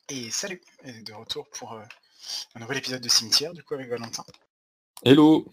Et salut, et de retour pour un nouvel épisode de Cimetière, du coup avec Valentin. Hello.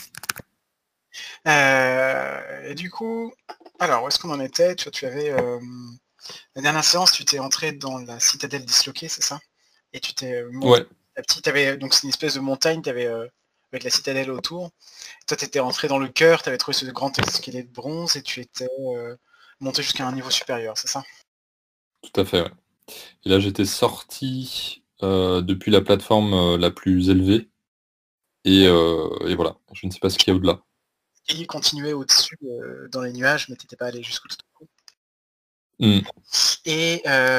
Et du coup, alors où est-ce qu'on en était? Tu avais la dernière séance, tu t'es entré dans la citadelle disloquée, c'est ça? Et tu t'es monté Ouais, petit à petit. T'avais donc c'est une espèce de montagne, t'avais avec la citadelle autour. Toi, t'étais entré dans le cœur, t'avais trouvé ce grand escalier de bronze et tu étais monté jusqu'à un niveau supérieur, c'est ça? tout à fait, ouais. Et là, j'étais sorti depuis la plateforme la plus élevée, et voilà, je ne sais pas ce qu'il y a au-delà. Et il continuait au-dessus dans les nuages, mais t'étais pas allé jusqu'au tout. Hmm. Et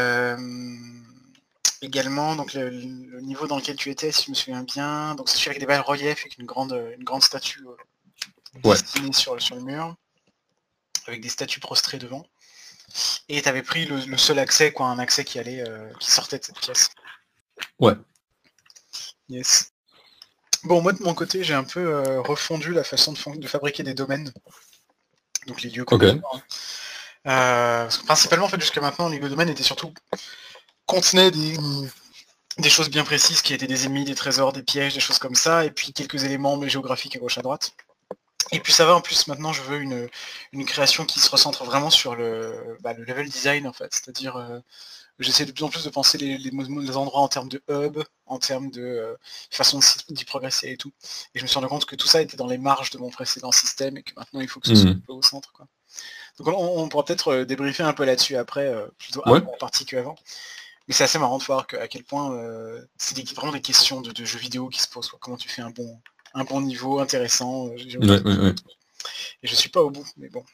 également, donc le niveau dans lequel tu étais, si je me souviens bien, donc c'est avec des bas-reliefs avec une grande statue Ouais, dessinée sur le mur, avec des statues prostrées devant. Et tu avais pris le seul accès, quoi, un accès qui allait, qui sortait de cette pièce. ouais, Yes. Bon, moi de mon côté, j'ai un peu refondu la façon de fabriquer des domaines, donc les lieux ok. communs. Parce que principalement, en fait, jusqu'à maintenant, les lieux domaines étaient surtout contenaient des choses bien précises qui étaient des ennemis, des trésors, des pièges, des choses comme ça, et puis quelques éléments géographiques à gauche à droite. Et puis ça va en plus, maintenant je veux une création qui se recentre vraiment sur le level design en fait, c'est-à-dire j'essaie de plus en plus de penser les endroits en termes de hub, en termes de façon d'y progresser et tout. Et je me suis rendu compte que tout ça était dans les marges de mon précédent système et que maintenant il faut que ce soit Hmm. un peu au centre, quoi. Donc on pourra peut-être débriefer un peu là-dessus après, plutôt Ouais, avant la partie qu'avant. Mais c'est assez marrant de voir à quel point c'est vraiment des questions de jeux vidéo qui se posent, quoi. Comment tu fais un bon niveau intéressant, ouais, géographique. ouais, ouais. Et je suis pas au bout, mais bon.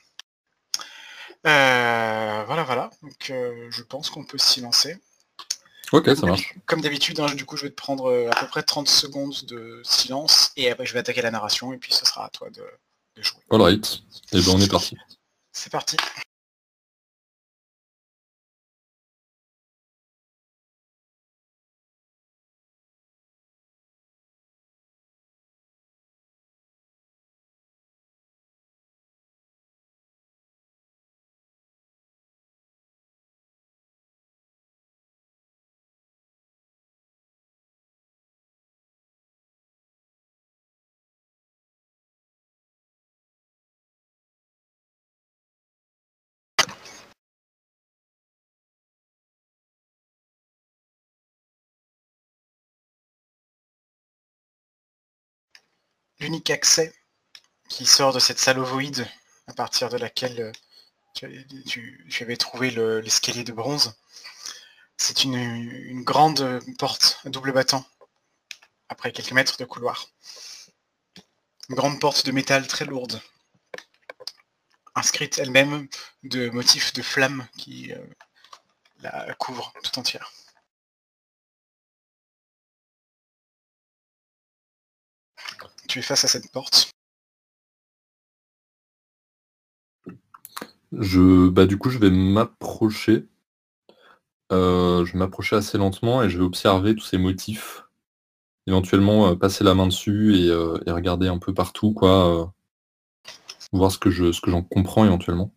Voilà, voilà. Donc je pense qu'on peut s'y lancer. Ok, ça marche. Comme d'habitude, hein, du coup, je vais te prendre à peu près 30 secondes de silence et après je vais attaquer la narration et puis ce sera à toi de jouer. Alright. Et ben on est parti. C'est parti. L'unique accès qui sort de cette salle ovoïde à partir de laquelle tu avais trouvé l'escalier de bronze, c'est une grande porte à double battant, après quelques mètres de couloir. Une grande porte de métal très lourde, inscrite elle-même de motifs de flammes qui la couvrent tout entière. Tu es face à cette porte. Du coup, je vais m'approcher. Je vais m'approcher assez lentement et je vais observer tous ces motifs. Éventuellement, passer la main dessus et regarder un peu partout, quoi. Voir ce que j'en comprends éventuellement.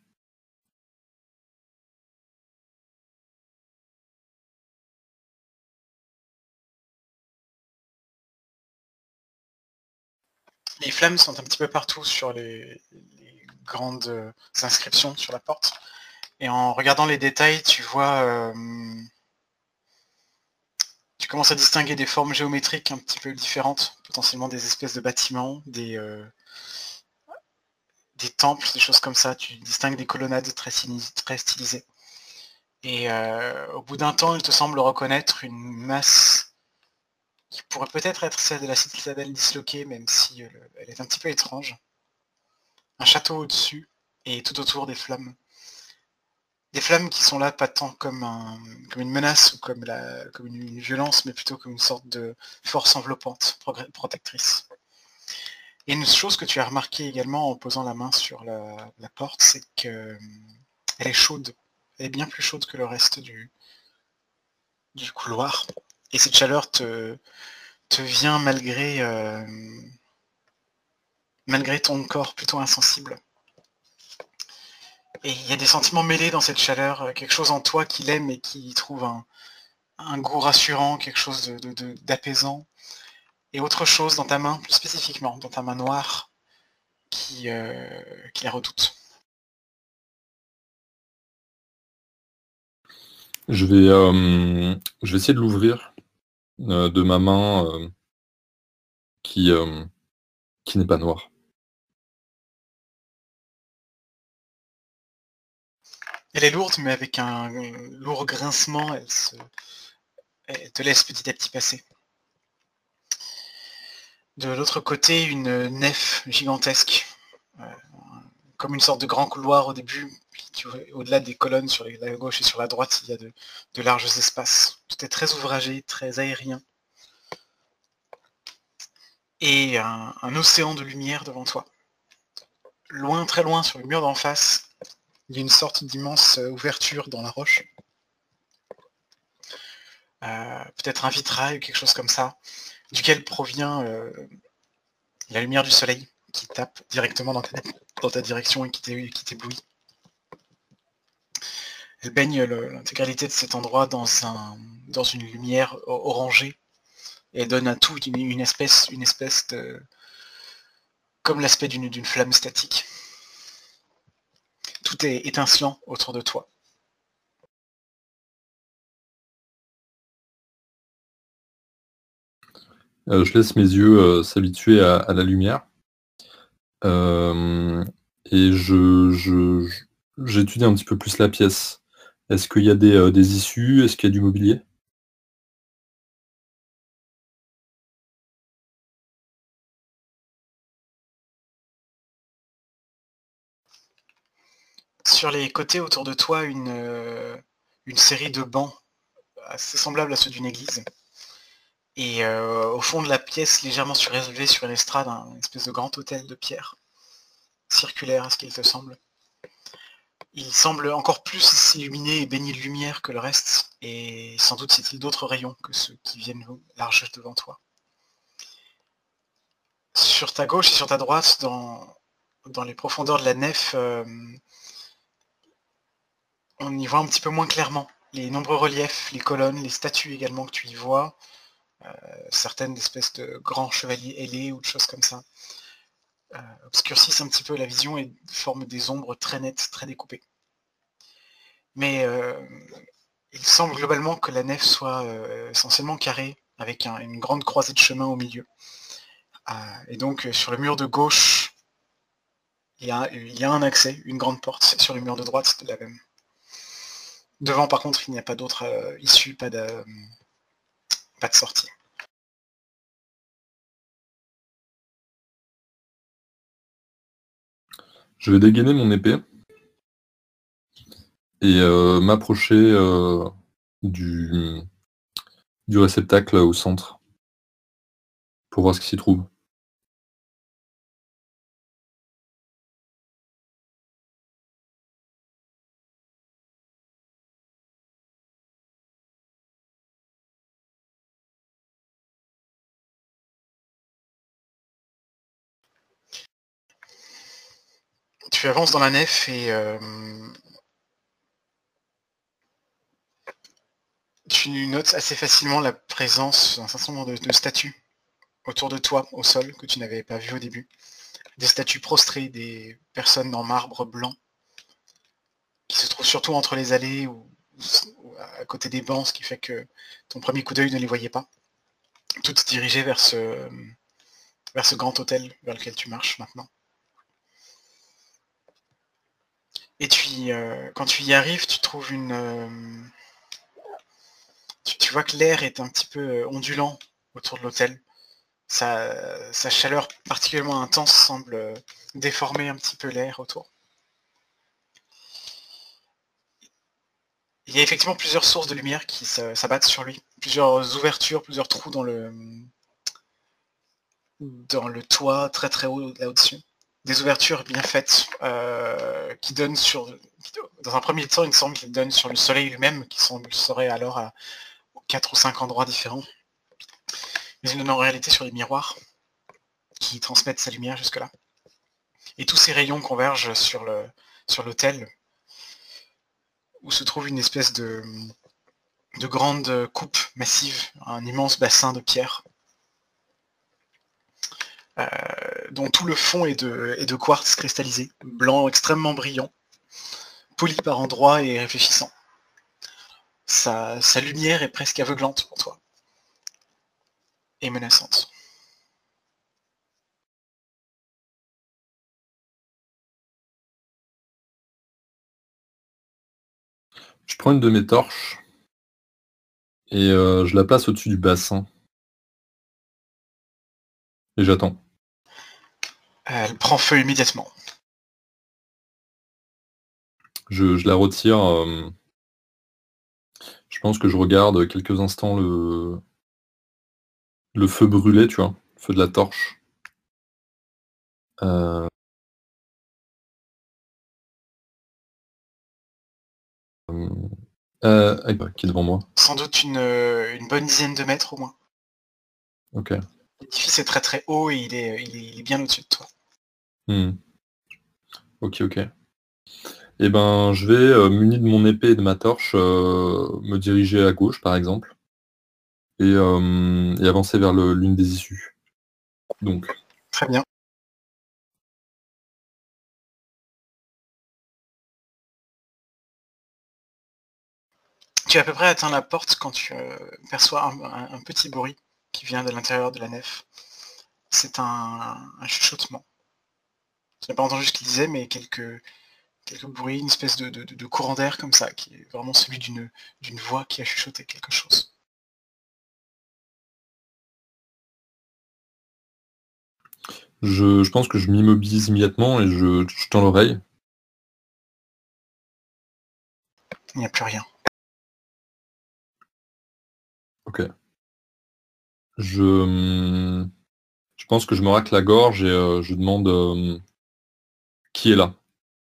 Les flammes sont un petit peu partout sur les grandes inscriptions sur la porte. Et en regardant les détails, tu commences à distinguer des formes géométriques un petit peu différentes, potentiellement des espèces de bâtiments, des temples, des choses comme ça. Tu distingues des colonnades très stylisées. Et au bout d'un temps, il te semble reconnaître une masse qui pourrait peut-être être celle de la citadelle disloquée, même si elle est un petit peu étrange. Un château au-dessus et tout autour des flammes. Des flammes qui sont là pas tant comme une menace ou comme une violence, mais plutôt comme une sorte de force enveloppante, protectrice. Et une chose que tu as remarqué également en posant la main sur la porte, c'est qu'elle est chaude. Elle est bien plus chaude que le reste du couloir. Et cette chaleur te vient malgré ton corps plutôt insensible. Et il y a des sentiments mêlés dans cette chaleur, quelque chose en toi qui l'aime et qui trouve un goût rassurant, quelque chose d'apaisant, et autre chose dans ta main, plus spécifiquement, dans ta main noire, qui la redoute. Je vais essayer de l'ouvrir de ma main qui, qui n'est pas noire. Elle est lourde, mais avec un lourd grincement, elle te laisse petit à petit passer. De l'autre côté, une nef gigantesque, comme une sorte de grand couloir au début, puis au-delà des colonnes sur la gauche et sur la droite, il y a de larges espaces. Tout est très ouvragé, très aérien. Et un océan de lumière devant toi. Loin, très loin, sur le mur d'en face, il y a une sorte d'immense ouverture dans la roche. Peut-être un vitrail ou quelque chose comme ça, duquel provient la lumière du soleil qui tape directement dans ta direction et qui t'éblouit. Elle baigne l'intégralité de cet endroit dans une lumière orangée et donne à tout une espèce de... comme l'aspect d'une flamme statique. Tout est étincelant autour de toi. Je laisse mes yeux s'habituer à la lumière. Et j'étudie un petit peu plus la pièce. Est-ce qu'il y a des issues? Est-ce qu'il y a du mobilier? Sur les côtés autour de toi, une série de bancs assez semblables à ceux d'une église. Et au fond de la pièce, légèrement surélevé sur une estrade, une espèce de grand hôtel de pierre, circulaire à ce qu'il te semble. Il semble encore plus illuminé et baigné de lumière que le reste, et sans doute c'est-il d'autres rayons que ceux qui viennent large devant toi. Sur ta gauche et sur ta droite, dans les profondeurs de la nef, on y voit un petit peu moins clairement les nombreux reliefs, les colonnes, les statues également que tu y vois, certaines espèces de grands chevaliers ailés ou de choses comme ça, obscurcissent un petit peu la vision et forment des ombres très nettes, très découpées. Mais il semble globalement que la nef soit essentiellement carrée, avec une grande croisée de chemin au milieu. Et donc sur le mur de gauche, il y a un accès, une grande porte. Sur le mur de droite, c'est la même. Devant, par contre, il n'y a pas d'autre issue, pas de sortie. Je vais dégainer mon épée et m'approcher du réceptacle au centre pour voir ce qui s'y trouve. Tu avances dans la nef et tu notes assez facilement la présence d'un certain nombre de statues autour de toi, au sol, que tu n'avais pas vu au début. Des statues prostrées, des personnes en marbre blanc, qui se trouvent surtout entre les allées ou à côté des bancs, ce qui fait que ton premier coup d'œil ne les voyait pas. Toutes dirigées vers ce grand hôtel vers lequel tu marches maintenant. Et quand tu y arrives, tu trouves tu vois que l'air est un petit peu ondulant autour de l'hôtel. Sa chaleur particulièrement intense semble déformer un petit peu l'air autour. Il y a effectivement plusieurs sources de lumière qui s'abattent sur lui. Plusieurs ouvertures, plusieurs trous dans le toit très très haut là au-dessus. Des ouvertures bien faites qui donnent dans un premier temps, il semble qu'ils donnent sur le soleil lui-même, qui serait alors à 4 ou 5 endroits différents. Mais il donne en réalité sur les miroirs qui transmettent sa lumière jusque-là. Et tous ces rayons convergent sur l'hôtel, où se trouve une espèce de de grandes coupes massives, un immense bassin de pierre, dont tout le fond est de quartz cristallisé, blanc extrêmement brillant, poli par endroits et réfléchissant. Sa lumière est presque aveuglante pour toi, et menaçante. Je prends une de mes torches et je la place au-dessus du bassin. Et j'attends. Elle prend feu immédiatement. Je la retire. Je pense que je regarde quelques instants le feu brûler, tu vois, le feu de la torche. Ah, qui est devant moi. Sans doute une bonne dizaine de mètres au moins. Ok. L'édifice est très très haut et il est bien au-dessus de toi. Ok, ok. Eh ben, je vais, muni de mon épée et de ma torche, me diriger à gauche, par exemple, et avancer vers l'une des issues. Donc, Très bien. Tu as à peu près atteint la porte quand tu perçois un petit bruit qui vient de l'intérieur de la nef. C'est un chuchotement. Tu n'as pas entendu ce qu'il disait, mais quelques bruits, une espèce de courant d'air comme ça, qui est vraiment celui d'une voix qui a chuchoté quelque chose. je pense que je m'immobilise immédiatement et je tends l'oreille. Il n'y a plus rien. Ok. Je pense que je me racle la gorge et je demande qui est là.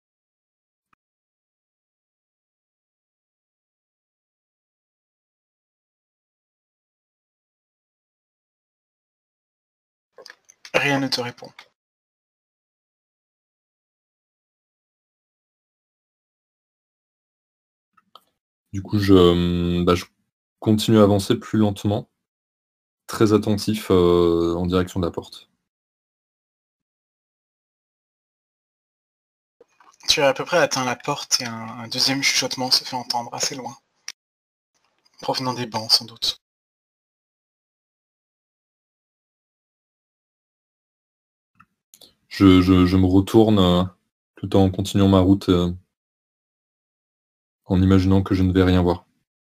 Rien ne te répond. Du coup, je continue à avancer plus lentement, très attentif en direction de la porte. Tu as à peu près atteint la porte et un deuxième chuchotement se fait entendre assez loin, provenant des bancs sans doute. Je me retourne tout en continuant ma route, en imaginant que je ne vais rien voir.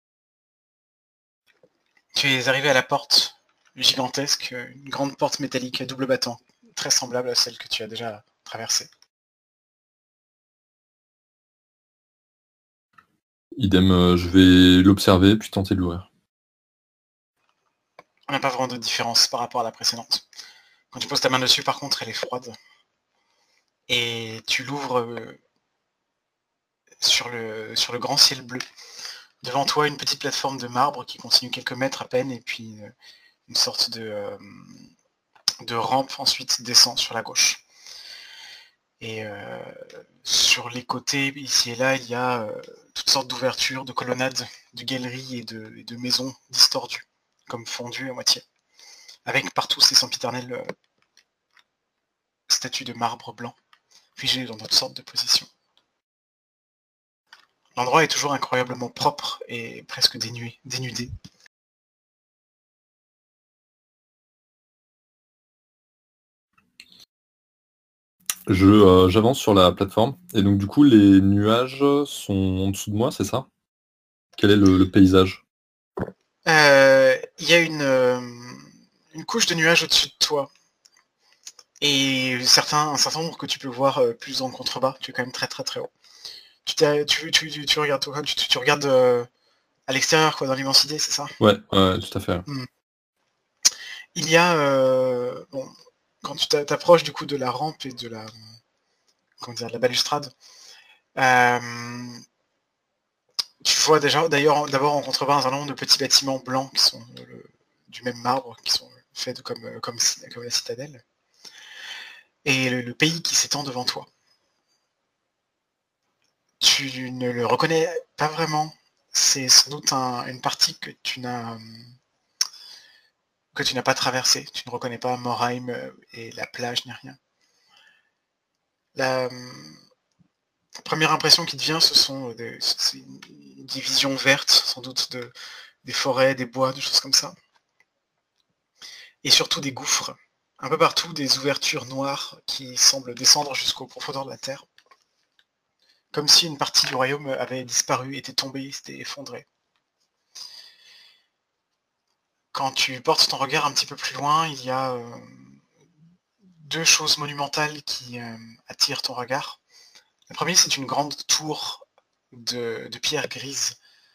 Tu es arrivé à la porte gigantesque, une grande porte métallique à double battant, très semblable à celle que tu as déjà traversée. Idem, je vais l'observer puis tenter de l'ouvrir. On n'a pas vraiment de différence par rapport à la précédente. Quand tu poses ta main dessus, par contre, elle est froide. Et tu l'ouvres sur le grand ciel bleu. Devant toi, une petite plateforme de marbre qui continue quelques mètres à peine, et puis une sorte de rampe ensuite descend sur la gauche. Et sur les côtés, ici et là, il y a toutes sortes d'ouvertures, de colonnades, de galeries et de maisons distordues, comme fondues à moitié, avec partout ces sempiternelles statues de marbre blanc, figées dans toutes sortes de positions. L'endroit est toujours incroyablement propre et presque dénudé. J'avance sur la plateforme et donc du coup les nuages sont en dessous de moi, c'est ça? Quel est le paysage? Il y a une couche de nuages au-dessus de toi. Et un certain nombre que tu peux voir plus en contrebas. Tu es quand même très très très haut. Tu regardes toi, tu regardes à l'extérieur, quoi, dans l'immensité, c'est ça? Ouais, ouais, tout à fait. Hmm. Il y a bon, quand tu t'approches du coup de la rampe et de de la balustrade, euh, tu vois déjà d'ailleurs d'abord en contrebas un certain nombre de petits bâtiments blancs qui sont du même marbre, qui sont faits comme la citadelle, et le pays qui s'étend devant toi. Tu ne le reconnais pas vraiment. c'est sans doute une partie que tu n'as pas traversée. Tu ne reconnais pas Morheim et la plage ni rien. La première impression qui te vient, c'est une division verte, sans doute des forêts, des bois, des choses comme ça. Et surtout des gouffres. Un peu partout, des ouvertures noires qui semblent descendre jusqu'aux profondeurs de la terre. Comme si une partie du royaume avait disparu, était tombée, s'était effondrée. Quand tu portes ton regard un petit peu plus loin, il y a deux choses monumentales qui attirent ton regard. Le premier, c'est une grande tour de pierre grise,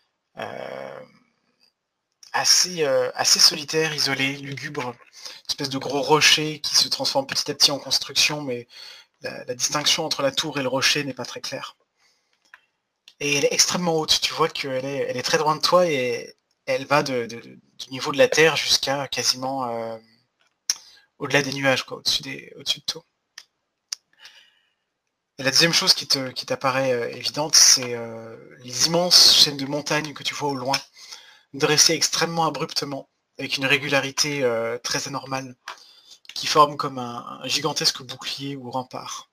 assez solitaire, isolée, lugubre, une espèce de gros rocher qui se transforme petit à petit en construction, mais la distinction entre la tour et le rocher n'est pas très claire. Et elle est extrêmement haute, tu vois qu'elle elle est très loin de toi et elle va du niveau de la terre jusqu'à quasiment au-delà des nuages, quoi, au-dessus de tout. Et la deuxième chose qui t'apparaît évidente, c'est les immenses chaînes de montagnes que tu vois au loin, dressées extrêmement abruptement, avec une régularité très anormale, qui forment comme un gigantesque bouclier ou rempart.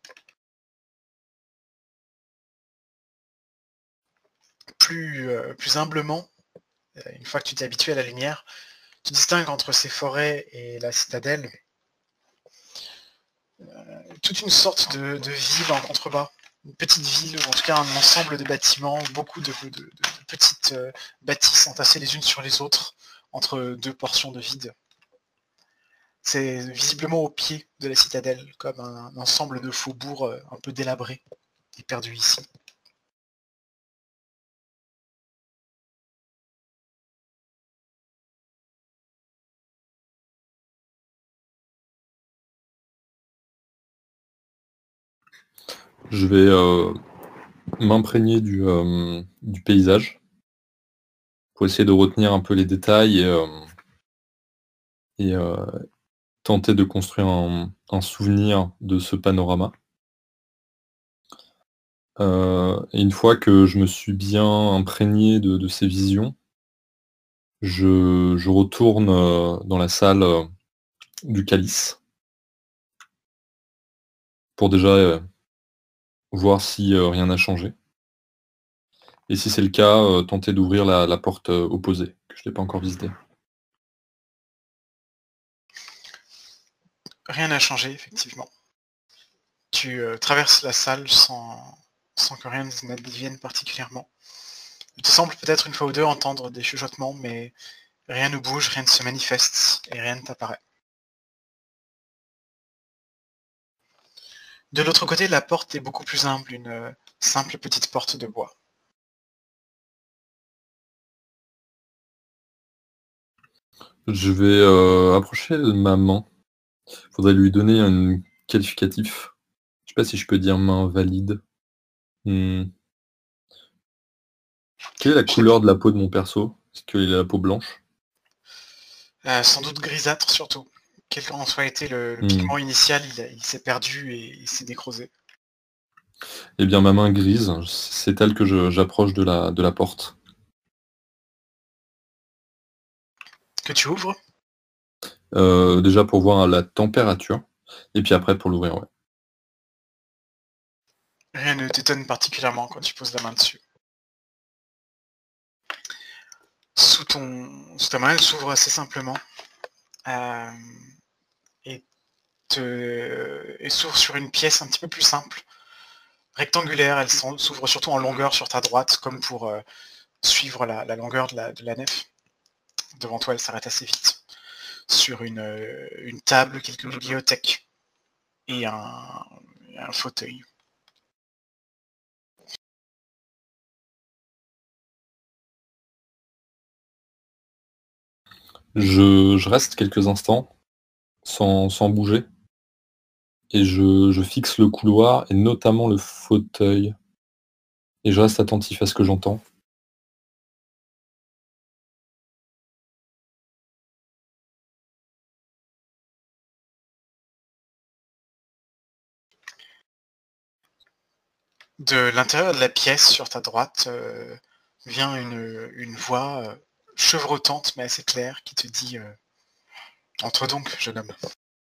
Plus humblement, une fois que tu t'es habitué à la lumière, tu distingues entre ces forêts et la citadelle toute une sorte de ville en contrebas. Une petite ville, ou en tout cas un ensemble de bâtiments, beaucoup de petites bâtisses entassées les unes sur les autres, entre deux portions de vide. C'est visiblement au pied de la citadelle, comme un ensemble de faubourgs un peu délabrés et perdus ici. Je vais m'imprégner du paysage pour essayer de retenir un peu les détails et tenter de construire un souvenir de ce panorama. Et une fois que je me suis bien imprégné de ces visions, je retourne dans la salle du calice pour déjà voir si rien n'a changé. Et si c'est le cas, tenter d'ouvrir la porte opposée, que je n'ai pas encore visitée. Rien n'a changé, effectivement. Tu traverses la salle sans que rien n'advienne particulièrement. Il te semble peut-être une fois ou deux entendre des chuchotements, mais rien ne bouge, rien ne se manifeste, et rien ne t'apparaît. De l'autre côté, la porte est beaucoup plus humble, une simple petite porte de bois. Je vais approcher ma main. Faudrait lui donner un qualificatif. Je sais pas si je peux dire main valide. Mmh. Quelle est la couleur de la peau de mon perso? Est-ce qu'il a la peau blanche? Sans doute grisâtre surtout. Quel qu'en soit été le Mmh. pigment initial, il s'est perdu et il s'est décrosé. Eh bien, ma main grise, c'est elle que j'approche de la porte. Que tu ouvres, Déjà pour voir la température et puis après pour l'ouvrir, ouais. rien ne t'étonne particulièrement quand tu poses la main dessus. Sous ta main, elle s'ouvre assez simplement euh, et, et s'ouvre sur une pièce un petit peu plus simple, rectangulaire. Elle s'ouvre surtout en longueur sur ta droite, comme pour suivre la longueur de la nef. Devant toi, elle s'arrête assez vite. Sur une table, quelques bibliothèques et un fauteuil. Je reste quelques instants sans bouger et je fixe le couloir et notamment le fauteuil et je reste attentif à ce que j'entends. De l'intérieur de la pièce, sur ta droite, vient une voix chevrotante mais assez claire qui te dit entre donc, jeune homme.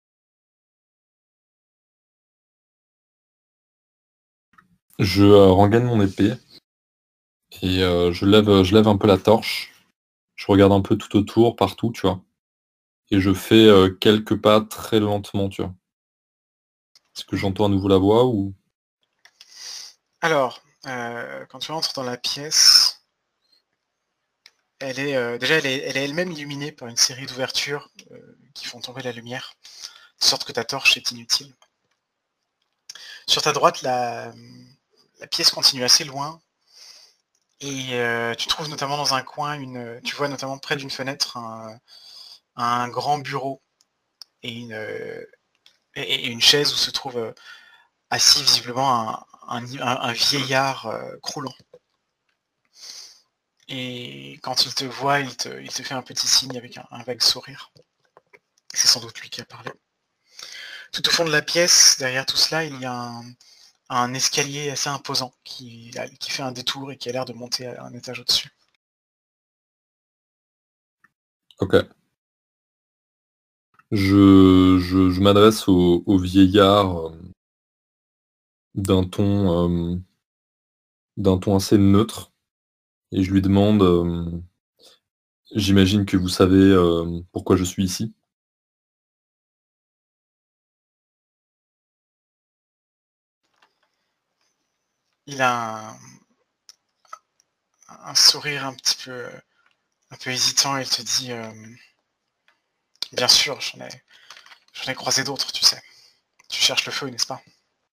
Je rengaine mon épée et je lève un peu la torche. Je regarde un peu tout autour, partout, tu vois. Et je fais quelques pas très lentement, tu vois. Est-ce que j'entends à nouveau la voix ou... Alors, quand tu entres dans la pièce, elle est déjà elle est elle-même illuminée par une série d'ouvertures qui font tomber la lumière, de sorte que ta torche est inutile. Sur ta droite, la pièce continue assez loin et tu trouves notamment dans un coin tu vois notamment près d'une fenêtre un grand bureau et une chaise où se trouve assis visiblement un vieillard croulant. Et quand il te voit, il te fait un petit signe avec un vague sourire. C'est sans doute lui qui a parlé. Tout au fond de la pièce, derrière tout cela, il y a un escalier assez imposant qui fait un détour et qui a l'air de monter à un étage au-dessus. Ok. Je m'adresse au vieillard d'un ton, d'un ton assez neutre et je lui demande, j'imagine que vous savez pourquoi je suis ici. Il a un sourire un peu hésitant et il te dit bien sûr, j'en ai croisé d'autres, tu sais. Tu cherches le feu, n'est-ce pas?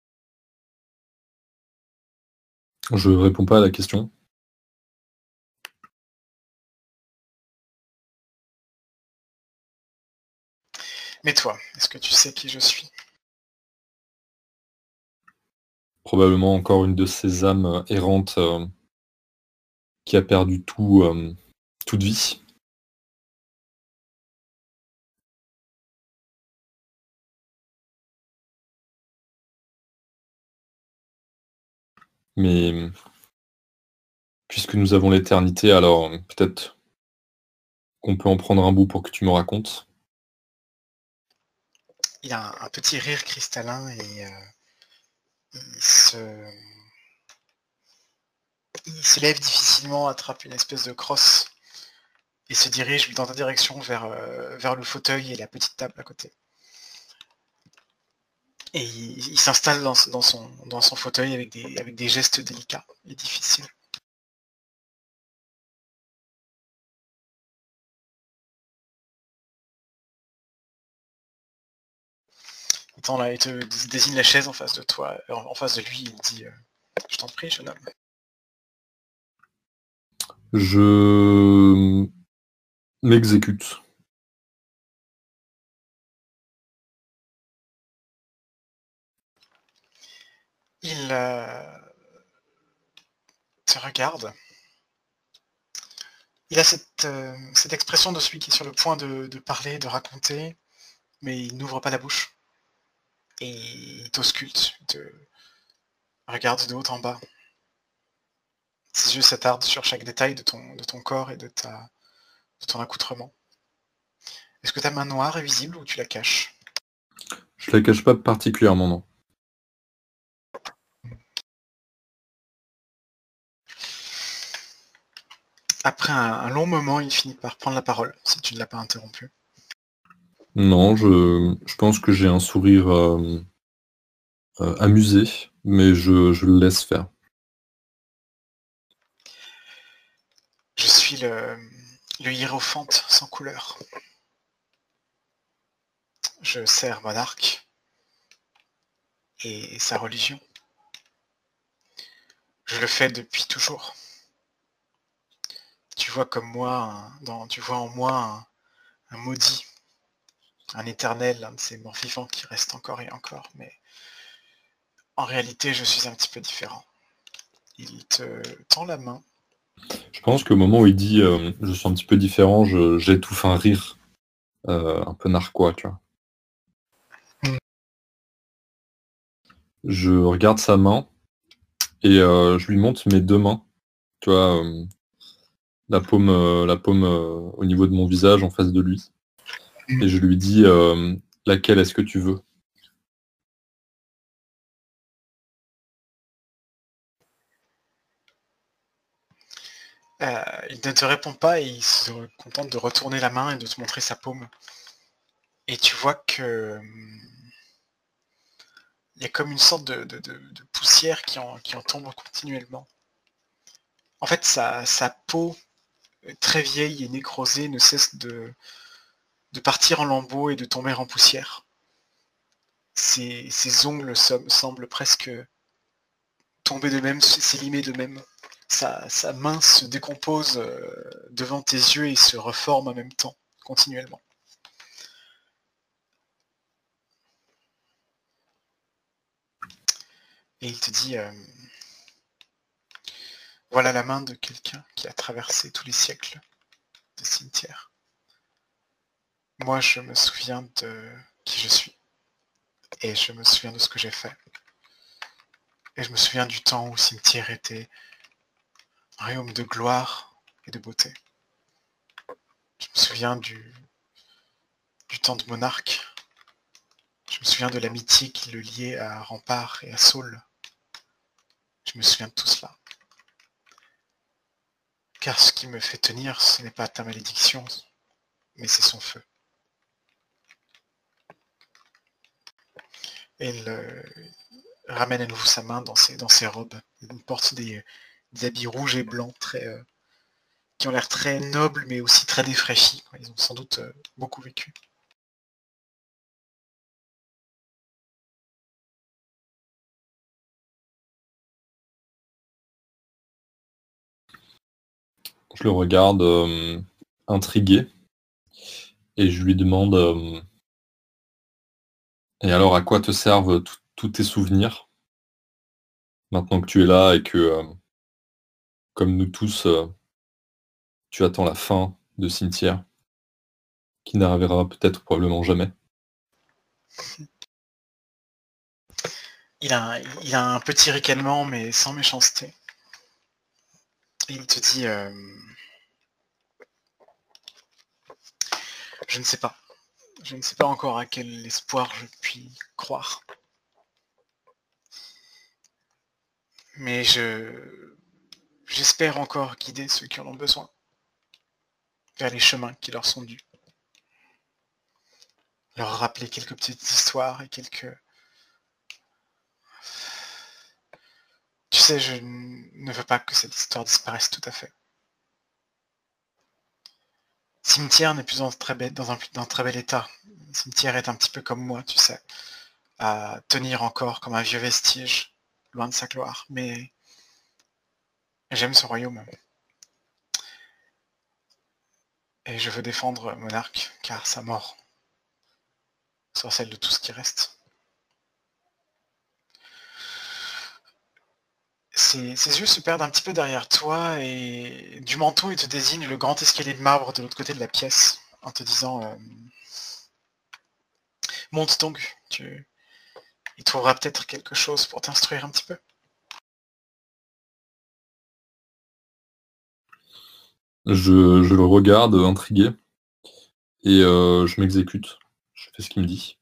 Je réponds pas à la question. Mais toi, est-ce que tu sais qui je suis? Probablement encore une de ces âmes errantes qui a perdu tout, toute vie. Mais puisque nous avons l'éternité, alors peut-être qu'on peut en prendre un bout pour que tu me racontes. Il a un petit rire cristallin et il se, il se lève difficilement, attrape une espèce de crosse et se dirige dans ta direction vers le fauteuil et la petite table à côté. Et il s'installe dans son fauteuil avec des gestes délicats et difficiles. Il te désigne la chaise en face de toi, en face de lui, il dit je t'en prie, jeune homme. Je m'exécute. Il te regarde. Il a cette expression de celui qui est sur le point de parler, de raconter, mais il n'ouvre pas la bouche. Et il t'ausculte, il te regarde de haut en bas. Ses yeux s'attardent sur chaque détail de ton corps et de ton accoutrement. Est-ce que ta main noire est visible ou tu la caches? Je la cache pas particulièrement, non. Après un long moment, il finit par prendre la parole, si tu ne l'as pas interrompu. Non, je pense que j'ai un sourire amusé, mais je le laisse faire. Je suis le hiérophante sans couleur. Je sers mon arc et sa religion. Je le fais depuis toujours. Tu vois comme moi, tu vois en moi un maudit, un éternel, un de ces morts vivants qui reste encore et encore, mais en réalité, je suis un petit peu différent. Il te tend la main. Je pense qu'au moment où il dit je suis un petit peu différent, j'étouffe un rire un peu narquois, tu vois. Mm. Je regarde sa main et je lui montre mes deux mains, tu vois, la paume au niveau de mon visage en face de lui. Mm. Et je lui dis laquelle est-ce que tu veux? Il ne te répond pas et il se contente de retourner la main et de te montrer sa paume. Et tu vois que il y a comme une sorte de poussière qui en tombe continuellement. En fait, sa peau, très vieille et nécrosée, ne cesse de partir en lambeaux et de tomber en poussière. Ses ongles semblent presque tomber de même, s'élimer de même. Sa main se décompose devant tes yeux et se reforme en même temps, continuellement. Et il te dit voilà la main de quelqu'un qui a traversé tous les siècles de cimetière. Moi, je me souviens de qui je suis. Et je me souviens de ce que j'ai fait. Et je me souviens du temps où cimetière était un royaume de gloire et de beauté. Je me souviens du temps de monarque. Je me souviens de l'amitié qui le liait à Rempart et à Saul. Je me souviens de tout cela. Car ce qui me fait tenir, ce n'est pas ta malédiction, mais c'est son feu. Et il ramène à nouveau sa main dans ses robes. Il porte des habits rouges et blancs qui ont l'air très nobles, mais aussi très défraîchis. Ils ont sans doute beaucoup vécu. Je le regarde intrigué et je lui demande et alors à quoi te servent tous tes souvenirs maintenant que tu es là et que, comme nous tous, tu attends la fin de Cimetière, qui n'arrivera peut-être probablement jamais. Il a un petit ricanement, mais sans méchanceté. Et il te dit je ne sais pas. Je ne sais pas encore à quel espoir je puis croire. Mais j'espère encore guider ceux qui en ont besoin vers les chemins qui leur sont dus. Leur rappeler quelques petites histoires et quelques... Tu sais, je ne veux pas que cette histoire disparaisse tout à fait. Cimetière n'est plus dans un très bel état. Cimetière est un petit peu comme moi, tu sais, à tenir encore comme un vieux vestige, loin de sa gloire. Mais j'aime ce royaume. Et je veux défendre Monarque, car sa mort sera celle de tout ce qui reste. Ses yeux se perdent un petit peu derrière toi et du manteau il te désigne le grand escalier de marbre de l'autre côté de la pièce en te disant monte donc, il trouvera peut-être quelque chose pour t'instruire un petit peu. Je le regarde intrigué et je m'exécute. Je fais ce qu'il me dit.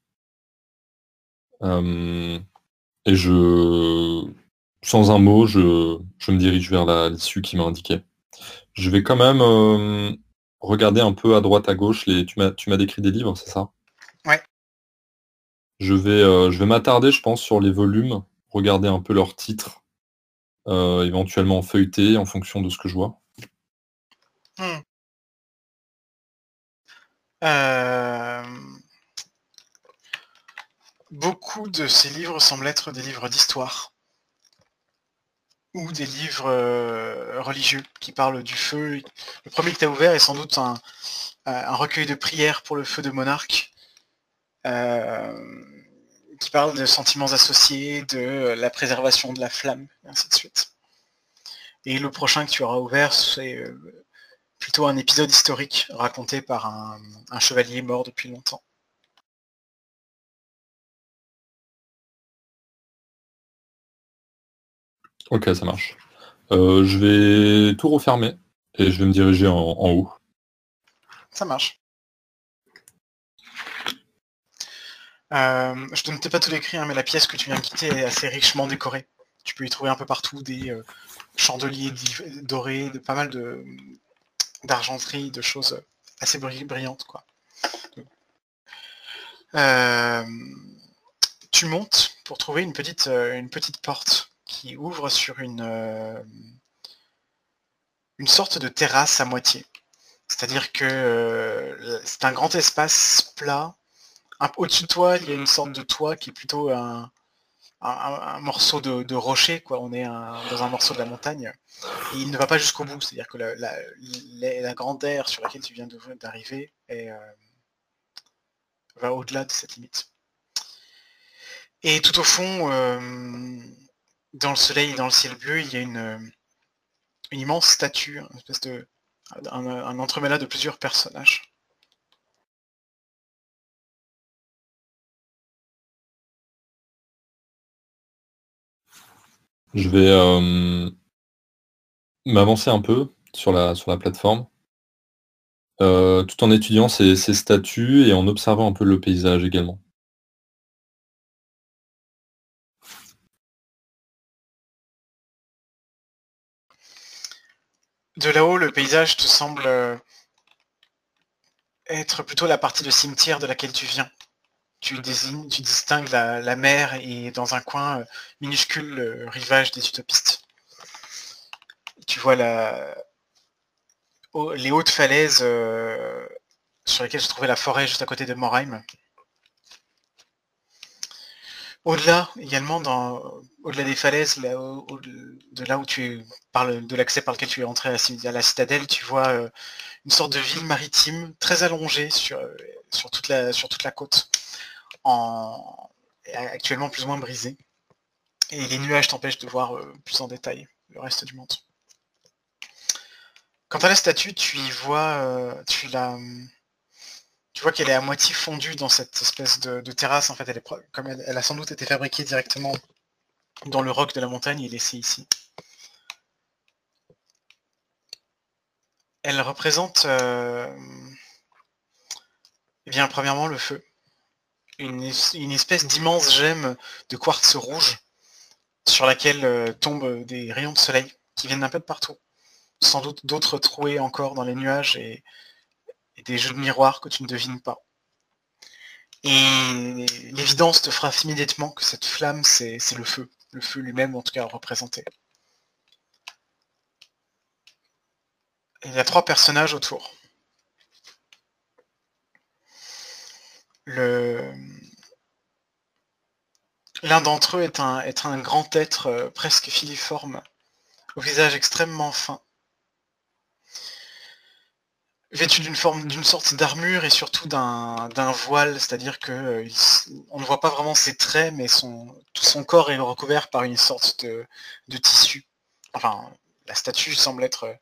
Et sans un mot, je me dirige vers l'issue qu'il m'a indiquée. Je vais quand même regarder un peu à droite, à gauche. Tu m'as décrit des livres, c'est ça? Ouais. Je vais m'attarder, je pense, sur les volumes, regarder un peu leurs titres, éventuellement feuilleter en fonction de ce que je vois. Hmm. Euh, Beaucoup de ces livres semblent être des livres d'histoire ou des livres religieux qui parlent du feu. Le premier que tu as ouvert est sans doute un recueil de prières pour le feu de monarque euh, qui parle de sentiments associés, de la préservation de la flamme, et ainsi de suite. Et le prochain que tu auras ouvert, c'est plutôt un épisode historique raconté par un chevalier mort depuis longtemps. Ok, ça marche. Je vais tout refermer Et je vais me diriger en haut. Ça marche. Je ne t'ai pas tout décrit, hein, mais la pièce que tu viens de quitter est assez richement décorée. Tu peux y trouver un peu partout des chandeliers dorés, pas mal d'argenterie, de choses assez brillantes, quoi. Tu montes pour trouver une petite porte qui ouvre sur une sorte de terrasse à moitié. C'est-à-dire que c'est un grand espace plat. Au-dessus de toi, il y a une sorte de toit qui est plutôt un morceau de rocher, quoi. On est dans un morceau de la montagne. Et il ne va pas jusqu'au bout. C'est-à-dire que la grande aire sur laquelle tu viens d'arriver va au-delà de cette limite. Et tout au fond, dans le soleil et dans le ciel bleu, il y a une immense statue, une espèce un entremêlat de plusieurs personnages. Je vais m'avancer un peu sur la plateforme, tout en étudiant ces statues et en observant un peu le paysage également. De là-haut, le paysage te semble être plutôt la partie de cimetière de laquelle tu viens. Tu distingues la mer et dans un coin minuscule le rivage des utopistes. Tu vois les hautes falaises sur lesquelles se trouvait la forêt juste à côté de Morheim. Au-delà, également, au-delà des falaises, de là où tu parles de l'accès par lequel tu es entré à la citadelle, tu vois une sorte de ville maritime très allongée sur toute la côte, actuellement plus ou moins brisée. Et les nuages t'empêchent de voir plus en détail le reste du monde. Quant à la statue, tu vois qu'elle est à moitié fondue dans cette espèce de terrasse. En fait, comme elle a sans doute été fabriquée directement dans le roc de la montagne et laissée ici. Elle représente, eh bien, premièrement, le feu. Une espèce d'immense gemme de quartz rouge sur laquelle tombent des rayons de soleil qui viennent un peu de partout. Sans doute d'autres troués encore dans les nuages et des jeux de miroirs que tu ne devines pas. Et l'évidence te frappe immédiatement que cette flamme, c'est le feu lui-même en tout cas représenté. Et il y a 3 personnages autour. L'un d'entre eux est un grand être presque filiforme, au visage extrêmement fin, vêtu d'une sorte d'armure et surtout d'un voile, c'est-à-dire que on ne voit pas vraiment ses traits, mais tout son corps est recouvert par une sorte de tissu. Enfin, la statue semble être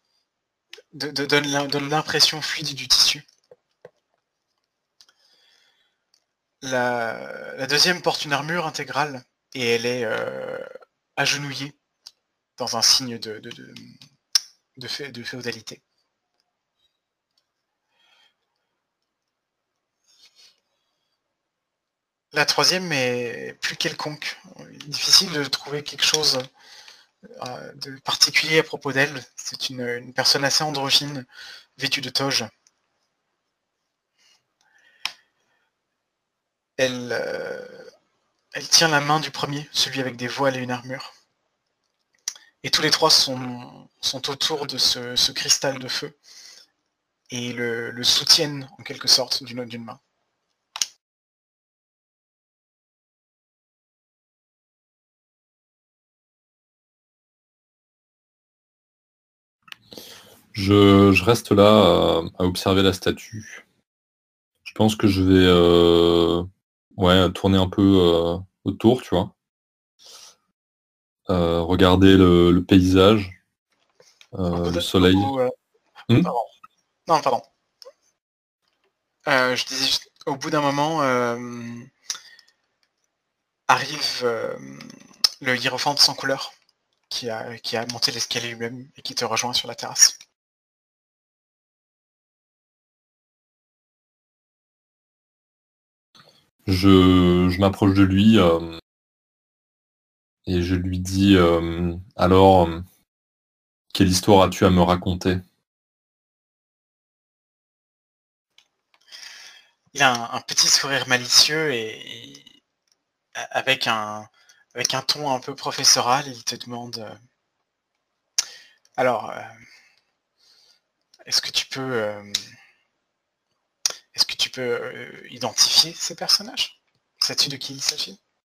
donne l'impression fluide du tissu. La deuxième porte une armure intégrale et elle est agenouillée dans un signe de féodalité. La troisième est plus quelconque. Difficile de trouver quelque chose de particulier à propos d'elle. C'est une personne assez androgyne, vêtue de toge. Elle tient la main du premier, celui avec des voiles et une armure. Et tous les 3 sont autour de ce cristal de feu et le soutiennent en quelque sorte d'une main. Je reste là à observer la statue. Je pense que je vais tourner un peu autour, tu vois. Regarder le paysage, le soleil. Pardon. Non, pardon. Je disais juste, au bout d'un moment, arrive le hiérophante sans couleur qui a monté l'escalier lui-même et qui te rejoint sur la terrasse. Je m'approche de lui et je lui dis alors, quelle histoire as-tu à me raconter? Il a un petit sourire malicieux et avec un ton un peu professoral, il te demande alors, est-ce que tu peux, est-ce que tu peux identifier ces personnages? Sais-tu de qui il s'agit?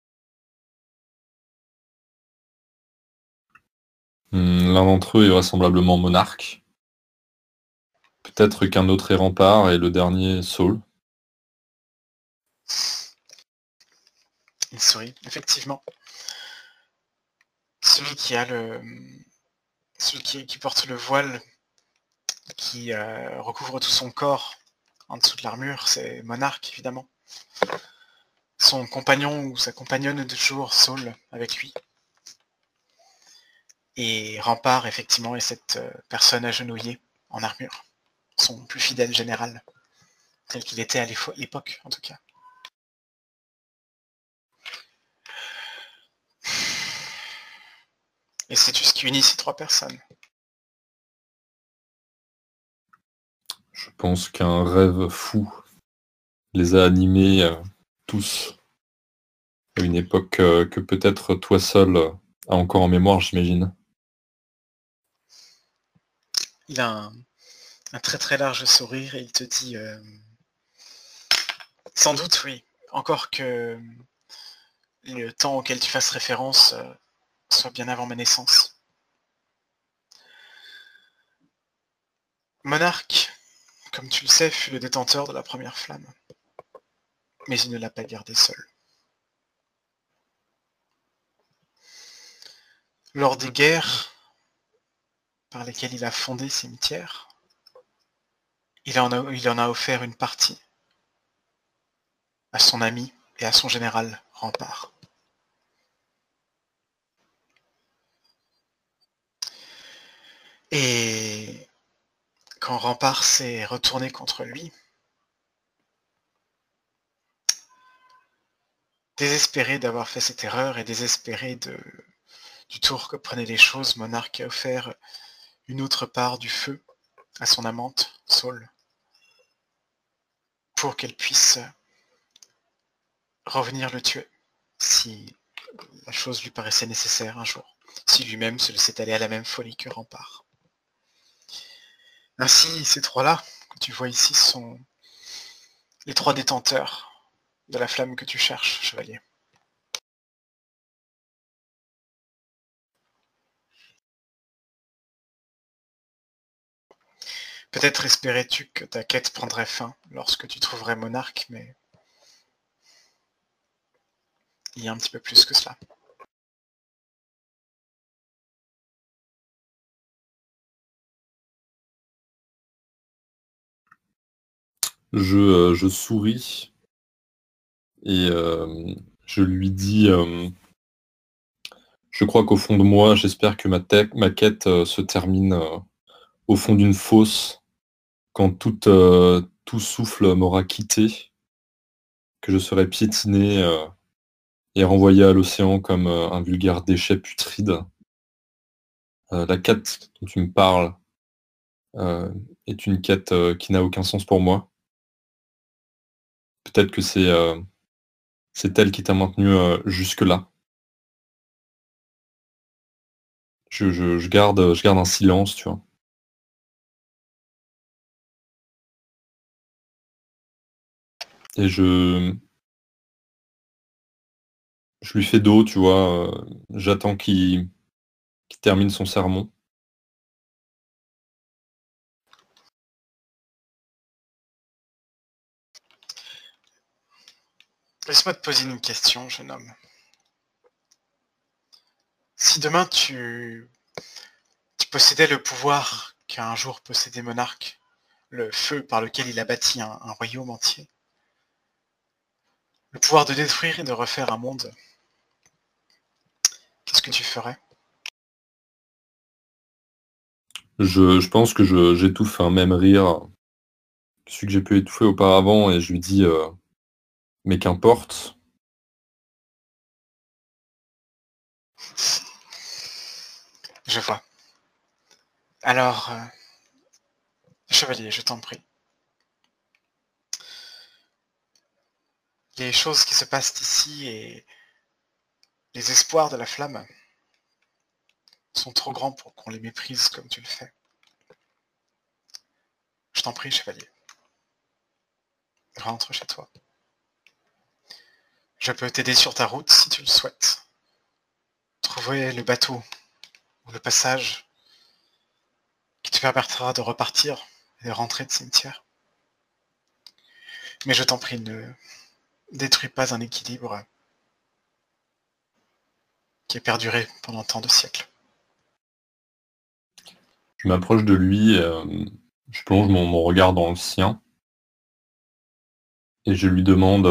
L'un d'entre eux est vraisemblablement monarque. Peut-être qu'un autre est rempart et le dernier Saul. Il sourit, effectivement. Celui qui a le, celui qui porte le voile, qui recouvre tout son corps en dessous de l'armure, c'est Monarque, évidemment. Son compagnon ou sa compagnonne de jour, Saul, avec lui. Et Rempart, effectivement, est cette personne agenouillée en armure. Son plus fidèle général, tel qu'il était à l'époque, en tout cas. Et sais-tu ce qui unit ces trois personnes? Je pense qu'un rêve fou les a animés tous à une époque que peut-être toi seul as encore en mémoire, j'imagine. Il a un très très large sourire et il te dit sans doute oui, encore que le temps auquel tu fasses référence soit bien avant ma naissance. Monarque, comme tu le sais, fut le détenteur de la première flamme, mais il ne l'a pas gardée seule. Lors des guerres par lesquelles il a fondé Cimetière, il en a offert une partie à son ami et à son général Rempart. Et quand Rempart s'est retourné contre lui, désespéré d'avoir fait cette erreur et désespéré du tour que prenaient les choses, Monarque a offert une autre part du feu à son amante, Saul, pour qu'elle puisse revenir le tuer, si la chose lui paraissait nécessaire un jour, si lui-même se laissait aller à la même folie que Rempart. Ainsi, ces trois-là, que tu vois ici, sont les trois détenteurs de la flamme que tu cherches, chevalier. Peut-être espérais-tu que ta quête prendrait fin lorsque tu trouverais Monarque, mais il y a un petit peu plus que cela. Je souris et je lui dis je crois qu'au fond de moi, j'espère que ma quête se termine au fond d'une fosse quand tout souffle m'aura quitté, que je serai piétiné et renvoyé à l'océan comme un vulgaire déchet putride. La quête dont tu me parles euh, est une quête qui n'a aucun sens pour moi. Peut-être que c'est elle qui t'a maintenu jusque-là. Je garde un silence, tu vois. Et je lui fais dos, tu vois. J'attends qu'il termine son sermon. Laisse-moi te poser une question, jeune homme. Si demain tu possédais le pouvoir qu'a un jour possédé Monarque, le feu par lequel il a bâti un royaume entier, le pouvoir de détruire et de refaire un monde, qu'est-ce que tu ferais? Je pense que j'étouffe un même rire, celui que j'ai pu étouffer auparavant, et je lui dis Mais qu'importe. Je vois. Alors, chevalier, je t'en prie. Les choses qui se passent ici et les espoirs de la flamme sont trop grands pour qu'on les méprise comme tu le fais. Je t'en prie, chevalier. Rentre chez toi. Je peux t'aider sur ta route si tu le souhaites. Trouver le bateau ou le passage qui te permettra de repartir et de rentrer de cimetière. Mais je t'en prie, ne détruis pas un équilibre qui a perduré pendant tant de siècles. Je m'approche de lui, je plonge mon regard dans le sien, et je lui demande...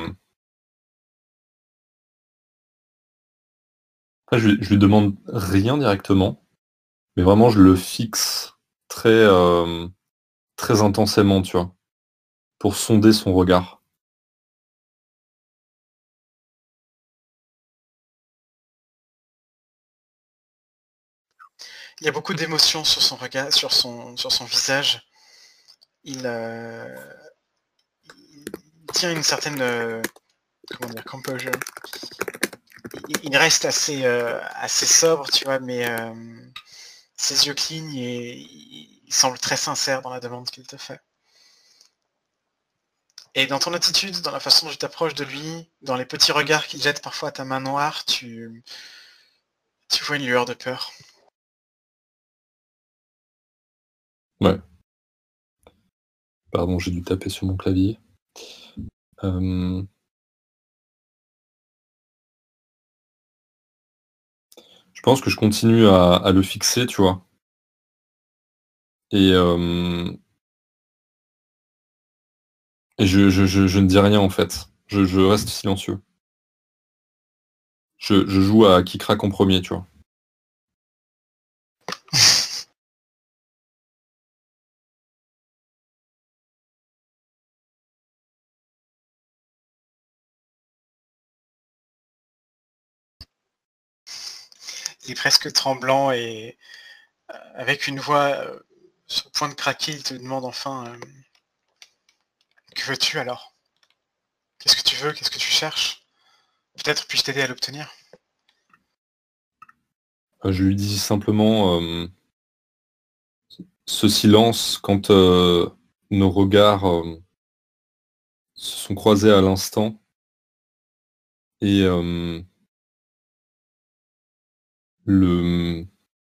Enfin, je lui demande rien directement, mais vraiment je le fixe très, très intensément, tu vois, pour sonder son regard. Il y a beaucoup d'émotions sur son regard, sur son visage. Il tient une certaine comment dire, composure. Il reste assez sobre, tu vois, mais ses yeux clignent et il semble très sincère dans la demande qu'il te fait. Et dans ton attitude, dans la façon dont tu t'approches de lui, dans les petits regards qu'il jette parfois à ta main noire, tu vois une lueur de peur. Ouais. Pardon, j'ai dû taper sur mon clavier. Je pense que je continue à le fixer, tu vois. Et, je ne dis rien en fait. Je reste silencieux. Je joue à qui craque en premier, tu vois. Il est presque tremblant et avec une voix sur le point de craquer, il te demande enfin que veux-tu alors? Qu'est-ce que tu veux? Qu'est-ce que tu cherches? Peut-être puis-je t'aider à l'obtenir? Je lui dis simplement ce silence quand nos regards se sont croisés à l'instant et le,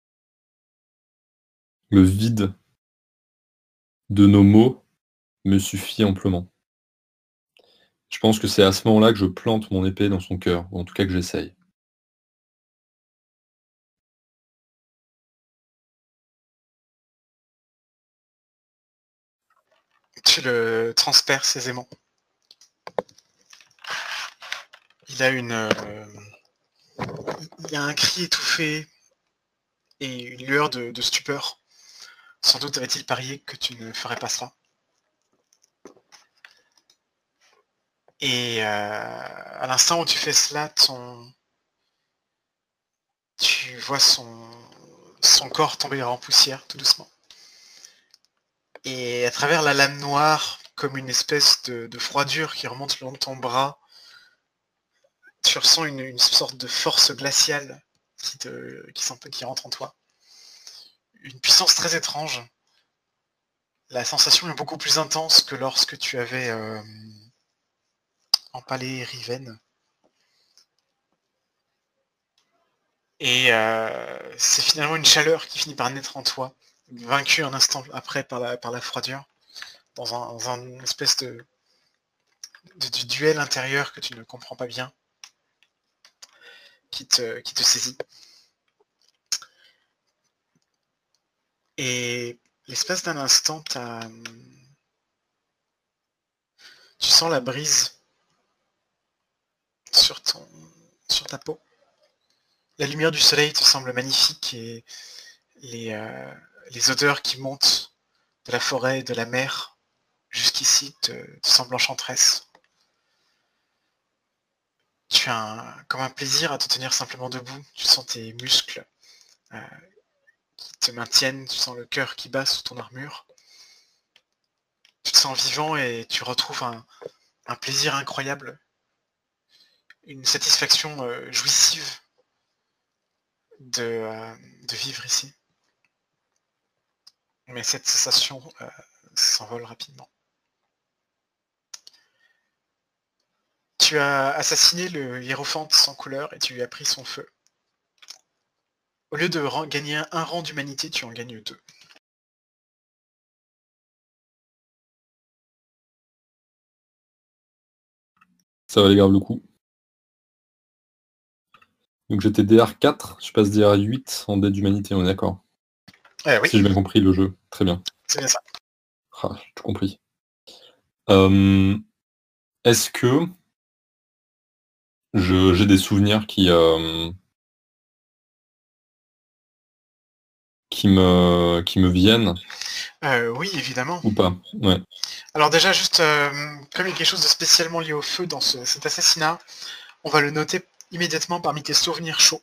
le vide de nos mots me suffit amplement. Je pense que c'est à ce moment-là que je plante mon épée dans son cœur, ou en tout cas que j'essaye. Tu le transperces aisément. Il a il y a un cri étouffé et une lueur de stupeur. Sans doute avait-il parié que tu ne ferais pas cela. Et à l'instant où tu fais cela, tu vois son corps tomber en poussière tout doucement. Et à travers la lame noire, comme une espèce de froidure qui remonte le long de ton bras, tu ressens une sorte de force glaciale qui rentre en toi. Une puissance très étrange. La sensation est beaucoup plus intense que lorsque tu avais empalé Riven. Et c'est finalement une chaleur qui finit par naître en toi, vaincue un instant après par la froidure, dans un espèce de duel intérieur que tu ne comprends pas bien, qui te saisit. Et l'espace d'un instant, tu sens la brise sur ta peau. La lumière du soleil te semble magnifique et les odeurs qui montent de la forêt et de la mer jusqu'ici te semblent enchanteresses. Tu as comme un plaisir à te tenir simplement debout. Tu sens tes muscles qui te maintiennent, tu sens le cœur qui bat sous ton armure. Tu te sens vivant et tu retrouves un plaisir incroyable, une satisfaction jouissive de vivre ici. Mais cette sensation s'envole rapidement. Tu as assassiné le hiérophante sans couleur et tu lui as pris son feu. Au lieu de gagner un rang d'humanité, tu en gagnes 2. Ça valait grave le coup. Donc j'étais DR4, je passe DR8 en dette d'humanité, on est d'accord. Oui, Si j'ai bien compris le jeu, très bien. c'est bien ça. Ah, j'ai tout compris. Est-ce que j'ai des souvenirs qui me viennent Oui, évidemment. ou pas? Ouais. Alors déjà, juste, comme il y a quelque chose de spécialement lié au feu dans cet assassinat, on va le noter immédiatement parmi tes souvenirs chauds.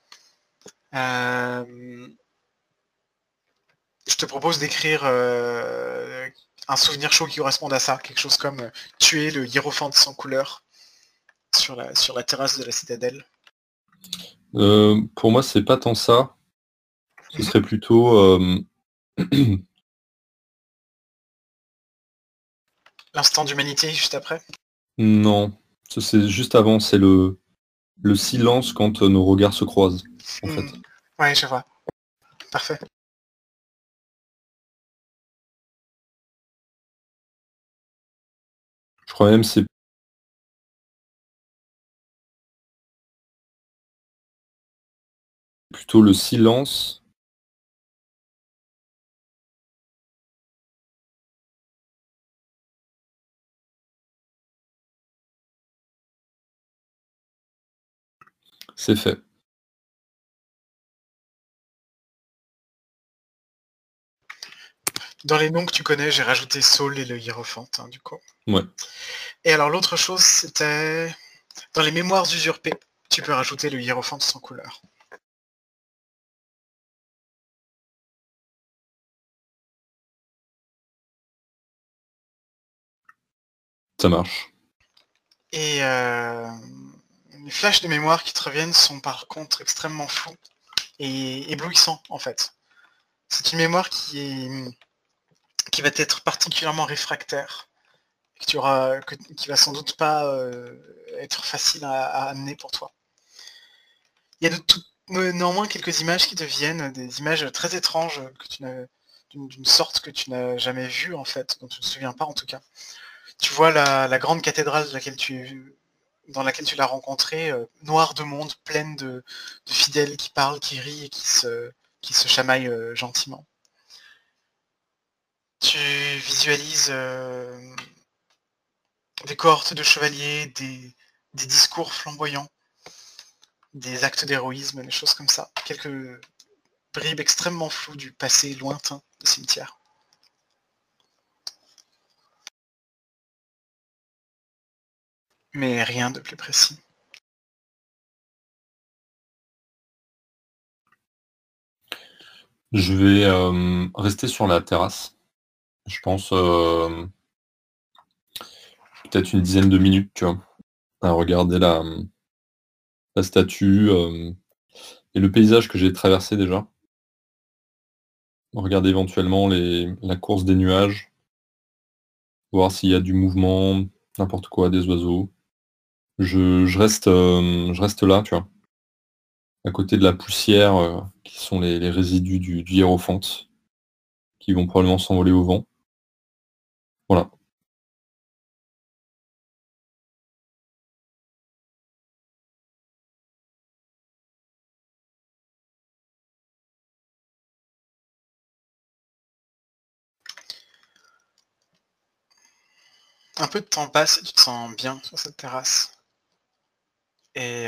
Je te propose d'écrire un souvenir chaud qui corresponde à ça, quelque chose comme tuer le hiérophante sans couleur sur la terrasse de la citadelle. Pour moi, c'est pas tant ça. Ce serait plutôt L'instant d'humanité juste après. non, c'est juste avant, c'est le silence quand nos regards se croisent, en fait. Ouais, je vois. Parfait. Je crois même c'est plutôt le silence. C'est fait. Dans les noms que tu connais, j'ai rajouté Saul et le hiérophante, du coup. Ouais. Et alors l'autre chose, c'était dans les mémoires usurpées, tu peux rajouter le hiérophante sans couleur. Ça marche. Et les flashs de mémoire qui te reviennent sont par contre extrêmement flous et éblouissants en fait. C'est une mémoire qui va être particulièrement réfractaire, qui va sans doute pas être facile à amener pour toi. Il y a néanmoins quelques images qui te viennent, des images très étranges d'une sorte que tu n'as jamais vue en fait, dont tu ne te souviens pas en tout cas. Tu vois la grande cathédrale dans laquelle tu l'as rencontrée, noire de monde, pleine de fidèles qui parlent, qui rient et qui se chamaillent gentiment. Tu visualises des cohortes de chevaliers, des discours flamboyants, des actes d'héroïsme, des choses comme ça. Quelques bribes extrêmement floues du passé lointain du cimetière. Mais rien de plus précis. Je vais rester sur la terrasse. Je pense peut-être une dizaine de minutes, tu vois, à regarder la statue et le paysage que j'ai traversé déjà. Regarder éventuellement la course des nuages, voir s'il y a du mouvement, n'importe quoi, des oiseaux. Je reste là, tu vois, à côté de la poussière qui sont les résidus du hiérophante, qui vont probablement s'envoler au vent. Voilà. Un peu de temps passe et tu te sens bien sur cette terrasse. Et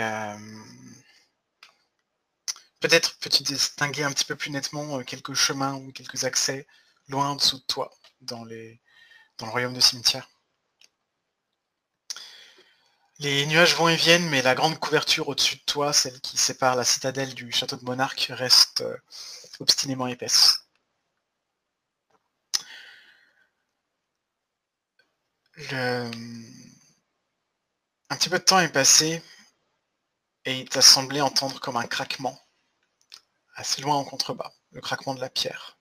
peut-être peux-tu distinguer un petit peu plus nettement quelques chemins ou quelques accès loin en dessous de toi dans le royaume de cimetière. Les nuages vont et viennent, mais la grande couverture au-dessus de toi, celle qui sépare la citadelle du château de Monarque, reste obstinément épaisse. Un petit peu de temps est passé, et il t'a semblé entendre comme un craquement, assez loin en contrebas, le craquement de la pierre.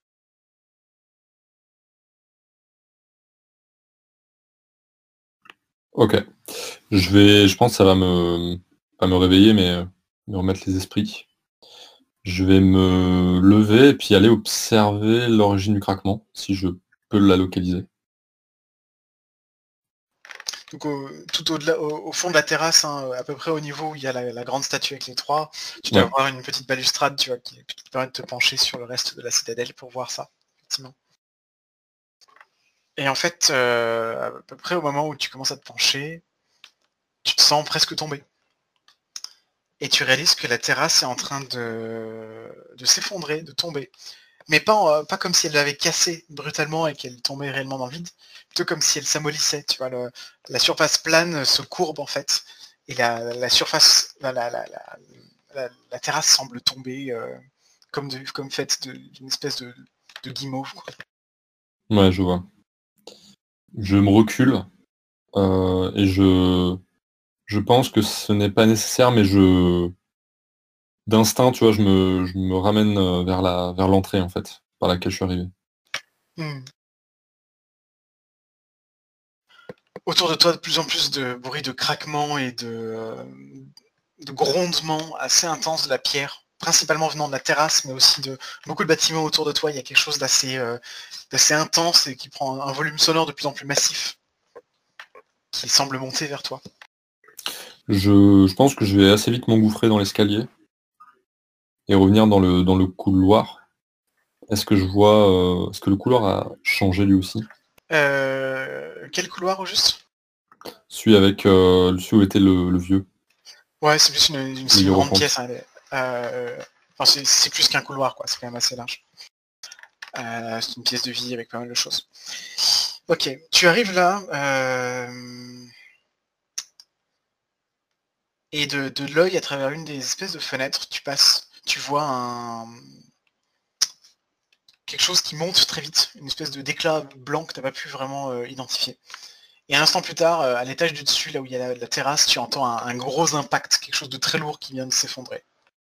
Ok. Je pense que ça va pas me réveiller, mais me remettre les esprits. Je vais me lever et puis aller observer l'origine du craquement, si je peux la localiser. Donc tout au-delà, au fond de la terrasse, hein, à peu près au niveau où il y a la grande statue avec les trois, tu dois Ouais. avoir une petite balustrade, tu vois, qui te permet de te pencher sur le reste de la citadelle pour voir ça, effectivement. Et en fait, à peu près au moment où tu commences à te pencher, tu te sens presque tomber. Et tu réalises que la terrasse est en train de s'effondrer, de tomber. Mais pas comme si elle l'avait cassée brutalement et qu'elle tombait réellement dans le vide, plutôt comme si elle s'amollissait, tu vois, la surface plane se courbe en fait, et la surface, la terrasse semble tomber comme faite d'une espèce de guimauve, quoi. Ouais, je vois. Je me recule et je pense que ce n'est pas nécessaire, mais d'instinct, tu vois, je me ramène vers l'entrée en fait, par laquelle je suis arrivé. Hmm. Autour de toi, de plus en plus de bruit de craquements et de grondements assez intenses de la pierre, principalement venant de la terrasse, mais aussi de beaucoup de bâtiments autour de toi. Il y a quelque chose d'assez intense et qui prend un volume sonore de plus en plus massif, qui semble monter vers toi. Je pense que je vais assez vite m'engouffrer dans l'escalier et revenir dans le couloir. Est-ce que le couloir a changé lui aussi? Quel couloir au juste? Celui où était le vieux, Ouais, c'est plus le c'est une grande hiérophante. pièce, hein, enfin, c'est plus qu'un couloir, quoi. C'est quand même assez large. C'est une pièce de vie avec pas mal de choses. Ok, tu arrives là. Et de l'œil, à travers une des espèces de fenêtres, tu vois quelque chose qui monte très vite, une espèce de d'éclat blanc que tu n'as pas pu vraiment identifier. Et un instant plus tard, à l'étage du dessus, là où il y a la terrasse, tu entends un gros impact, quelque chose de très lourd qui vient de s'effondrer.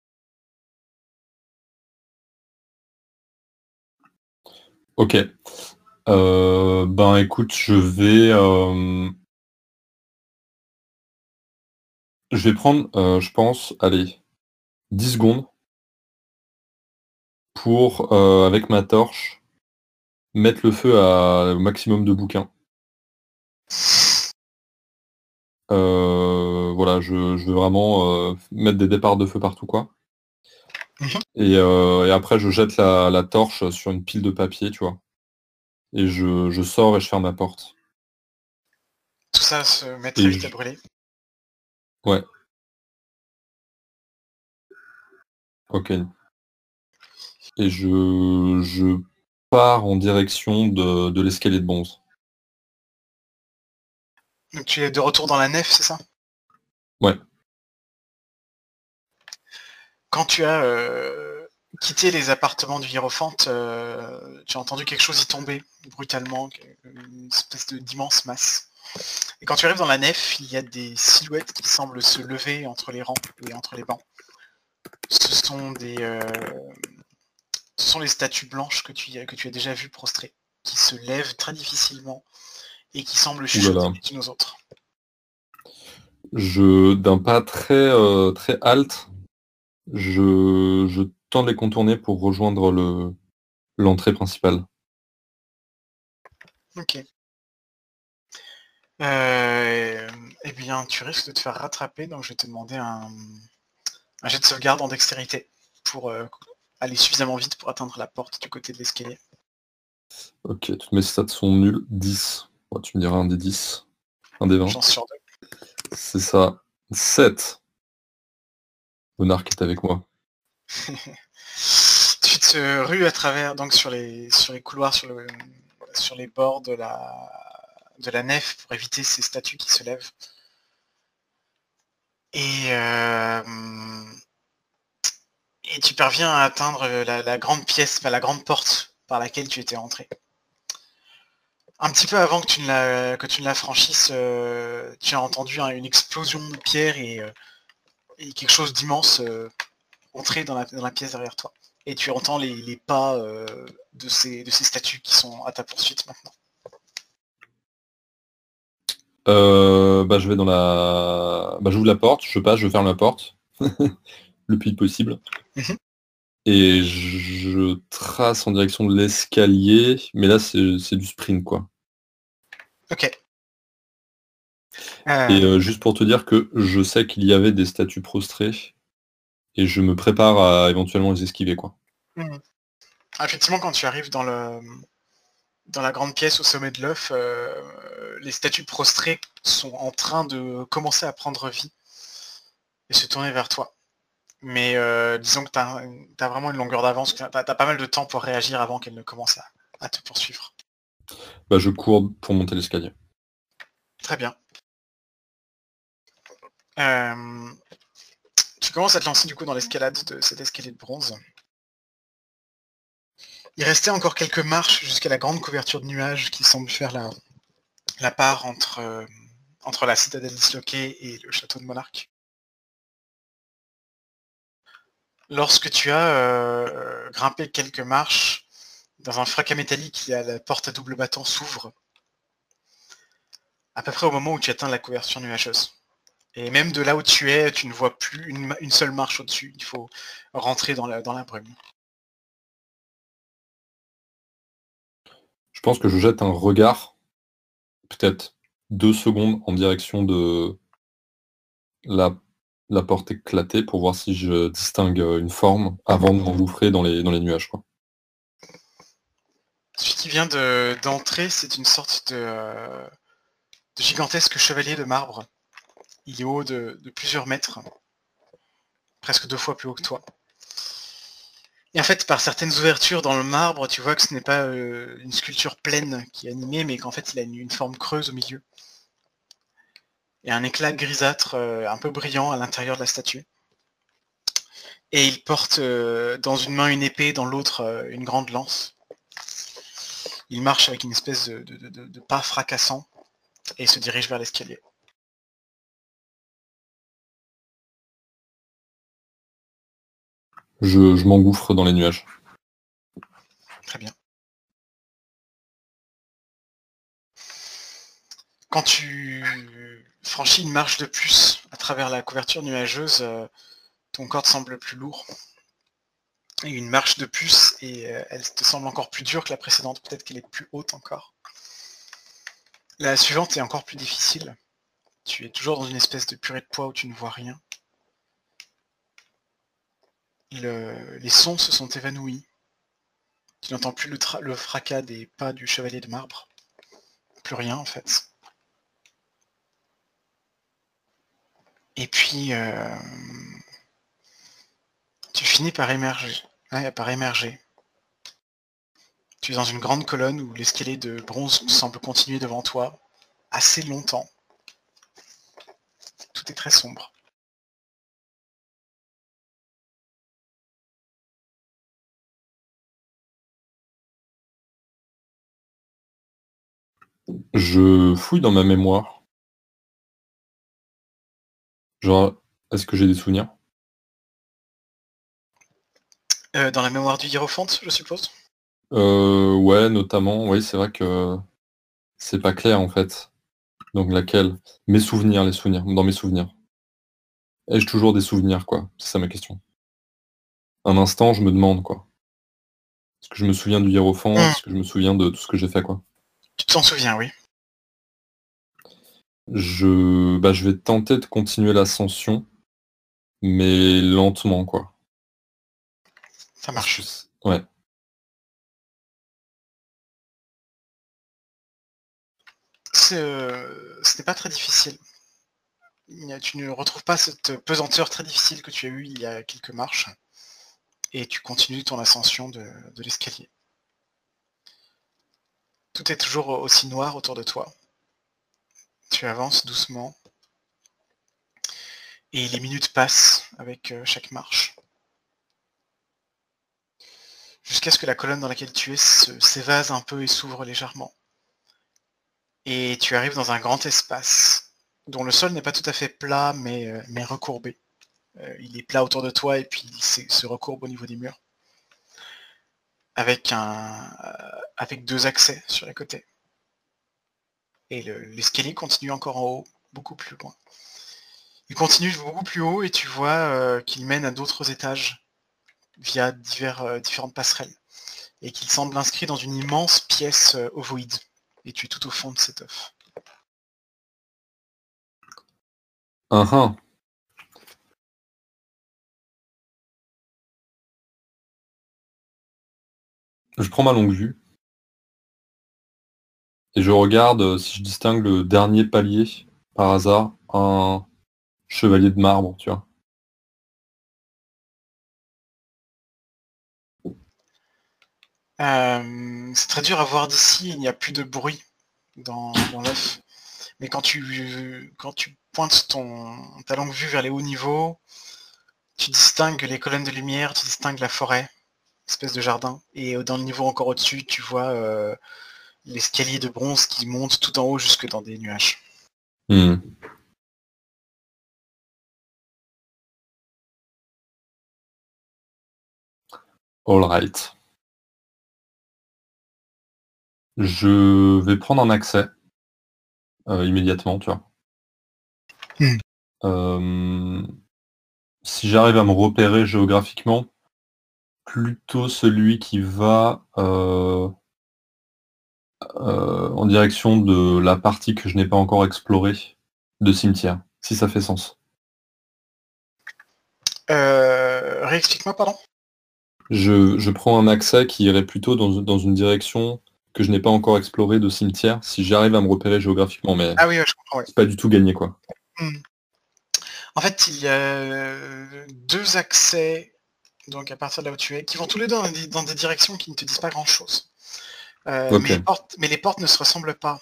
Ok. Ben écoute, je vais prendre, je pense, allez, 10 secondes pour, avec ma torche, mettre le feu au maximum de bouquins. Voilà, je veux vraiment mettre des départs de feu partout, quoi. Mhm. Et après, je jette la torche sur une pile de papier, tu vois. Et je sors et je ferme la porte. Tout ça se met très Et vite à brûler. ouais, ok. Et je pars en direction de l'escalier de bronze. Donc tu es de retour dans la nef, c'est ça? Ouais. Quand tu as quitté les appartements du hiérophante, tu as entendu quelque chose y tomber brutalement, une espèce d'immense masse. Et quand tu arrives dans la nef, il y a des silhouettes qui semblent se lever entre les rangs et entre les bancs. Ce sont ce sont les statues blanches que tu as déjà vues prostrées, qui se lèvent très difficilement et qui semblent Ouh là chuchoter là. les unes aux autres. D'un pas très halte, je tente de les contourner pour rejoindre l'entrée principale. Ok. Eh bien, tu risques de te faire rattraper, donc je vais te demander un jet de sauvegarde en dextérité pour aller suffisamment vite pour atteindre la porte du côté de l'escalier. Ok, toutes mes stats sont nulles. 10. Ouais, tu me diras un des 10. Un des 20. Chance sur C'est ça. 7. Monarque est avec moi. deux. Tu te rues à travers, donc sur les couloirs, sur les bords de la nef pour éviter ces statues qui se lèvent. Et, et tu parviens à atteindre la grande pièce, enfin, la grande porte par laquelle tu étais entré. Un petit peu avant que tu ne la franchisses, tu as entendu une explosion de pierre et quelque chose d'immense entrer dans la pièce derrière toi. Et tu entends les pas de ces statues qui sont à ta poursuite maintenant. Je vais dans la... j'ouvre la porte, je passe, je ferme la porte, le plus vite possible. Mhm. Et je trace en direction de l'escalier, mais là c'est du sprint quoi. Ok. Et juste pour te dire que je sais qu'il y avait des statues prostrées, et je me prépare à éventuellement les esquiver quoi. Effectivement, quand tu arrives dans la grande pièce au sommet de l'œuf, les statues prostrées sont en train de commencer à prendre vie et se tourner vers toi. Mais disons que tu as vraiment une longueur d'avance, tu as pas mal de temps pour réagir avant qu'elles ne commencent à te poursuivre. Je cours pour monter l'escalier. Très bien. Tu commences à te lancer du coup dans l'escalade de cet escalier de bronze. Il restait encore quelques marches jusqu'à la grande couverture de nuages qui semble faire la part entre la citadelle disloquée et le château de Monarque. Lorsque tu as grimpé quelques marches, dans un fracas métallique, la porte à double battant s'ouvre, à peu près au moment où tu atteins la couverture nuageuse. Et même de là où tu es, tu ne vois plus une seule marche au-dessus. Il faut rentrer dans la brume. Je pense que je jette un regard, peut-être 2 secondes en direction de la, la porte éclatée pour voir si je distingue une forme avant de m'engouffrer dans les nuages quoi. Celui qui vient d'entrer, c'est une sorte de gigantesque chevalier de marbre. Il est haut de plusieurs mètres, presque 2 fois plus haut que toi. Et en fait, par certaines ouvertures dans le marbre, tu vois que ce n'est pas une sculpture pleine qui est animée, mais qu'en fait, il a une forme creuse au milieu. Et un éclat grisâtre un peu brillant à l'intérieur de la statue. Et il porte dans une main une épée, dans l'autre une grande lance. Il marche avec une espèce de pas fracassant et se dirige vers l'escalier. Je m'engouffre dans les nuages. Très bien. Quand tu franchis une marche de plus à travers la couverture nuageuse, ton corps te semble plus lourd. Et une marche de plus et elle te semble encore plus dure que la précédente, peut-être qu'elle est plus haute encore. La suivante est encore plus difficile. Tu es toujours dans une espèce de purée de poids où tu ne vois rien. Les sons se sont évanouis. Tu n'entends plus le fracas des pas du chevalier de marbre. Plus rien en fait. Et puis tu finis par émerger. Ouais, par émerger. Tu es dans une grande colonne où l'escalier de bronze semble continuer devant toi assez longtemps. Tout est très sombre. Je fouille dans ma mémoire. Genre, est-ce que j'ai des souvenirs? Dans la mémoire du hiérophante, je suppose. Ouais, notamment, oui, c'est vrai que c'est pas clair en fait. Donc laquelle? Mes souvenirs, les souvenirs, dans mes souvenirs. Ai-je toujours des souvenirs, quoi? C'est ça ma question. Un instant, je me demande, quoi. Est-ce que je me souviens du hiérophant? Est-ce que je me souviens de tout ce que j'ai fait, quoi? Tu t'en souviens, oui. Je vais tenter de continuer l'ascension, mais lentement, quoi. Ça Parce que marche. ouais. Ce n'est pas très difficile. Tu ne retrouves pas cette pesanteur très difficile que tu as eue il y a quelques marches. Et tu continues ton ascension de l'escalier. Tout est toujours aussi noir autour de toi. Tu avances doucement. Et les minutes passent avec chaque marche. Jusqu'à ce que la colonne dans laquelle tu es s'évase un peu et s'ouvre légèrement. Et tu arrives dans un grand espace, dont le sol n'est pas tout à fait plat, mais recourbé. Il est plat autour de toi et puis il se recourbe au niveau des murs. Avec deux accès sur les côtés. Et l'escalier continue encore en haut, beaucoup plus loin. Il continue beaucoup plus haut et tu vois qu'il mène à d'autres étages via différentes passerelles. Et qu'il semble inscrit dans une immense pièce ovoïde. Et tu es tout au fond de cet œuf. Je prends ma longue vue et je regarde si je distingue le dernier palier, par hasard, un chevalier de marbre, tu vois. C'est très dur à voir d'ici, il n'y a plus de bruit dans l'œuf. Mais quand tu pointes ta longue vue vers les hauts niveaux, tu distingues les colonnes de lumière, tu distingues la forêt, espèce de jardin. Et dans le niveau encore au-dessus, tu vois l'escalier de bronze qui monte tout en haut jusque dans des nuages. All right. Je vais prendre un accès immédiatement, tu vois. Si j'arrive à me repérer géographiquement, plutôt celui qui va en direction de la partie que je n'ai pas encore explorée de cimetière, si ça fait sens. Réexplique-moi, pardon. Je prends un accès qui irait plutôt dans une direction que je n'ai pas encore explorée de cimetière, si j'arrive à me repérer géographiquement, mais Ah oui, je comprends, ouais. c'est pas du tout gagné, quoi. En fait, il y a deux accès, donc à partir de là où tu es, qui vont tous les deux dans des directions qui ne te disent pas grand-chose. Okay. Mais les portes ne se ressemblent pas.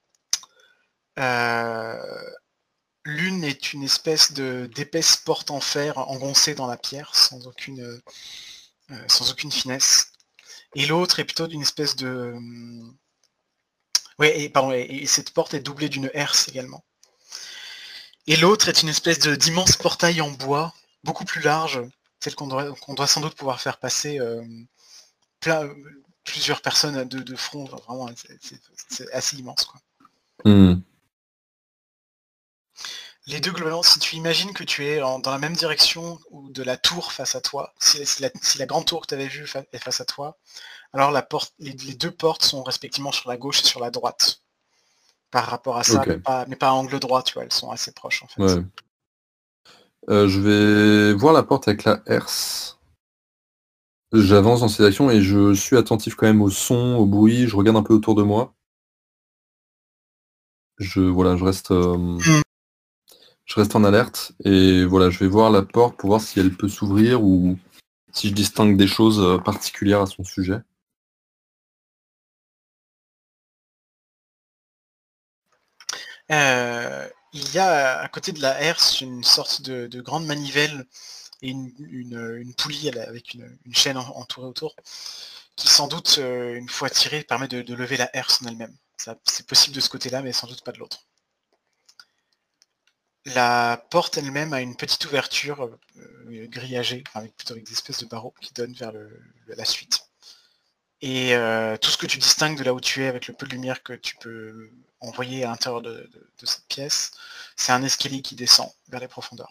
L'une est une espèce d'épaisse porte en fer engoncée dans la pierre, sans aucune finesse. Et l'autre est plutôt d'une espèce de... et cette porte est doublée d'une herse également. Et l'autre est une espèce d'immense portail en bois, beaucoup plus large, tel qu'on doit sans doute pouvoir faire passer plusieurs personnes de front. Vraiment, c'est assez immense, quoi. Les deux, globalement, si tu imagines que tu es dans la même direction ou de la tour face à toi, si la grande tour que tu avais vue est face à toi, alors les deux portes sont respectivement sur la gauche et sur la droite. Par rapport à ça, Okay. mais pas à angle droit, tu vois, elles sont assez proches en fait. Ouais. Je vais voir la porte avec la herse. J'avance dans ces actions et je suis attentif quand même au son, au bruit, je regarde un peu autour de moi. Je reste en alerte et voilà, je vais voir la porte pour voir si elle peut s'ouvrir ou si je distingue des choses particulières à son sujet. Il y a à côté de la herse une sorte de grande manivelle et une poulie avec une chaîne entourée autour, qui sans doute, une fois tirée, permet de lever la herse en elle-même. C'est possible de ce côté-là, mais sans doute pas de l'autre. La porte elle-même a une petite ouverture grillagée, plutôt avec des espèces de barreaux qui donnent vers la suite. Et tout ce que tu distingues de là où tu es avec le peu de lumière que tu peux envoyer à l'intérieur de cette pièce, c'est un escalier qui descend vers les profondeurs.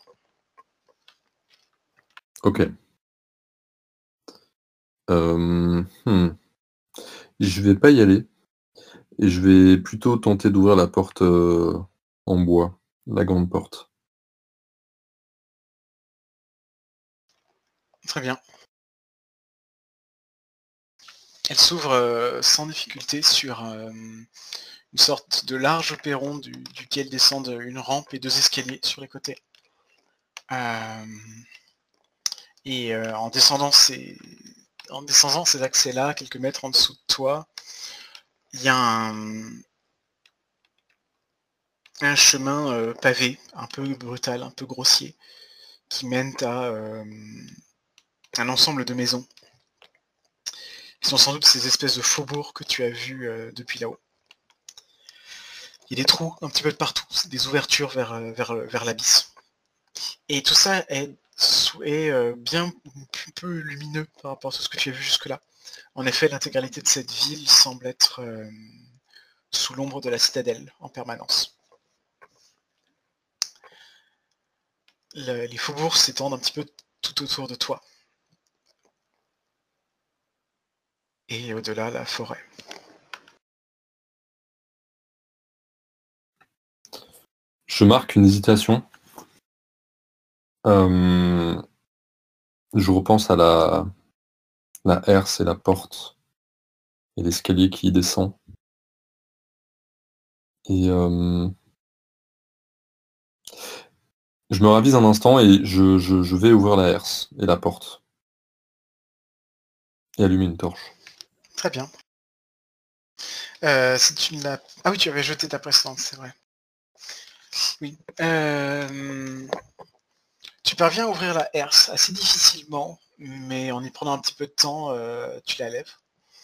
Ok. Je vais pas y aller. Et je vais plutôt tenter d'ouvrir la porte en bois, la grande porte. Très bien. Elle s'ouvre sans difficulté sur une sorte de large perron duquel descendent une rampe et deux escaliers sur les côtés. Et en descendant ces accès-là, quelques mètres en dessous de toi, il y a un chemin pavé, un peu brutal, un peu grossier, qui mène à un ensemble de maisons, qui sont sans doute ces espèces de faubourgs que tu as vus depuis là-haut. Il y a des trous un petit peu de partout, c'est des ouvertures vers l'abysse. Et tout ça est bien peu lumineux par rapport à tout ce que tu as vu jusque-là. En effet, l'intégralité de cette ville semble être sous l'ombre de la citadelle en permanence. Les faubourgs s'étendent un petit peu tout autour de toi. Et au-delà, la forêt. Je marque une hésitation. Je repense à la herse et la porte et l'escalier qui descend. Et je me ravise un instant et je vais ouvrir la herse et la porte. Et allumer une torche. Très bien. Si tu ne l'as... Ah oui, tu avais jeté ta précédente, c'est vrai. Oui. Tu parviens à ouvrir la herse assez difficilement, mais en y prenant un petit peu de temps, tu la lèves.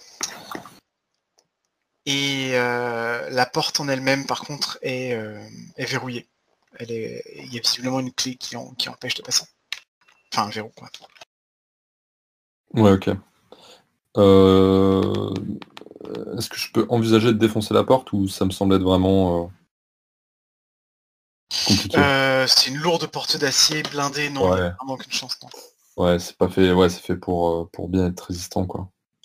Et la porte en elle-même, par contre, est verrouillée. Il y a visiblement une clé qui empêche de passer. Enfin, un verrou, quoi. Ouais, ok. Est-ce que je peux envisager de défoncer la porte ou ça me semble être vraiment compliqué? C'est une lourde porte d'acier blindée, non, il n'y a Ouais, vraiment aucune chance, non. ouais, c'est pas fait, ouais, c'est fait pour bien être résistant, quoi.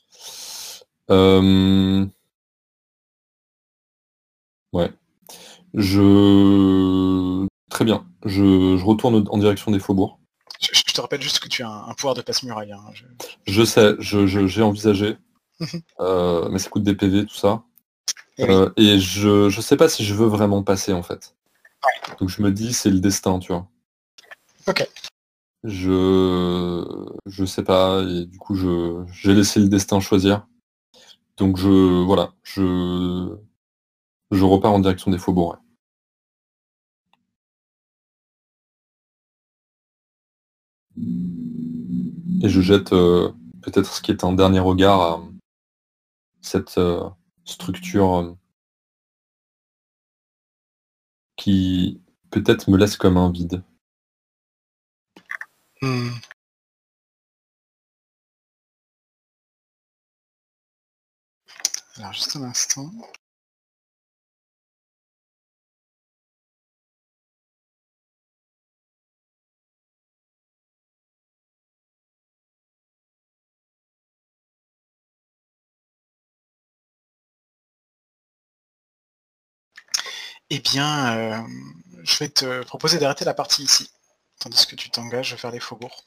Euh, Ouais. Très bien. Je retourne en direction des faubourgs. Je te rappelle juste que tu as un pouvoir de passe-muraille. Hein. Je sais, j'ai envisagé, mais ça coûte des PV, tout ça. Et oui. Et je sais pas si je veux vraiment passer, en fait. Donc je me dis, c'est le destin, tu vois. Ok. Je sais pas, et du coup, j'ai laissé le destin choisir. Donc voilà, je repars en direction des faubourgs. Ouais. Et je jette peut-être ce qui est un dernier regard à cette structure qui peut-être me laisse comme un vide. Hmm. Alors, juste un instant. Eh bien, je vais te proposer d'arrêter la partie ici, tandis que tu t'engages vers les faubourgs.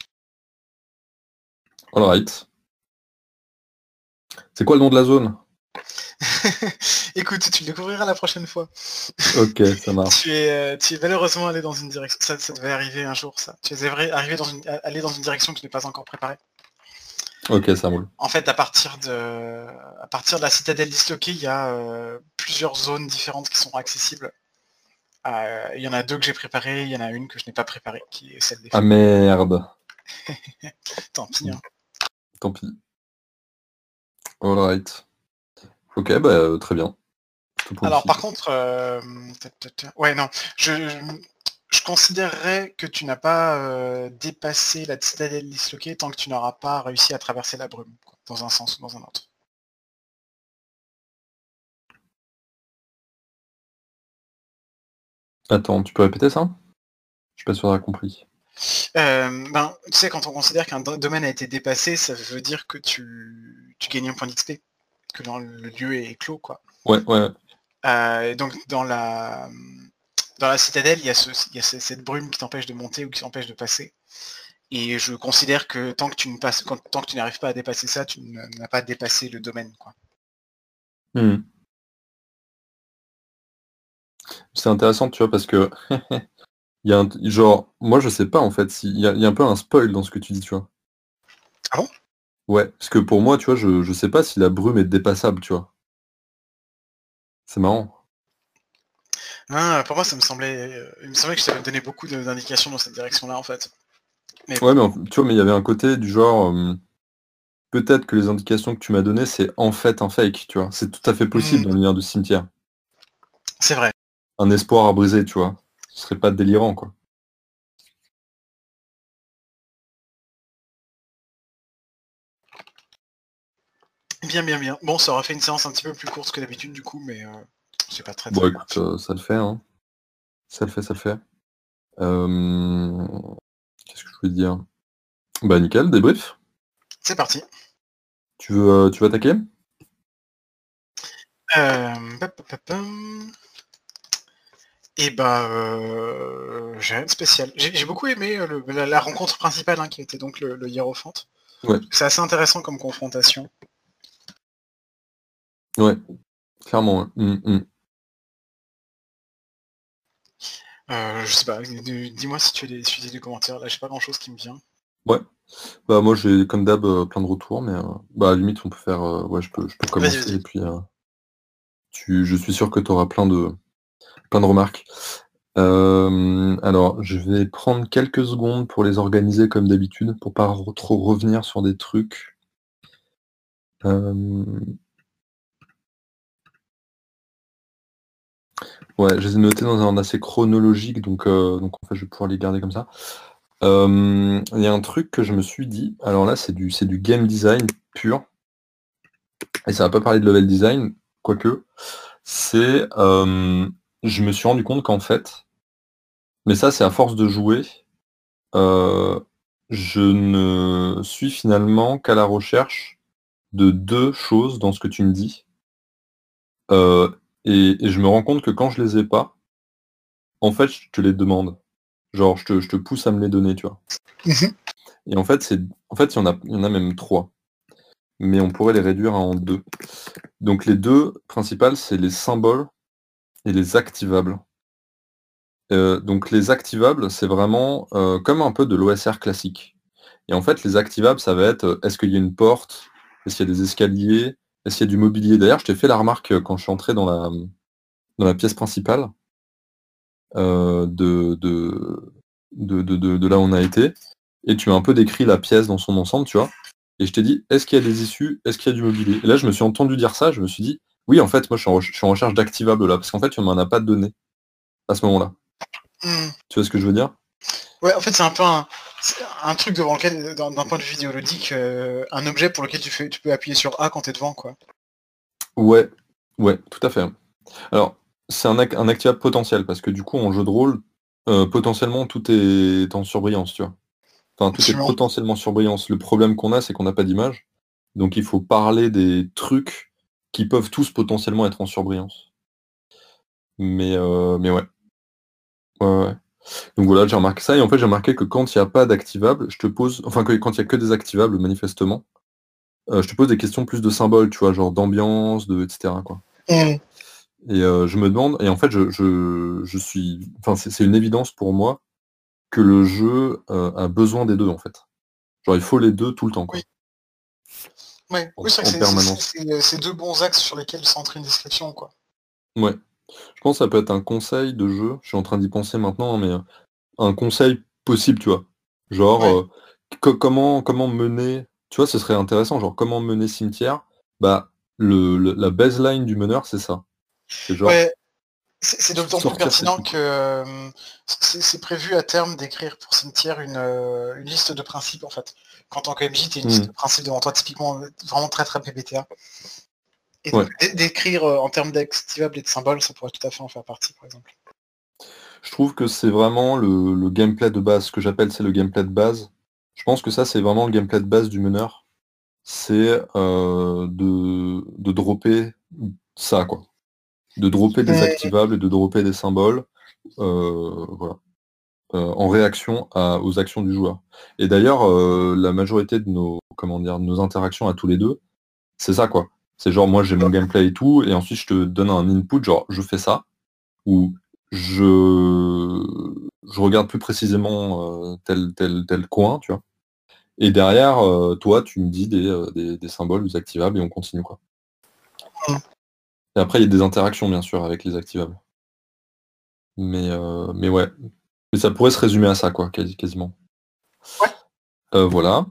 Alright. C'est quoi le nom de la zone? Écoute, tu le découvriras la prochaine fois. Ok, ça marche. Tu es malheureusement allé dans une direction. Ça devait arriver un jour, ça. Tu es allé dans une direction qui n'est pas encore préparée. Ok, ça roule. En fait, à partir de la citadelle disloquée, il y a plusieurs zones différentes qui sont accessibles. Il y en a deux que j'ai préparées, il y en a une que je n'ai pas préparée, qui est celle des Ah fous. merde. Tant pis, hein. Tant pis. Alright. Ok, bah très bien. Tout pour le Alors, par site. contre, ouais, non, je considérerais que tu n'as pas dépassé la citadelle disloquée tant que tu n'auras pas réussi à traverser la brume, quoi, dans un sens ou dans un autre. Attends, tu peux répéter ça? Je suis pas sûr d'avoir compris. Tu sais, quand on considère qu'un domaine a été dépassé, ça veut dire que tu gagnes un point d'XP, que le lieu est clos, quoi. Ouais, ouais. Et donc, dans la citadelle, il y a cette brume qui t'empêche de monter ou qui t'empêche de passer. Et je considère que tant que tant que tu n'arrives pas à dépasser ça, tu n'as pas dépassé le domaine, quoi. Hmm. C'est intéressant, tu vois, parce que il y a genre, moi je sais pas en fait, il y a un peu un spoil dans ce que tu dis, tu vois. Ah bon? Ouais, parce que pour moi, tu vois, je sais pas si la brume est dépassable, tu vois. C'est marrant. Ah, pour moi, il me semblait que je t'avais donné beaucoup d'indications dans cette direction-là, en fait. Mais Ouais, mais tu vois, mais il y avait un côté du genre, peut-être que les indications que tu m'as données, c'est en fait un fake, tu vois. C'est tout à fait possible dans l'univers du cimetière. c'est vrai. Un espoir à briser, tu vois. Ce serait pas délirant, quoi. Bien, bien, bien. Bon, ça aura fait une séance un petit peu plus courte que d'habitude, du coup, mais c'est pas très Bon, très écoute, grave. ça le fait, hein. Ça le fait, ça le fait. Euh, Qu'est-ce que je voulais dire? Bah nickel, débrief. C'est parti. Tu veux attaquer? Pop, pop, pop, et bah, j'ai rien de spécial. J'ai beaucoup aimé la rencontre principale, hein, qui était donc le hiérophante. Ouais, C'est assez intéressant comme confrontation. ouais, clairement, ouais. Je sais pas, dis-moi si tu as des commentaires. Là, j'ai pas grand-chose qui me vient. Ouais. Bah moi j'ai comme d'hab plein de retours, mais bah à la limite on peut faire ouais je peux Vas-y, commencer et vas-y. puis je suis sûr que tu auras plein de remarques. Alors je vais prendre quelques secondes pour les organiser comme d'habitude, pour pas trop revenir sur des trucs. Ouais, je les ai notés dans un ordre assez chronologique, donc en fait je vais pouvoir les garder comme ça. Il y a un truc que je me suis dit, alors là c'est du game design pur, et ça va pas parler de level design, quoique, c'est je me suis rendu compte qu'en fait, mais ça c'est à force de jouer, euh, je ne suis finalement qu'à la recherche de deux choses dans ce que tu me dis. Euh, et je me rends compte que quand je les ai pas, en fait je te les demande. Genre je te pousse à me les donner, tu vois. Mhm. Et en fait il y en a même trois. Mais on pourrait les réduire en deux. Donc les deux principales, c'est les symboles et les activables. Donc les activables, c'est vraiment comme un peu de l'OSR classique. Et en fait, les activables, ça va être est-ce qu'il y a une porte, est-ce qu'il y a des escaliers, est-ce qu'il y a du mobilier. D'ailleurs, je t'ai fait la remarque quand je suis entré dans la pièce principale de là où on a été, et tu m'as un peu décrit la pièce dans son ensemble, tu vois. Et je t'ai dit, est-ce qu'il y a des issues, est-ce qu'il y a du mobilier? Et là, je me suis entendu dire ça, je me suis dit, oui, en fait, moi, je suis en recherche d'activables là, parce qu'en fait, on m'en a pas donné à ce moment-là. Hmm. Tu vois ce que je veux dire? Ouais, en fait, c'est un truc devant lequel, d'un point de vue idéologique, un objet pour lequel tu peux appuyer sur A quand t'es devant, quoi. Ouais, ouais, tout à fait. Alors, c'est un activable potentiel, parce que du coup, en jeu de rôle, potentiellement, tout est en surbrillance, tu vois. Enfin, tout est Absolument. potentiellement surbrillance. Le problème qu'on a, c'est qu'on n'a pas d'image. Donc, il faut parler des trucs qui peuvent tous potentiellement être en surbrillance. Mais ouais. Ouais, ouais. Donc voilà, j'ai remarqué ça. Et en fait, j'ai remarqué que quand il n'y a pas d'activable, je te pose. Enfin, quand il n'y a que des activables, manifestement, je te pose des questions plus de symboles, tu vois, genre d'ambiance, etc., quoi. Hmm. Et je me demande, et en fait, je suis. Enfin, c'est une évidence pour moi que le jeu a besoin des deux, en fait. Genre, il faut les deux tout le temps, Oui, quoi. ouais. Oui, En, c'est vrai en que permanence. c'est deux bons axes sur lesquels centrer une description, quoi. Ouais. Je pense que ça peut être un conseil de jeu. Je suis en train d'y penser maintenant, mais un conseil possible, tu vois. Genre, Ouais. comment mener. Tu vois, ce serait intéressant, genre, comment mener cimetière. Bah, la baseline du meneur, c'est ça. C'est genre, Ouais, c'est d'autant plus sortir ces pertinent trucs. que c'est prévu à terme d'écrire pour Cimetière une liste de principes, en fait. Quand en KMJ, t'as une liste Hmm. de principes devant toi, typiquement, vraiment très très PBTA. Et donc, Ouais. d'écrire en termes d'activables et de symboles, ça pourrait tout à fait en faire partie, par exemple. Je trouve que c'est vraiment le gameplay de base. Ce que j'appelle, c'est le gameplay de base. Je pense que ça, c'est vraiment le gameplay de base du meneur. C'est de dropper ça, quoi. De dropper des Hmm. activables et de dropper des symboles. Voilà. En réaction aux actions du joueur. Et d'ailleurs, la majorité de nos, comment dire, de nos interactions à tous les deux, c'est ça, quoi. C'est genre, moi j'ai mon gameplay et tout, et ensuite je te donne un input, genre je fais ça, ou je regarde plus précisément tel coin, tu vois. Et derrière, toi, tu me dis des symboles, des activables, et on continue, quoi. Hmm. Et après, il y a des interactions, bien sûr, avec les activables. Mais ouais. Mais ça pourrait se résumer à ça, quoi, quasiment. Ouais. Voilà.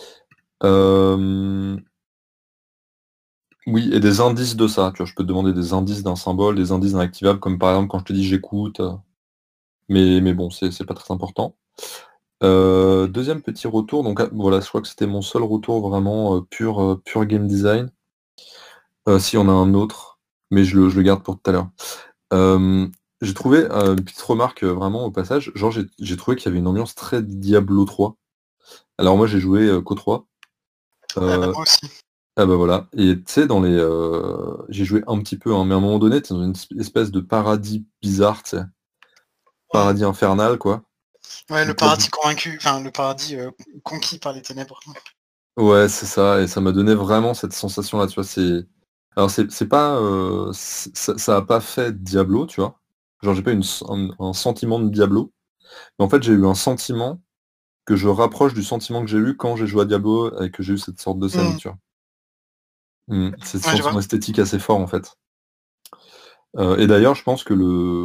Oui, et des indices de ça. Tu vois, je peux te demander des indices d'un symbole, des indices d'un activable, comme par exemple quand je te dis j'écoute. Mais bon, c'est pas très important. Deuxième petit retour, donc voilà, je crois que c'était mon seul retour vraiment pur game design. Si on a un autre, mais je le garde pour tout à l'heure. J'ai trouvé une petite remarque vraiment au passage, genre j'ai trouvé qu'il y avait une ambiance très Diablo 3. Alors moi j'ai joué qu'au 3. Ah bah Euh, moi aussi. ah bah voilà, et tu sais, j'ai joué un petit peu, hein, mais à un moment donné, t'es dans une espèce de paradis bizarre, tu sais, paradis infernal, quoi. Ouais, le Donc, t'as paradis convaincu, enfin le paradis conquis par les ténèbres. ouais, c'est ça, et ça m'a donné vraiment cette sensation-là, tu vois, Alors c'est pas... ça a pas fait Diablo, tu vois. Genre j'ai pas un sentiment de Diablo, mais en fait j'ai eu un sentiment que je rapproche du sentiment que j'ai eu quand j'ai joué à Diablo et que j'ai eu cette sorte de scène, Hmm. tu vois. C'est ce Ouais, je vois. sentiment esthétique assez fort, en fait. Et d'ailleurs, je pense que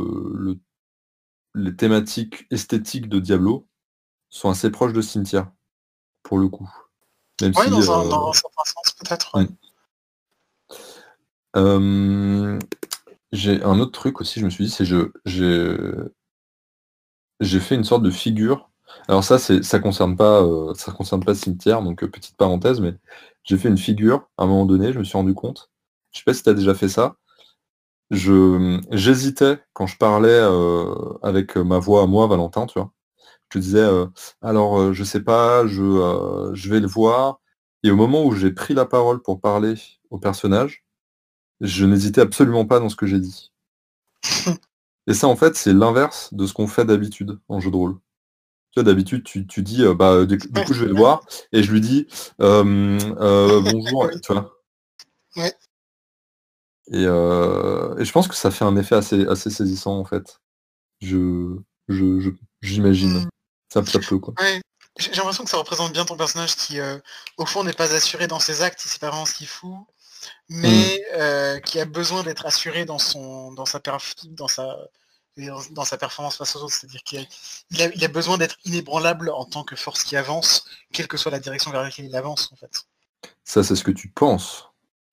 les thématiques esthétiques de Diablo sont assez proches de Cynthia, pour le coup. Même Ouais, si... dans un certain sens, peut-être, ouais. hmm. Euh, j'ai un autre truc aussi, je me suis dit, c'est j'ai fait une sorte de figure. Alors ça concerne pas Cimetière, donc petite parenthèse, mais j'ai fait une figure à un moment donné, je me suis rendu compte. Je sais pas si tu as déjà fait ça. J'hésitais quand je parlais avec ma voix à moi, Valentin, tu vois. Je te disais, alors je sais pas, je vais le voir. Et au moment où j'ai pris la parole pour parler au personnage, je n'hésitais absolument pas dans ce que j'ai dit. Et ça, en fait, c'est l'inverse de ce qu'on fait d'habitude en jeu de rôle. Tu vois, d'habitude, tu dis, bah, du Ouais, coup, je vais le voir, et je lui dis, bonjour, oui. tu vois. Ouais. Et je pense que ça fait un effet assez saisissant, en fait. Je, j'imagine. Hmm. Ça peut, quoi. Ouais. J'ai l'impression que ça représente bien ton personnage qui, au fond, n'est pas assuré dans ses actes, il sait pas vraiment ce qu'il fout, Hmm. mais qui a besoin d'être assuré dans sa dans sa performance face aux autres. C'est-à-dire qu'il a besoin d'être inébranlable en tant que force qui avance, quelle que soit la direction vers laquelle il avance, en fait. Ça, c'est ce que tu penses.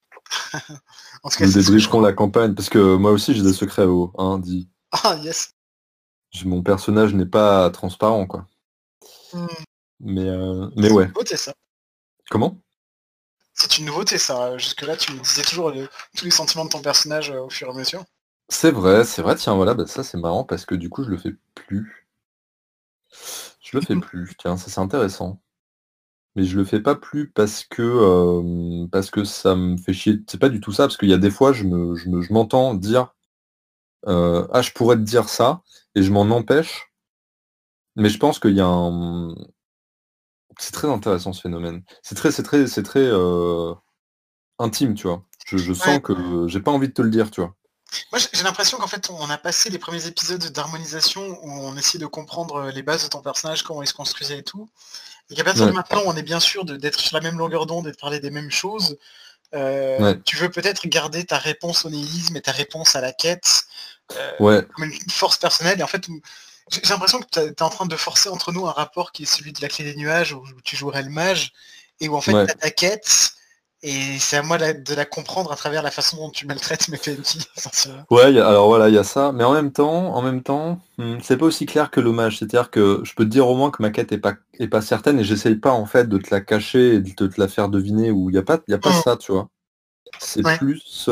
En tout cas, Nous c'est ce que je débrieferons crois. la campagne, parce que moi aussi, j'ai des secrets haut, hein, dit. Ah, yes. Mon personnage n'est pas transparent, quoi. Hmm. Mais C'est une ouais. nouveauté, ça. Comment? C'est une nouveauté, ça. Jusque-là, tu me disais toujours tous les sentiments de ton personnage au fur et à mesure. C'est vrai, tiens, voilà, bah, ça c'est marrant parce que du coup je le fais plus. Je le fais plus, tiens, ça c'est intéressant. Mais je le fais pas plus parce que ça me fait chier. C'est pas du tout ça, parce qu'il y a des fois je m'entends dire ah je pourrais te dire ça, et je m'en empêche, mais je pense qu'il y a un. C'est très intéressant ce phénomène. C'est très intime, tu vois. Je Ouais. sens que j'ai pas envie de te le dire, tu vois. Moi, j'ai l'impression qu'en fait, on a passé les premiers épisodes d'harmonisation où on essayait de comprendre les bases de ton personnage, comment il se construisait et tout. Et qu'à partir de Ouais, maintenant, on est bien sûr d'être sur la même longueur d'onde et de parler des mêmes choses. ouais, Tu veux peut-être garder ta réponse au nihilisme et ta réponse à la quête ouais, comme une force personnelle. Et en fait, j'ai l'impression que tu es en train de forcer entre nous un rapport qui est celui de la clé des nuages, où tu jouerais le mage, et où en fait, tu ouais. as ta quête, et c'est à moi de la comprendre à travers la façon dont tu maltraites mes PNJ, essentiellement. Ouais, alors voilà, il y a ça, mais en même temps, c'est pas aussi clair que l'hommage. C'est-à-dire que je peux te dire au moins que ma quête est pas certaine, et j'essaye pas en fait de te la cacher et de te la faire deviner, ou il y a pas Mmh. ça, tu vois. C'est Ouais, plus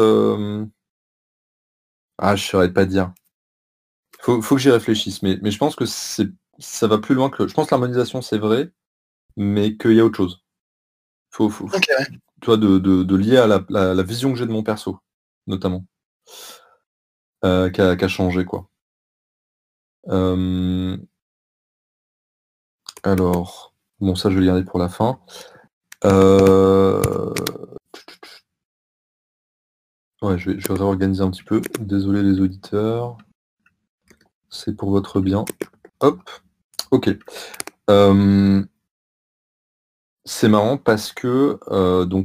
ah, je saurais pas dire. Faut que j'y réfléchisse, mais je pense que ça va plus loin que. Je pense que l'harmonisation c'est vrai, mais qu'il y a autre chose. ok, ouais. Tu vois, de lier à la vision que j'ai de mon perso, notamment, qui a changé, quoi. Euh, Alors, bon, ça je vais le garder pour la fin. Euh, Ouais, je vais réorganiser un petit peu. Désolé les auditeurs, c'est pour votre bien. Hop, ok. Euh, C'est marrant parce que donc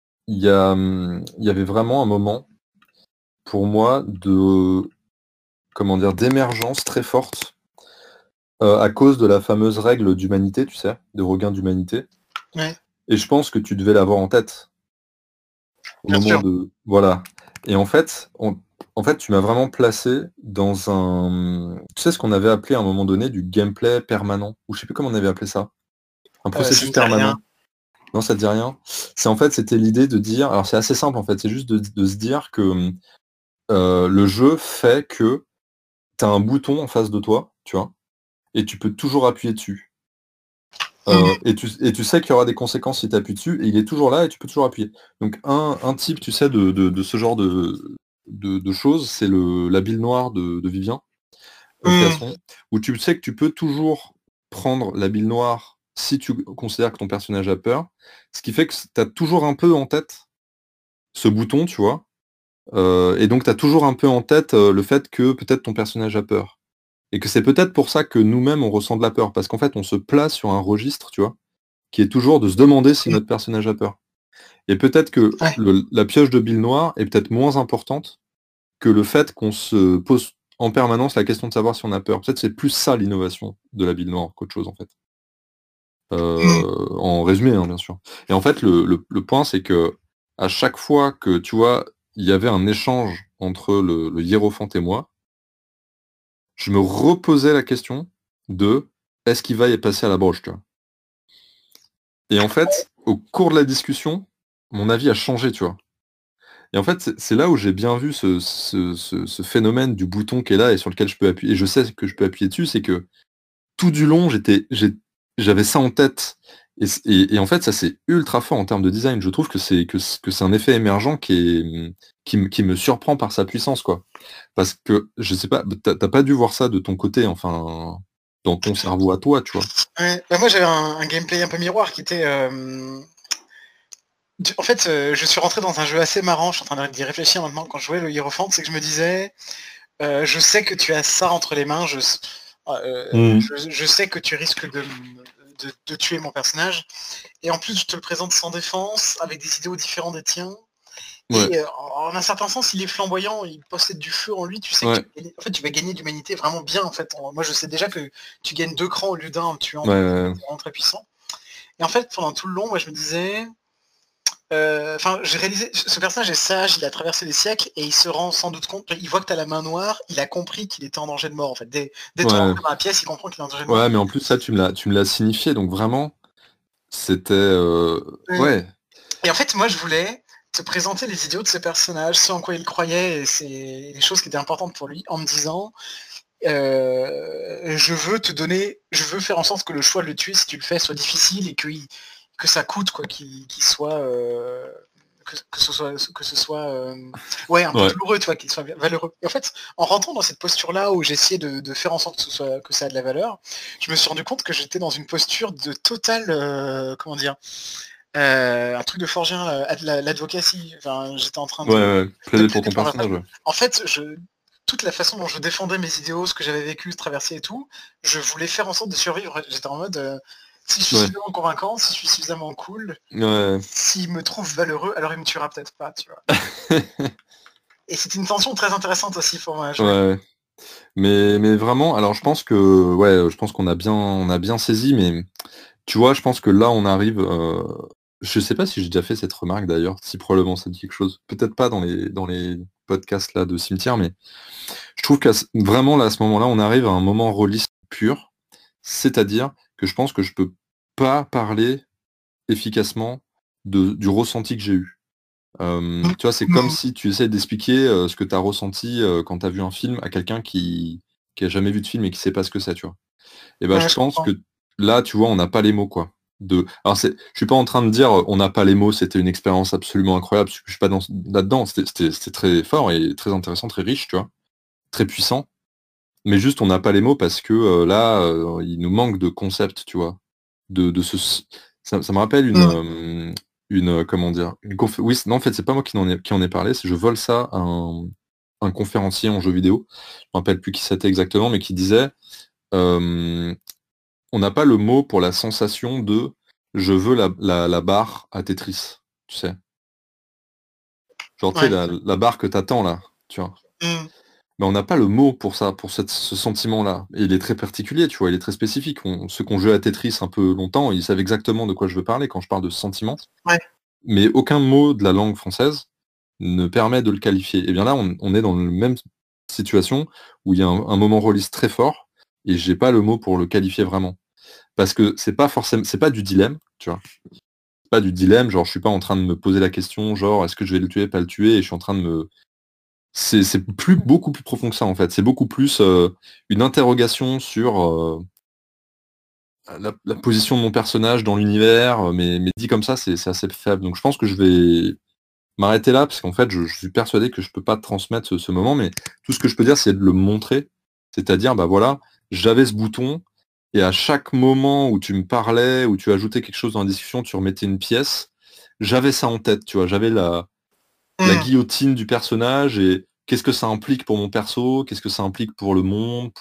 il y avait vraiment un moment pour moi de comment dire, d'émergence très forte à cause de la fameuse règle d'humanité, tu sais, de regain d'humanité. Ouais. Et je pense que tu devais l'avoir en tête au Bien moment sûr. de... Voilà. Et en fait, tu m'as vraiment placé dans un... Tu sais ce qu'on avait appelé à un moment donné du gameplay permanent, ou je sais plus comment on avait appelé ça. Un Ça processus me dit rien. permanent. Non, ça te dit rien? C'était l'idée de dire... Alors c'est assez simple en fait, c'est juste de se dire que le jeu fait que tu as un bouton en face de toi, tu vois, et tu peux toujours appuyer dessus. Et tu sais qu'il y aura des conséquences si tu appuies dessus, et il est toujours là et tu peux toujours appuyer. Donc un type, tu sais, de ce genre de choses, c'est la bille noire de Vivien, Création, où tu sais que tu peux toujours prendre la bille noire si tu considères que ton personnage a peur, ce qui fait que tu as toujours un peu en tête ce bouton, tu vois, et donc tu as toujours un peu en tête le fait que peut-être ton personnage a peur. Et que c'est peut-être pour ça que nous-mêmes on ressent de la peur, parce qu'en fait on se place sur un registre, tu vois, qui est toujours de se demander si notre personnage a peur. Et peut-être que Ouais. la pioche de bille noire est peut-être moins importante que le fait qu'on se pose en permanence la question de savoir si on a peur. Peut-être c'est plus ça l'innovation de la bille noire qu'autre chose en fait. En résumé, hein, bien sûr. Et en fait, le point, c'est que à chaque fois que, tu vois, il y avait un échange entre le hiérophante et moi, je me reposais la question de est-ce qu'il va y passer à la broche, tu vois. Et en fait, au cours de la discussion, mon avis a changé, tu vois. Et en fait, c'est là où j'ai bien vu ce phénomène du bouton qui est là et sur lequel je peux appuyer. Et je sais que je peux appuyer dessus, c'est que tout du long, j'avais ça en tête. Et en fait, ça c'est ultra fort en termes de design. Je trouve que c'est un effet émergent qui me surprend par sa puissance, quoi. Parce que, je sais pas, t'as pas dû voir ça de ton côté, enfin, dans ton cerveau à toi, tu vois. Ouais. Bah, moi, j'avais un gameplay un peu miroir qui était. En fait, je suis rentré dans un jeu assez marrant. Je suis en train d'y réfléchir maintenant quand je jouais le Hierophante. C'est que je me disais, je sais que tu as ça entre les mains. Je sais que tu risques de tuer mon personnage. Et en plus, je te le présente sans défense, avec des idéaux différents des tiens. Ouais, Et en un certain sens, il est flamboyant, il possède du feu en lui, tu sais que ouais, tu vas gagner d'humanité vraiment bien en fait. Moi je sais déjà que tu gagnes 2 crans au lieu d'un en le tuant, ouais, donc ouais. c'est vraiment très puissant. Et en fait, pendant tout le long, moi je me disais. Enfin, j'ai réalisé, ce personnage est sage, il a traversé les siècles et il se rend sans doute compte, il voit que t'as la main noire, il a compris qu'il était en danger de mort en fait. Dès ton Ouais, entrée dans la pièce, il comprend qu'il est en danger de mort. ouais, mais en plus, ça, tu me l'as signifié, donc vraiment, c'était... Ouais. Ouais, Et en fait, moi je voulais te présenter les idéaux de ce personnage, ce en quoi il croyait et les choses qui étaient importantes pour lui, en me disant je veux faire en sorte que le choix de le tuer, si tu le fais, soit difficile et que ça coûte, quoi, qu'il soit, que ce soit, ouais, un peu ouais, douloureux, tu vois, qu'il soit valeureux. Et en fait, en rentrant dans cette posture-là où j'essayais de faire en sorte que ça a de la valeur, je me suis rendu compte que j'étais dans une posture de total, comment dire, un truc de forgien, l'advocacy. Enfin, j'étais en train ouais, ouais, de plaider pour plaider ton pour ma personnage, femme. ouais. En fait, toute la façon dont je défendais mes idéaux, ce que j'avais vécu, traversé et tout, je voulais faire en sorte de survivre. J'étais en mode, si je suis Ouais, suffisamment convaincant, si je suis suffisamment cool, ouais. s'il me trouve valeureux, alors il me tuera peut-être pas, tu vois. Et c'est une tension très intéressante aussi pour moi à jouer. Ouais. Mais vraiment, alors je pense qu'on a bien saisi, mais tu vois, je pense que là, on arrive. Je sais pas si j'ai déjà fait cette remarque d'ailleurs, si probablement ça dit quelque chose. Peut-être pas dans les podcasts là de cimetière, mais je trouve vraiment là, à ce moment-là, on arrive à un moment rôliste pur, c'est-à-dire que je pense que je peux pas parler efficacement du ressenti que j'ai eu. Tu vois, c'est comme si tu essaies d'expliquer ce que tu as ressenti quand tu as vu un film à quelqu'un qui a jamais vu de film et qui sait pas ce que c'est, tu vois. Et ben, Ouais, je je pense comprends. que là, tu vois, on n'a pas les mots, quoi. Alors, je suis pas en train de dire on n'a pas les mots, c'était une expérience absolument incroyable, parce que je suis pas là-dedans. C'était très fort et très intéressant, très riche, tu vois, très puissant. Mais juste, on n'a pas les mots parce que là, il nous manque de concept, tu vois. Ça me rappelle comment dire, oui, non, en fait, c'est pas moi qui en ai parlé, je vole ça à un conférencier en jeu vidéo. Je me rappelle plus qui c'était exactement, mais qui disait, euh, on n'a pas le mot pour la sensation de je veux la barre à Tetris, tu sais. Genre, tu sais, Ouais. la barre que t'attends là, tu vois. Mm. mais on n'a pas le mot pour ça, pour ce sentiment-là. Et il est très particulier, tu vois, il est très spécifique. Ceux qui ont joué à Tetris un peu longtemps, ils savent exactement de quoi je veux parler quand je parle de ce sentiment. Ouais. Mais aucun mot de la langue française ne permet de le qualifier. Et bien là, on est dans la même situation où il y a un moment rôliste très fort, et j'ai pas le mot pour le qualifier vraiment. Parce que c'est pas forcément, c'est pas du dilemme, tu vois. C'est pas du dilemme, genre je suis pas en train de me poser la question, genre est-ce que je vais le tuer, pas le tuer, et je suis en train de me. C'est beaucoup plus profond que ça en fait. C'est beaucoup plus une interrogation sur la position de mon personnage dans l'univers, mais dit comme ça, c'est assez faible. Donc je pense que je vais m'arrêter là, parce qu'en fait, je suis persuadé que je peux pas transmettre ce moment, mais tout ce que je peux dire, c'est de le montrer. C'est-à-dire, bah voilà, j'avais ce bouton, et à chaque moment où tu me parlais, où tu ajoutais quelque chose dans la discussion, tu remettais une pièce, j'avais ça en tête, tu vois, j'avais la guillotine du personnage, et qu'est-ce que ça implique pour mon perso, qu'est-ce que ça implique pour le monde,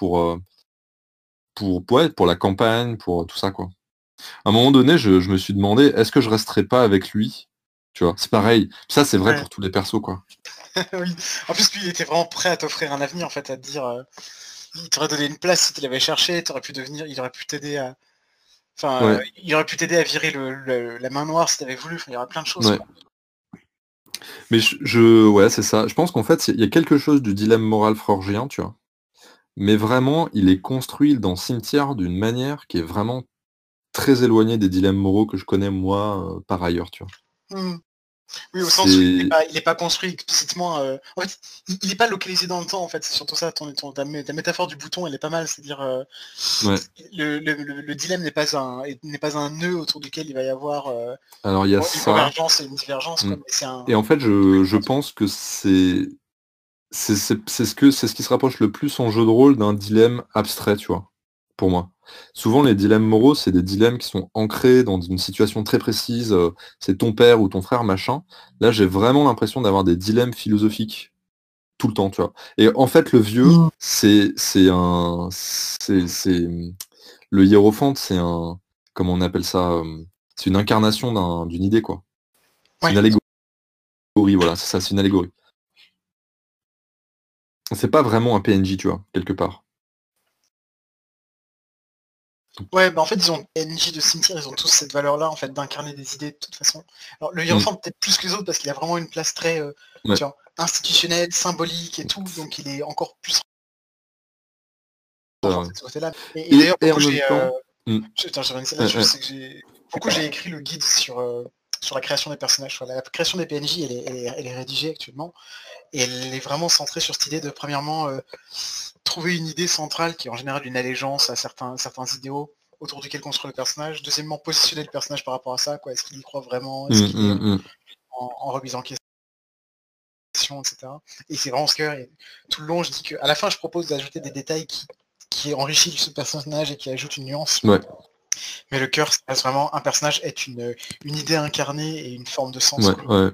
pour la campagne, pour tout ça, quoi. À un moment donné, je me suis demandé, est-ce que je resterais pas avec lui? Tu vois, c'est pareil. Ça, c'est vrai Ouais. pour tous les persos, quoi. Oui. En plus, lui, il était vraiment prêt à t'offrir un avenir, en fait, à te dire, il t'aurait donné une place si tu l'avais cherché, il aurait pu t'aider à, enfin, Ouais, il aurait pu t'aider à virer la main noire si t'avais voulu. Enfin, il y aurait plein de choses, ouais. quoi. Mais ouais, c'est ça. Je pense qu'en fait, il y a quelque chose du dilemme moral forgien, tu vois. Mais vraiment, il est construit dans Cimetière d'une manière qui est vraiment très éloignée des dilemmes moraux que je connais, moi, par ailleurs, tu vois. Hmm. Oui, au sens où C'est... il est pas construit explicitement. En fait, il est pas localisé dans le temps, en fait. C'est surtout ça. Ta métaphore du bouton, elle est pas mal. C'est-à-dire, Ouais. le dilemme n'est pas un nœud autour duquel il va y avoir Alors, il y a une ça. convergence et une divergence, Mm. quoi. Mais c'est un. Et en fait, je pense que c'est ce qui se rapproche le plus en jeu de rôle d'un dilemme abstrait, tu vois, pour moi. Souvent, les dilemmes moraux, c'est des dilemmes qui sont ancrés dans une situation très précise, c'est ton père ou ton frère, machin. Là, j'ai vraiment l'impression d'avoir des dilemmes philosophiques tout le temps, tu vois. Et en fait, le vieux, Mm. le hiérophante, c'est un, comment on appelle ça, c'est une incarnation d'une idée, quoi. C'est une Ouais. allégorie, voilà, c'est ça, c'est une allégorie. C'est pas vraiment un PNJ, tu vois, quelque part. Ouais, bah en fait, ils ont NJ de cimetière, ils ont tous cette valeur-là, en fait, d'incarner des idées de toute façon. Alors, le Mm. Hiérophant, peut-être plus que les autres, parce qu'il a vraiment une place très, Ouais. tu vois, institutionnelle, symbolique et tout, donc il est encore plus Ça, ouais. renforcé de ce côté-là. Et d'ailleurs, Et en même temps, Attends, j'ai une ouais, là-dessus, ouais. c'est que j'ai écrit le guide sur la création des personnages. La création des PNJ, elle est rédigée actuellement, et elle est vraiment centrée sur cette idée de, premièrement, trouver une idée centrale qui est en général une allégeance à certains idéaux autour duquel construire le personnage. Deuxièmement, positionner le personnage par rapport à ça, quoi. Est-ce qu'il y croit vraiment? Est-ce qu'il est en remise en question, etc. Et c'est vraiment ce que tout le long, je dis qu'à la fin, je propose d'ajouter des détails qui enrichissent ce personnage et qui ajoutent une nuance. Ouais, Mais le cœur, c'est vraiment un personnage est une idée incarnée et une forme de sens, ouais, quoi. ouais.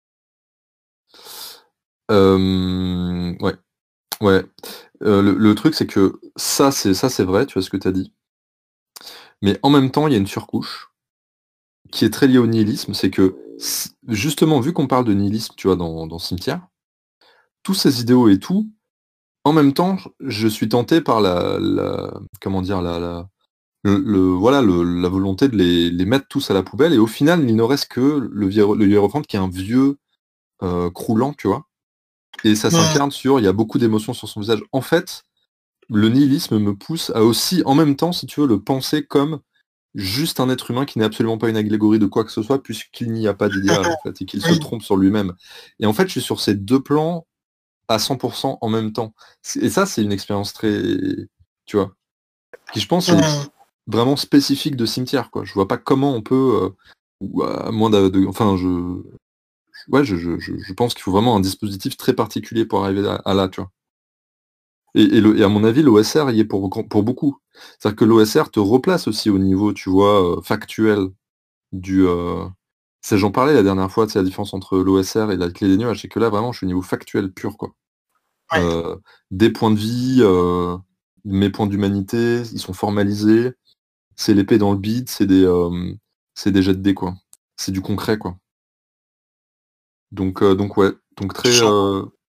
Ouais, ouais. Le truc, c'est que ça, c'est vrai, tu vois ce que tu as dit. Mais en même temps, il y a une surcouche qui est très liée au nihilisme. C'est que, justement, vu qu'on parle de nihilisme, tu vois, dans Cimetière, tous ces idéaux et tout, en même temps, je suis tenté par comment dire, voilà, la volonté de les mettre tous à la poubelle. Et au final, il ne reste que le hiérophante qui est un vieux croulant, tu vois. Et ça s'incarne sur, il y a beaucoup d'émotions sur son visage. En fait, le nihilisme me pousse à aussi, en même temps, si tu veux, le penser comme juste un être humain qui n'est absolument pas une allégorie de quoi que ce soit, puisqu'il n'y a pas d'idéal, en fait, et qu'il se Oui. trompe sur lui-même. Et en fait, je suis sur ces deux plans à 100% en même temps. Et ça, c'est une expérience très, tu vois, qui, je pense, est vraiment spécifique de Cimetière, quoi. Je vois pas comment on peut, ou à moins enfin, ouais, je pense qu'il faut vraiment un dispositif très particulier pour arriver à là, tu vois. Et à mon avis, l'OSR y est pour beaucoup. C'est-à-dire que l'OSR te replace aussi au niveau, tu vois, factuel du. J'en parlais la dernière fois, c'est la différence entre l'OSR et la clé des nuages, c'est que là, vraiment, je suis au niveau factuel pur, quoi. Ouais. Des points de vie, mes points d'humanité, ils sont formalisés, c'est l'épée dans le bide, c'est des jets de dés, quoi. C'est du concret, quoi. Donc ouais, donc très. Touchant.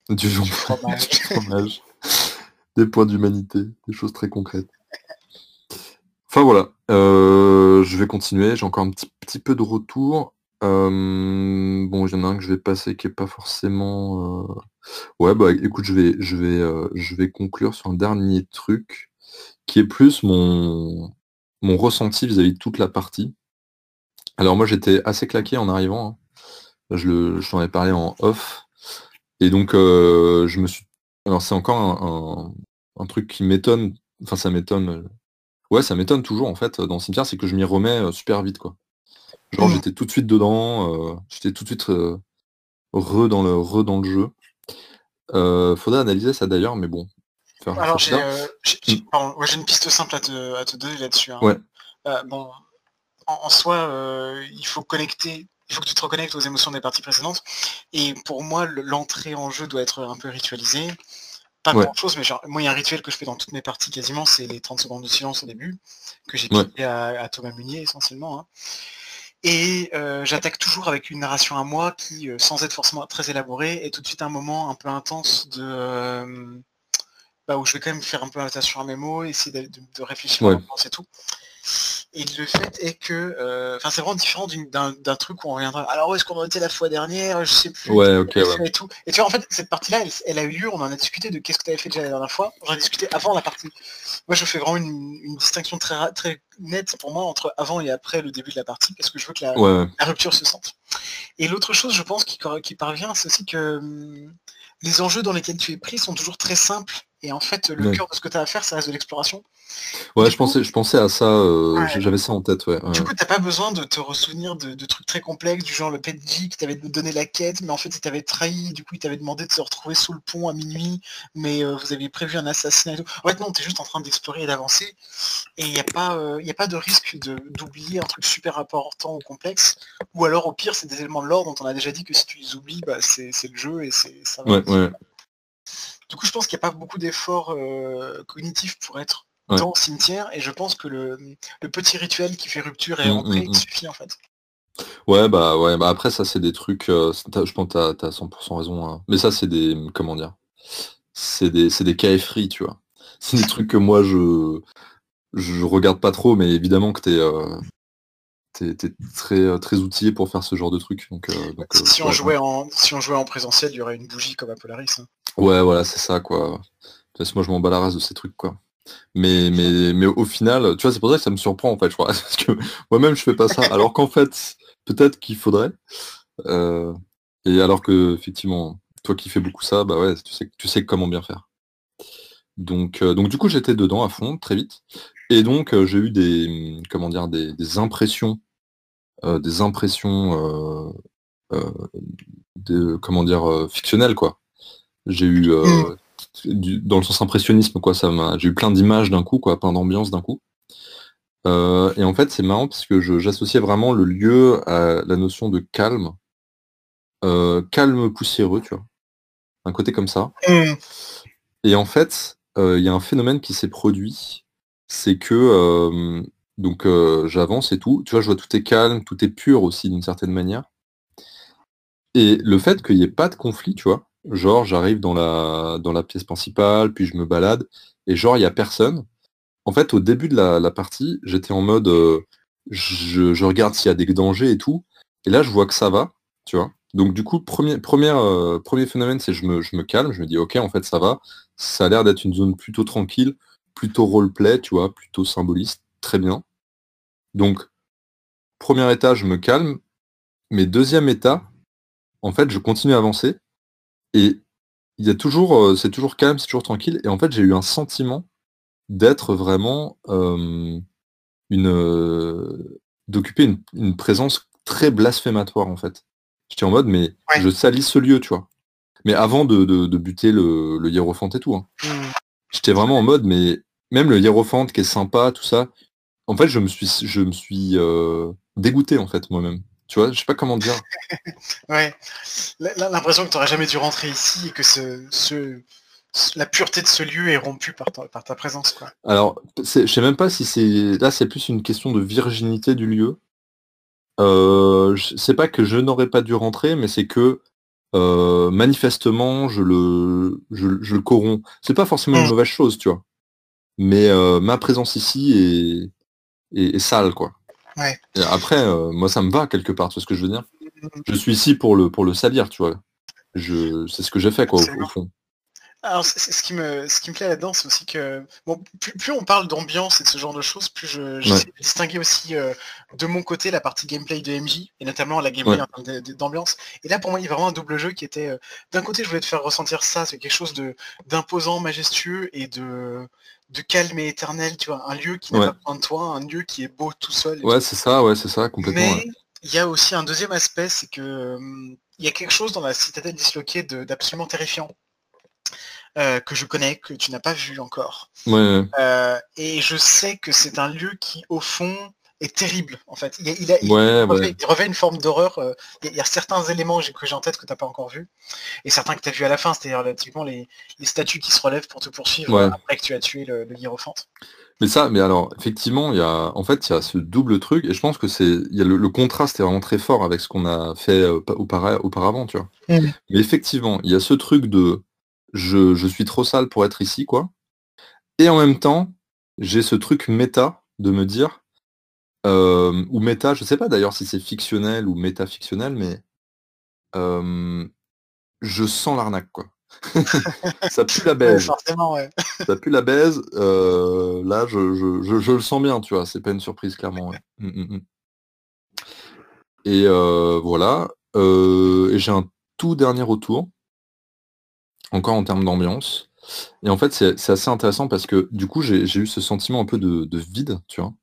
Du jambon, fromage. du fromage, des points d'humanité, des choses très concrètes. Enfin voilà, je vais continuer, j'ai encore un petit peu de retour. Bon, il y en a un que je vais passer qui est pas forcément. Ouais, bah écoute, je vais conclure sur un dernier truc qui est plus mon ressenti vis-à-vis de toute la partie. Alors moi j'étais assez claqué en arrivant, hein. Je t'en ai parlé en off. Et donc je me suis. Alors c'est encore un truc qui m'étonne, enfin ça m'étonne. Ouais, ça m'étonne toujours en fait dans le cimetière, c'est que je m'y remets super vite quoi. Genre Hmm. j'étais tout de suite dedans, j'étais tout de suite re dans le jeu. Faudrait analyser ça d'ailleurs, mais bon, faire ça Alors plus tard. Mm. pardon, ouais, j'ai une piste simple à te donner là-dessus, hein. Ouais, Bon, en soi, il faut que tu te reconnectes aux émotions des parties précédentes. Et pour moi, l'entrée en jeu doit être un peu ritualisée. Pas ouais, grand-chose, mais genre, moi, il y a un rituel que je fais dans toutes mes parties quasiment, c'est les 30 secondes de silence au début, que j'ai ouais, piqué à Thomas Munier essentiellement, hein. Et j'attaque toujours avec une narration à moi qui, sans être forcément très élaborée, est tout de suite un moment un peu intense où je vais quand même faire un peu attention à mes mots, essayer de réfléchir à ouais, l'ambiance et tout. Et le fait est que, c'est vraiment différent d'un truc où on reviendra. Alors où est-ce qu'on en était la fois dernière? Je sais plus. ouais, ok, ouais. Et tout. Et tu vois, en fait, cette partie-là, elle a eu lieu. On en a discuté de qu'est-ce que tu avais fait déjà la dernière fois. J'en ai discuté avant la partie. Moi, je fais vraiment une distinction très nette pour moi entre avant et après le début de la partie, parce que je veux que Ouais, ouais, la rupture se sente. Et l'autre chose, je pense, qui parvient, c'est aussi que les enjeux dans lesquels tu es pris sont toujours très simples. Et en fait, le ouais. cœur de ce que tu as à faire, ça reste de l'exploration. Ouais, Du coup, je pensais à ça, ouais, j'avais ça en tête, ouais. du Ouais, coup, t'as pas besoin de te ressouvenir de trucs très complexes, du genre le PNJ qui t'avait donné la quête, mais en fait il t'avait trahi, du coup il t'avait demandé de se retrouver sous le pont à minuit, mais vous aviez prévu un assassinat et tout. En fait non, t'es juste en train d'explorer et d'avancer, et y a pas de risque d'oublier un truc super important ou complexe, ou alors au pire c'est des éléments de l'ordre dont on a déjà dit que si tu les oublies, bah, c'est le jeu et ça va ouais, aussi. ouais, Du coup je pense qu'il n'y a pas beaucoup d'efforts cognitifs pour être ouais. dans le cimetière, et je pense que le petit rituel qui fait rupture et Mm, mm, entrée il mm. suffit en fait. Ouais, bah après ça c'est des trucs, je pense que t'as 100% raison, hein. Mais ça c'est des, comment dire, c'est des KF-free, tu vois. C'est des trucs que moi je regarde pas trop, mais évidemment que t'es très, très outillé pour faire ce genre de trucs. Ouais, ouais. Si on jouait en présentiel, il y aurait une bougie comme à Polaris, hein. Ouais, voilà, c'est ça, quoi. Parce que moi je m'en bats la race de ces trucs, quoi. Mais au final, tu vois, c'est pour ça que ça me surprend en fait, je crois. Parce que moi-même je fais pas ça. Alors qu'en fait, peut-être qu'il faudrait. euh, et alors que effectivement, toi qui fais beaucoup ça, bah ouais, tu sais comment bien faire. Donc du coup j'étais dedans à fond, très vite. Et donc j'ai eu comment dire, des impressions, des impressions comment dire, fictionnelles, quoi. J'ai eu Mm. dans le sens impressionnisme, quoi, j'ai eu plein d'images d'un coup, quoi, plein d'ambiances d'un coup. Et en fait, c'est marrant parce que j'associais vraiment le lieu à la notion de calme, calme poussiéreux, tu vois, un côté comme ça. Mm. Et en fait, il y a un phénomène qui s'est produit, c'est que j'avance et tout, tu vois, je vois tout est calme, tout est pur aussi d'une certaine manière. Et le fait qu'il n'y ait pas de conflit, tu vois, genre j'arrive dans la pièce principale, puis je me balade, et genre il n'y a personne. En fait, au début de la partie, j'étais en mode, je regarde s'il y a des dangers et tout, et là je vois que ça va, tu vois. Donc du coup, premier phénomène, c'est je me calme, je me dis ok, en fait ça va, ça a l'air d'être une zone plutôt tranquille, plutôt roleplay, tu vois, plutôt symboliste, très bien. Donc, premier état, je me calme, mais deuxième état, en fait, je continue à avancer, et il y a toujours, c'est toujours calme, c'est toujours tranquille, et en fait, j'ai eu un sentiment d'être vraiment d'occuper une présence très blasphématoire en fait. J'étais en mode mais Ouais. je salis ce lieu, tu vois. Mais avant de buter le hiérophante et tout, hein. Mm. J'étais vraiment en mode mais même le hiérophante qui est sympa, tout ça, en fait je me suis dégoûté en fait moi-même. Tu vois, je sais pas comment dire. Ouais. L'impression que tu n'aurais jamais dû rentrer ici et que la pureté de ce lieu est rompue par ta présence, quoi. Alors, je sais même pas si c'est. Là, c'est plus une question de virginité du lieu. C'est pas que je n'aurais pas dû rentrer, mais c'est que manifestement, je le corromps. C'est pas forcément une Mm. mauvaise chose, tu vois. Mais ma présence ici est sale, quoi. Ouais. Et après, moi, ça me va quelque part, tu vois ce que je veux dire. Mm. Je suis ici pour le salir, tu vois. C'est ce que j'ai fait, quoi, au Absolument. fond. Alors, ce qui me plaît là-dedans, c'est aussi que bon, plus on parle d'ambiance et de ce genre de choses, plus Ouais, j'essaie de distinguer aussi de mon côté la partie gameplay de MJ, et notamment la gameplay ouais, en termes d'ambiance. Et là, pour moi, il y a vraiment un double jeu qui était, d'un côté, je voulais te faire ressentir ça, c'est quelque chose d'imposant, majestueux et de calme et éternel, tu vois, un lieu qui n'a ouais. pas besoin de toi, un lieu qui est beau tout seul et tout. Ouais, c'est ça, complètement, ouais. Mais il y a aussi un deuxième aspect, c'est que il y a quelque chose dans la citadelle disloquée d'absolument terrifiant. Que je connais, que tu n'as pas vu encore. Ouais, ouais, Et je sais que c'est un lieu qui, au fond, est terrible, en fait. ouais, ouais. Il revêt une forme d'horreur. Il y a certains éléments que j'ai en tête que tu n'as pas encore vu, et certains que tu as vu à la fin, c'est-à-dire typiquement les statues qui se relèvent pour te poursuivre Ouais. après que tu as tué le hiérophante. Mais alors, effectivement, en fait, il y a ce double truc, et je pense que il y a le contraste est vraiment très fort avec ce qu'on a fait auparavant, tu vois. Mm. Mais effectivement, il y a ce truc de je suis trop sale pour être ici, quoi. Et en même temps, j'ai ce truc méta de me dire, ou méta, je sais pas d'ailleurs si c'est fictionnel ou métafictionnel, mais euh, je sens l'arnaque, quoi. Ça pue la Ouais, baise. forcément, ouais. Ça pue la baise. Là, je le sens bien, tu vois. C'est pas une surprise, clairement. Ouais. Et voilà. Et j'ai un tout dernier retour, encore en termes d'ambiance. Et en fait, c'est assez intéressant parce que du coup, j'ai eu ce sentiment un peu de vide, tu vois.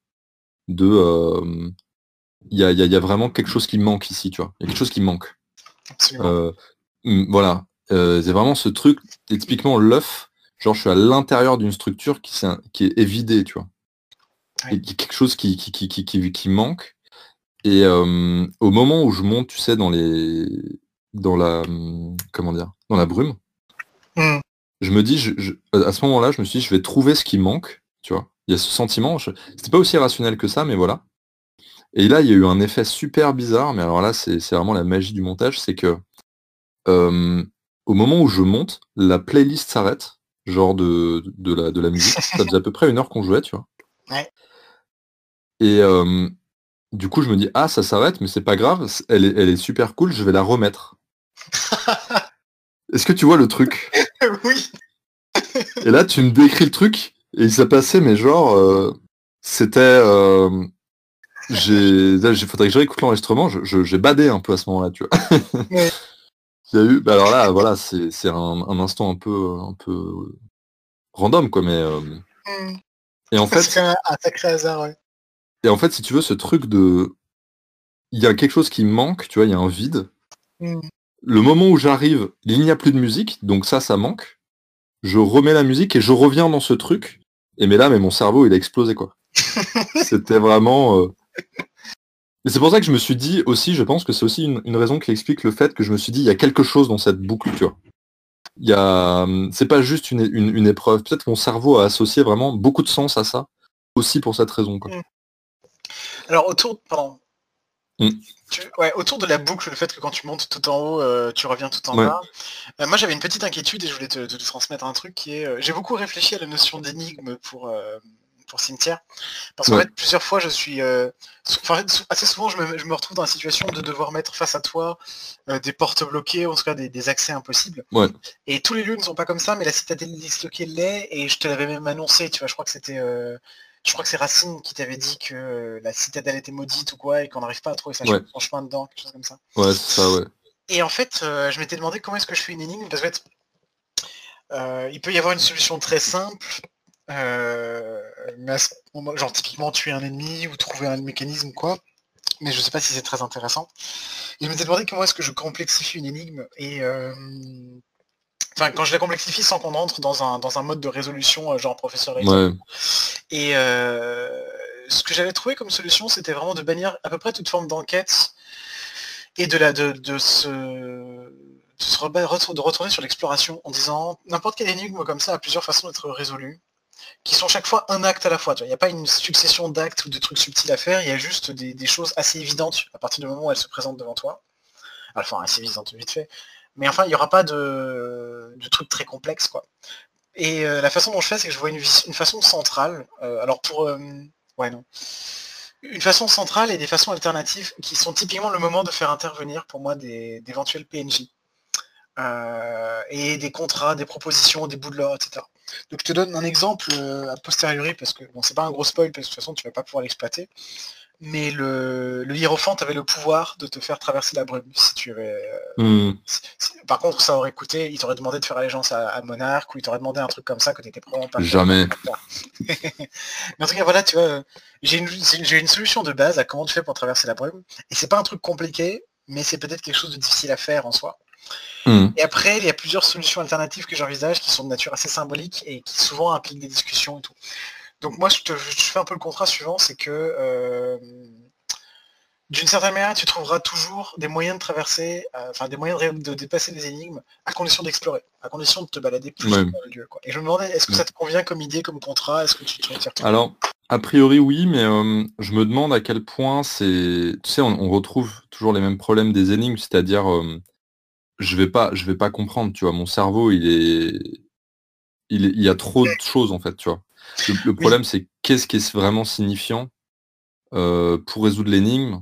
Il y a vraiment quelque chose qui manque ici, tu vois. Il y a quelque chose qui manque. Absolument. Euh, voilà. C'est vraiment ce truc, typiquement l'œuf. Genre, je suis à l'intérieur d'une structure qui est évidée, tu vois. Ouais. Et quelque chose qui manque. Et au moment où je monte, tu sais, comment dire, dans la brume, Mm. je me dis, à ce moment-là, je me suis dit, je vais trouver ce qui manque, tu vois. Il y a ce sentiment, c'était pas aussi rationnel que ça, mais voilà. Et là, il y a eu un effet super bizarre, mais alors là, c'est vraiment la magie du montage, c'est que euh, au moment où je monte, la playlist s'arrête, genre de la musique. Ça faisait à peu près 1 heure qu'on jouait, tu vois. Ouais. Et du coup, je me dis, ah, ça s'arrête, mais c'est pas grave, elle est super cool, je vais la remettre. Est-ce que tu vois le truc? Oui. Et là, tu me décris le truc, et il s'est passé, mais genre, c'était... faudrait que je réécoute l'enregistrement, j'ai badé un peu à ce moment-là, tu vois. Ouais. Il y a eu, bah alors là, voilà, c'est un instant un peu random, quoi, mais... Mm. et en C'est fait, quand même un sacré hasard, ouais. si tu veux, ce truc de... Il y a quelque chose qui me manque, tu vois, il y a un vide. Mm. Le moment où j'arrive, il n'y a plus de musique, donc ça manque. Je remets la musique et je reviens dans ce truc. Et mais mon cerveau, il a explosé, quoi. C'était vraiment... Et c'est pour ça que je me suis dit aussi, je pense que c'est aussi une raison qui explique le fait que je me suis dit, il y a quelque chose dans cette boucle, tu vois. Il y a... C'est pas juste une épreuve. Peut-être que mon cerveau a associé vraiment beaucoup de sens à ça, aussi pour cette raison, quoi. Mm. Alors, pardon. Mm. Ouais, autour de la boucle, le fait que quand tu montes tout en haut, tu reviens tout en Ouais, bas. Moi, j'avais une petite inquiétude et je voulais te transmettre un truc qui est... j'ai beaucoup réfléchi à la notion d'énigme pour Cimetière. Parce qu'en ouais, fait, plusieurs fois, je suis... assez souvent, je me retrouve dans la situation de devoir mettre face à toi des portes bloquées, en tout cas des accès impossibles. ouais, Et tous les lieux ne sont pas comme ça, mais la citadelle disloquée l'est, et je te l'avais même annoncé, tu vois, je crois que c'était... je crois que c'est Racine qui t'avait dit que la citadelle était maudite ou quoi, et qu'on n'arrive pas à trouver ouais, son chemin dedans, quelque chose comme ça. ouais, c'est ça, ouais. Et en fait, je m'étais demandé comment est-ce que je fais une énigme, parce que il peut y avoir une solution très simple, mais genre typiquement tuer un ennemi ou trouver un mécanisme quoi, mais je sais pas si c'est très intéressant. Et je m'étais demandé comment est-ce que je complexifie une énigme, et enfin quand je la complexifie sans qu'on entre dans un mode de résolution genre professeur Layton. Ouais, Et ce que j'avais trouvé comme solution, c'était vraiment de bannir à peu près toute forme d'enquête et de retourner sur l'exploration en disant n'importe quelle énigme comme ça a plusieurs façons d'être résolue, qui sont chaque fois un acte à la fois. Il n'y a pas une succession d'actes ou de trucs subtils à faire, il y a juste des choses assez évidentes à partir du moment où elles se présentent devant toi. Enfin, assez évidentes, vite fait. Mais enfin, il n'y aura pas de trucs très complexes, quoi. Et la façon dont je fais, c'est que je vois une façon centrale. Alors pour... ouais, non. Une façon centrale et des façons alternatives qui sont typiquement le moment de faire intervenir pour moi d'éventuels PNJ. Et des contrats, des propositions, des bouts de l'or, etc. Donc je te donne un exemple a posteriori, parce que bon, c'est pas un gros spoil, parce que de toute façon tu vas pas pouvoir l'exploiter. Mais le hiérophante avait le pouvoir de te faire traverser la brume si tu avais. Par contre, ça aurait coûté, il t'aurait demandé de faire allégeance à Monarque, ou il t'aurait demandé un truc comme ça que t'étais probablement pas Jamais. Mais en tout cas, voilà, tu vois, j'ai une solution de base à comment tu fais pour traverser la brume. Et c'est pas un truc compliqué, mais c'est peut-être quelque chose de difficile à faire en soi. Et après, il y a plusieurs solutions alternatives que j'envisage qui sont de nature assez symbolique et qui souvent impliquent des discussions et tout. Donc moi, je fais un peu le contrat suivant, c'est que d'une certaine manière, tu trouveras toujours des moyens de traverser, enfin des moyens de dépasser des énigmes, à condition d'explorer, à condition de te balader plus dans le lieu, quoi. Et je me demandais, est-ce que ça te convient comme idée, comme contrat? Est-ce que tu te retires? Alors, a priori oui, mais je me demande à quel point c'est... Tu sais, on retrouve toujours les mêmes problèmes des énigmes, c'est-à-dire je vais pas comprendre, tu vois. Mon cerveau, il y a trop de choses en fait, tu vois. Le problème, c'est qu'est-ce qui est vraiment signifiant pour résoudre l'énigme.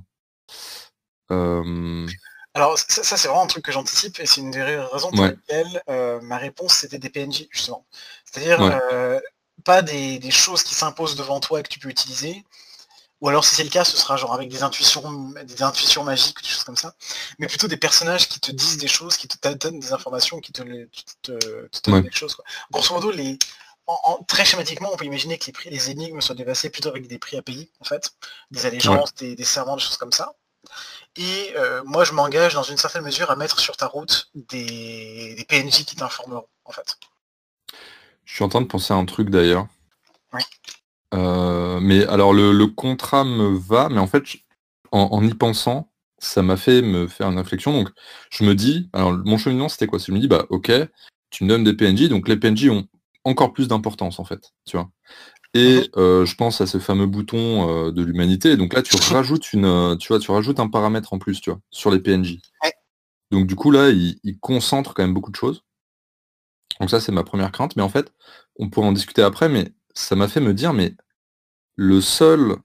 Alors ça c'est vraiment un truc que j'anticipe et c'est une des raisons pour lesquelles ma réponse c'était des PNJ justement. C'est-à-dire pas des choses qui s'imposent devant toi et que tu peux utiliser, ou alors si c'est le cas ce sera genre avec des intuitions magiques, des choses comme ça, mais plutôt des personnages qui te disent des choses, qui te donnent des informations, qui te donnent des choses, quoi. Grosso modo, très schématiquement, on peut imaginer que les énigmes soient dépassées plutôt avec des prix à payer, en fait, des allégeances, des serments, des choses comme ça. Et moi, je m'engage dans une certaine mesure à mettre sur ta route des PNJ qui t'informeront, en fait. Je suis en train de penser à un truc d'ailleurs. Oui. Mais alors le contrat me va, mais en fait, en y pensant, ça m'a fait me faire une réflexion. Donc je me dis, alors mon cheminement c'était quoi? Je me dis, bah ok, tu me donnes des PNJ, donc les PNJ ont encore plus d'importance en fait, tu vois. Et je pense à ce fameux bouton de l'humanité. Donc là, tu rajoutes tu rajoutes un paramètre en plus, tu vois, sur les PNJ. Ouais. Donc du coup là, il concentre quand même beaucoup de choses. Donc ça, c'est ma première crainte. Mais en fait, on pourrait en discuter après, mais ça m'a fait me dire, mais le seul,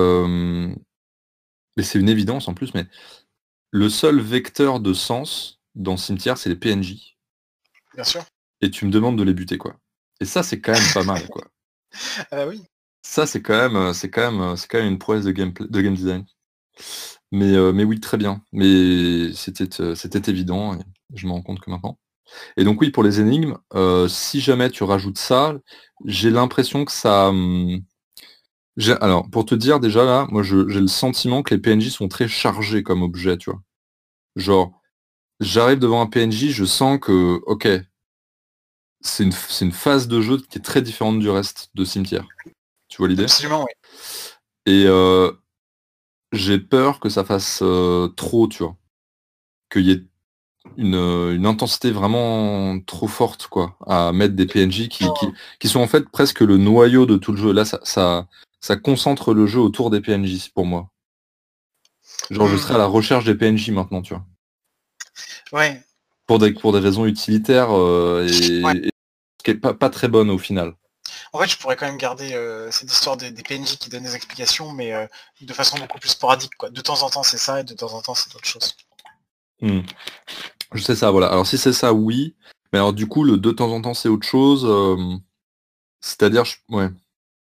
et c'est une évidence en plus, mais le seul vecteur de sens dans Cimetière, c'est les PNJ. Bien sûr. Et tu me demandes de les buter, quoi. Et ça, c'est quand même pas mal, quoi. Ah bah oui. Ça, c'est quand même une prouesse de game design. Mais oui, très bien. Mais c'était évident, et je me rends compte que maintenant. Et donc oui, pour les énigmes, si jamais tu rajoutes ça, j'ai l'impression que ça... alors, pour te dire déjà là, moi j'ai le sentiment que les PNJ sont très chargés comme objet, tu vois. Genre, j'arrive devant un PNJ, je sens que, ok, c'est une phase de jeu qui est très différente du reste de Cimetière. Tu vois l'idée? Absolument, oui. Et j'ai peur que ça fasse trop, tu vois. Qu'il y ait une intensité vraiment trop forte, quoi, à mettre des PNJ qui sont en fait presque le noyau de tout le jeu. Là, ça concentre le jeu autour des PNJ, pour moi. Genre, je serai à la recherche des PNJ maintenant, tu vois. Ouais. Pour des raisons utilitaires et qui est pas très bonne au final. En fait, je pourrais quand même garder cette histoire des PNJ qui donnent des explications, mais de façon beaucoup plus sporadique, quoi. De temps en temps, c'est ça, et de temps en temps, c'est autre chose. Je sais ça, voilà. Alors, si c'est ça, oui. Mais alors, du coup, le de temps en temps, c'est autre chose. C'est-à-dire, ouais.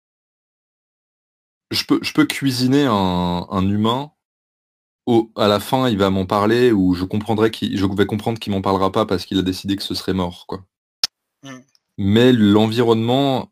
Je peux cuisiner un humain. À la fin, il va m'en parler ou je vais comprendre qu'il m'en parlera pas parce qu'il a décidé que ce serait mort, quoi. Mais l'environnement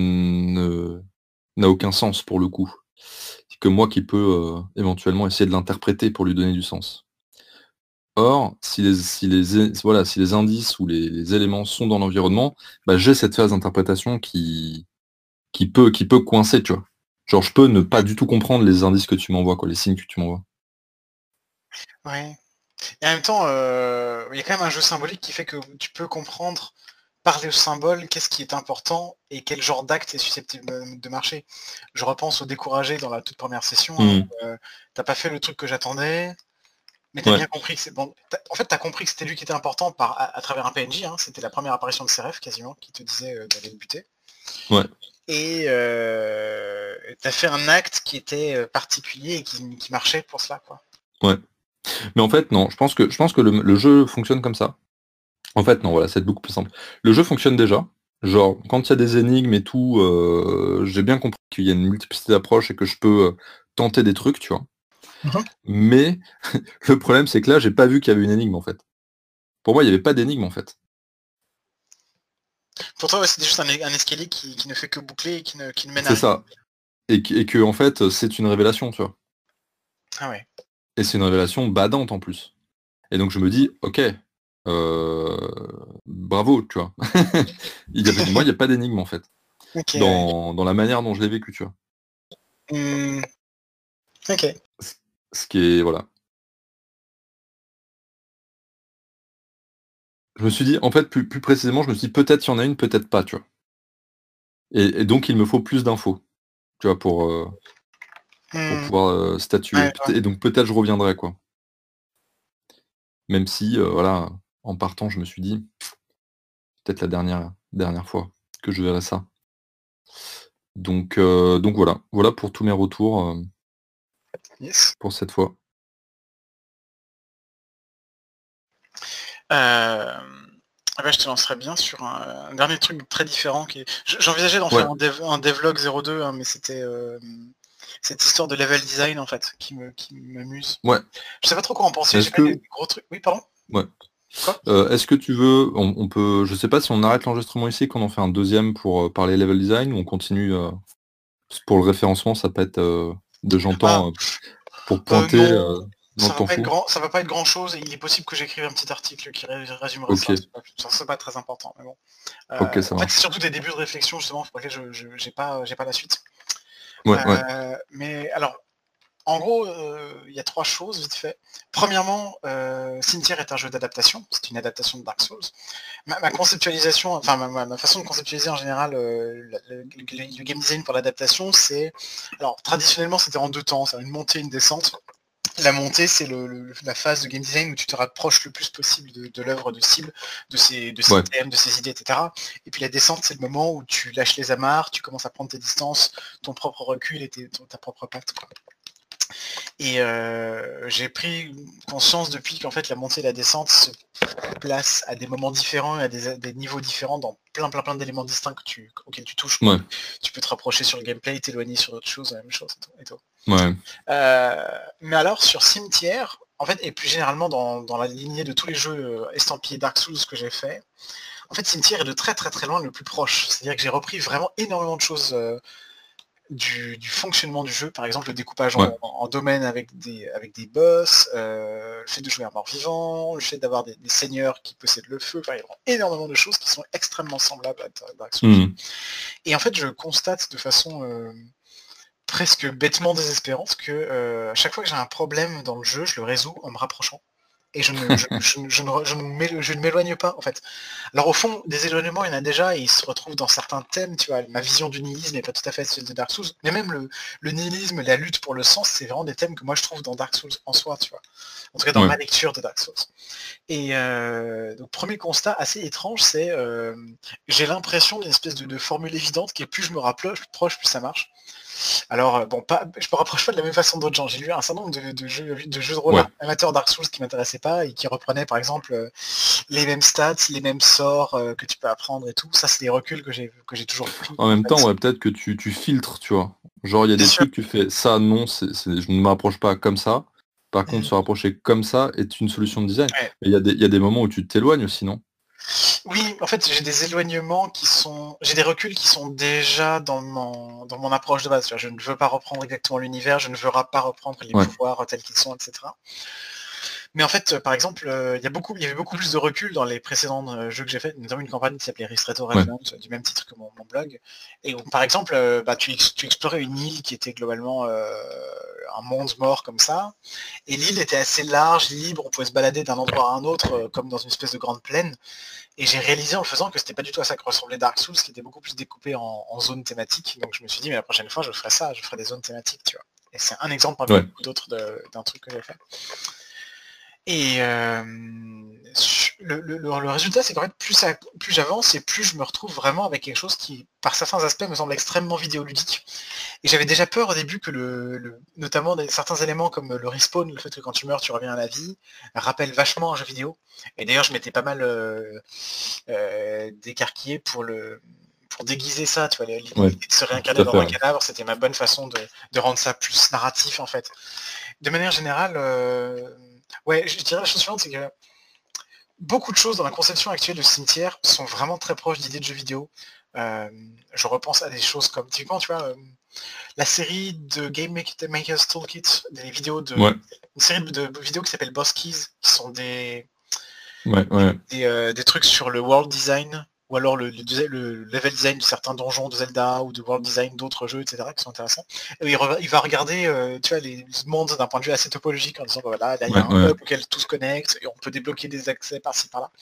n'a aucun sens pour le coup. C'est que moi qui peux éventuellement essayer de l'interpréter pour lui donner du sens. Or, si les indices ou les éléments sont dans l'environnement, bah, j'ai cette phase d'interprétation qui peut coincer, tu vois. Genre, je peux ne pas du tout comprendre les indices que tu m'envoies, quoi, les signes que tu m'envoies. Ouais. Et en même temps, il y a quand même un jeu symbolique qui fait que tu peux comprendre par les symboles qu'est-ce qui est important et quel genre d'acte est susceptible de marcher. Je repense au découragé dans la toute première session. T'as pas fait le truc que j'attendais, Mais t'as Ouais, bien compris que c'est bon. En fait, t'as compris que c'était lui qui était important à travers un PNJ, hein. C'était la première apparition de Seraph quasiment qui te disait d'aller le buter. ouais, Et t'as fait un acte qui était particulier et qui marchait pour cela, quoi. ouais. Mais en fait, non, je pense que le jeu fonctionne comme ça. En fait, non, voilà, c'est beaucoup plus simple. Le jeu fonctionne déjà. Genre, quand il y a des énigmes et tout, j'ai bien compris qu'il y a une multiplicité d'approches et que je peux tenter des trucs, tu vois. Mhm. Mais le problème, c'est que là, j'ai pas vu qu'il y avait une énigme, en fait. Pour moi, il n'y avait pas d'énigme, en fait. Pour toi, ouais, c'était juste un escalier qui ne fait que boucler et qui ne mène à C'est rien. ça. Et que, en fait, c'est une révélation, tu vois. Ah ouais. Et c'est une révélation badante, en plus. Et donc, je me dis, ok, bravo, tu vois. Moi, il n'y a pas d'énigme, en fait. Ok, ouais. Dans la manière dont je l'ai vécu, tu vois. Hmm, ok. Ce ce qui est, voilà. Je me suis dit, en fait, plus précisément, je me suis dit, peut-être il y en a une, peut-être pas, tu vois. Et donc, il me faut plus d'infos, tu vois, pour Hmm, pouvoir statuer. ouais, ouais. Et donc, peut-être je reviendrai, quoi. Même si, voilà, en partant, je me suis dit, peut-être la dernière fois que je verrai ça. Donc voilà. Voilà pour tous mes retours Yes. pour cette fois. Ah bah, je te lancerai bien sur un dernier truc très différent j'envisageais d'en faire Ouais, un devlog 02, hein, mais c'était cette histoire de level design en fait qui m'amuse. ouais. Je sais pas trop quoi en penser, j'ai Est-ce pas des que, gros trucs. Oui, pardon? ouais. Quoi? Est-ce que tu veux, on peut, je sais pas si on arrête l'enregistrement ici, qu'on en fait un deuxième pour parler level design, ou on continue pour le référencement, ça peut être de Ah, j'entends pour pointer non, dans le temps fou. ça va pas être grand chose et il est possible que j'écrive un petit article qui résumera Ok, ça. C'est pas très important, mais bon. ok, ça En fait, c'est marche. surtout des débuts de réflexion justement pour lesquels j'ai pas la suite. Ouais, ouais, Mais alors, en gros, il y a 3 choses vite fait. Premièrement, Cimetière est un jeu d'adaptation, c'est une adaptation de Dark Souls. Ma conceptualisation, enfin ma façon de conceptualiser en général le game design pour l'adaptation, c'est... Alors traditionnellement c'était en 2 temps, c'est une montée et une descente. La montée, c'est la phase de game design où tu te rapproches le plus possible de l'œuvre de cible, de ses ouais. thèmes, de ses idées, etc. Et puis la descente, c'est le moment où tu lâches les amarres, tu commences à prendre tes distances, ton propre recul et ta propre patte, quoi. Et j'ai pris conscience depuis qu'en fait la montée et la descente se placent à des moments différents et à des niveaux différents dans plein d'éléments distincts auxquels tu touches, quoi. Ouais, Tu peux te rapprocher sur le gameplay, t'éloigner sur autre chose, la même chose et tout. ouais, Mais alors sur Cimetière, en fait, et plus généralement dans la lignée de tous les jeux estampillés Dark Souls que j'ai fait, en fait Cimetière est de très très très loin le plus proche. C'est-à-dire que j'ai repris vraiment énormément de choses du fonctionnement du jeu, par exemple le découpage ouais. en domaines avec des boss, le fait de jouer un mort-vivant, le fait d'avoir des seigneurs qui possèdent le feu, enfin, il y a vraiment énormément de choses qui sont extrêmement semblables à Dark Souls. Mhm. Et en fait, je constate de façon presque bêtement désespérante que à chaque fois que j'ai un problème dans le jeu, je le résous en me rapprochant. Et je ne m'éloigne pas, en fait. Alors au fond, des éloignements, il y en a déjà, et ils se retrouvent dans certains thèmes, tu vois. Ma vision du nihilisme n'est pas tout à fait celle de Dark Souls, mais même le nihilisme, la lutte pour le sens, c'est vraiment des thèmes que moi je trouve dans Dark Souls en soi, tu vois. En tout cas, dans Ouais, ma lecture de Dark Souls. Et donc, premier constat assez étrange, c'est j'ai l'impression d'une espèce de formule évidente qui est plus je me rapproche, plus ça marche. Alors, bon, je me rapproche pas de la même façon d'autres gens. J'ai lu un certain nombre de jeux de rôle ouais. amateurs Dark Souls qui m'intéressaient pas et qui reprenaient par exemple les mêmes stats, les mêmes sorts que tu peux apprendre et tout. Ça, c'est des reculs que j'ai toujours pris En en même temps, fait. ouais, peut-être que tu filtres, tu vois. Genre, il y a Bien des sûr. trucs, tu fais ça, non, je ne m'approche pas comme ça. Par contre, se Mm. rapprocher comme ça est une solution de design. Ouais. Mais il y a des moments où tu t'éloignes aussi, non? Oui, en fait, j'ai des éloignements j'ai des reculs qui sont déjà dans mon approche de base. Tu vois, je ne veux pas reprendre exactement l'univers, je ne veux pas reprendre les Ouais, pouvoirs tels qu'ils sont, etc. Mais en fait, par exemple, il y avait beaucoup plus de recul dans les précédents jeux que j'ai fait, notamment une campagne qui s'appelait Ristretto ouais, Regiment, du même titre que mon blog. Et où, par exemple, bah, tu explorais une île qui était globalement un monde mort comme ça. Et l'île était assez large, libre, on pouvait se balader d'un endroit à un autre, comme dans une espèce de grande plaine. Et j'ai réalisé en le faisant que c'était pas du tout à ça que ressemblait Dark Souls, qui était beaucoup plus découpé en zones thématiques. Donc je me suis dit, mais la prochaine fois, je ferai ça, je ferai des zones thématiques, tu vois. Et c'est un exemple parmi ouais. beaucoup d'autres d'un truc que j'ai fait. Et le résultat, c'est qu'en fait, plus j'avance et plus je me retrouve vraiment avec quelque chose qui, par certains aspects, me semble extrêmement vidéoludique. Et j'avais déjà peur au début que notamment certains éléments comme le respawn, le fait que quand tu meurs, tu reviens à la vie, rappellent vachement un jeu vidéo. Et d'ailleurs, je m'étais pas mal décarquillé pour déguiser ça, tu vois, l'idée de se réincarner dans un cadavre, c'était ma bonne façon de rendre ça plus narratif, en fait. De manière générale, ouais, je dirais la chose suivante, c'est que beaucoup de choses dans la conception actuelle de cimetière sont vraiment très proches d'idées de jeux vidéo. Je repense à des choses comme, typiquement, tu vois, la série de Game Maker's Toolkit, des vidéos une série de vidéos qui s'appelle Boss Keys, qui sont des trucs sur le world design, ou alors le level design de certains donjons de Zelda, ou de world design d'autres jeux, etc., qui sont intéressants. Et il va regarder tu vois, les mondes d'un point de vue assez topologique, en disant, voilà, là, il y a un hub auquel tout se connecte, et on peut débloquer des accès par-ci, par-là.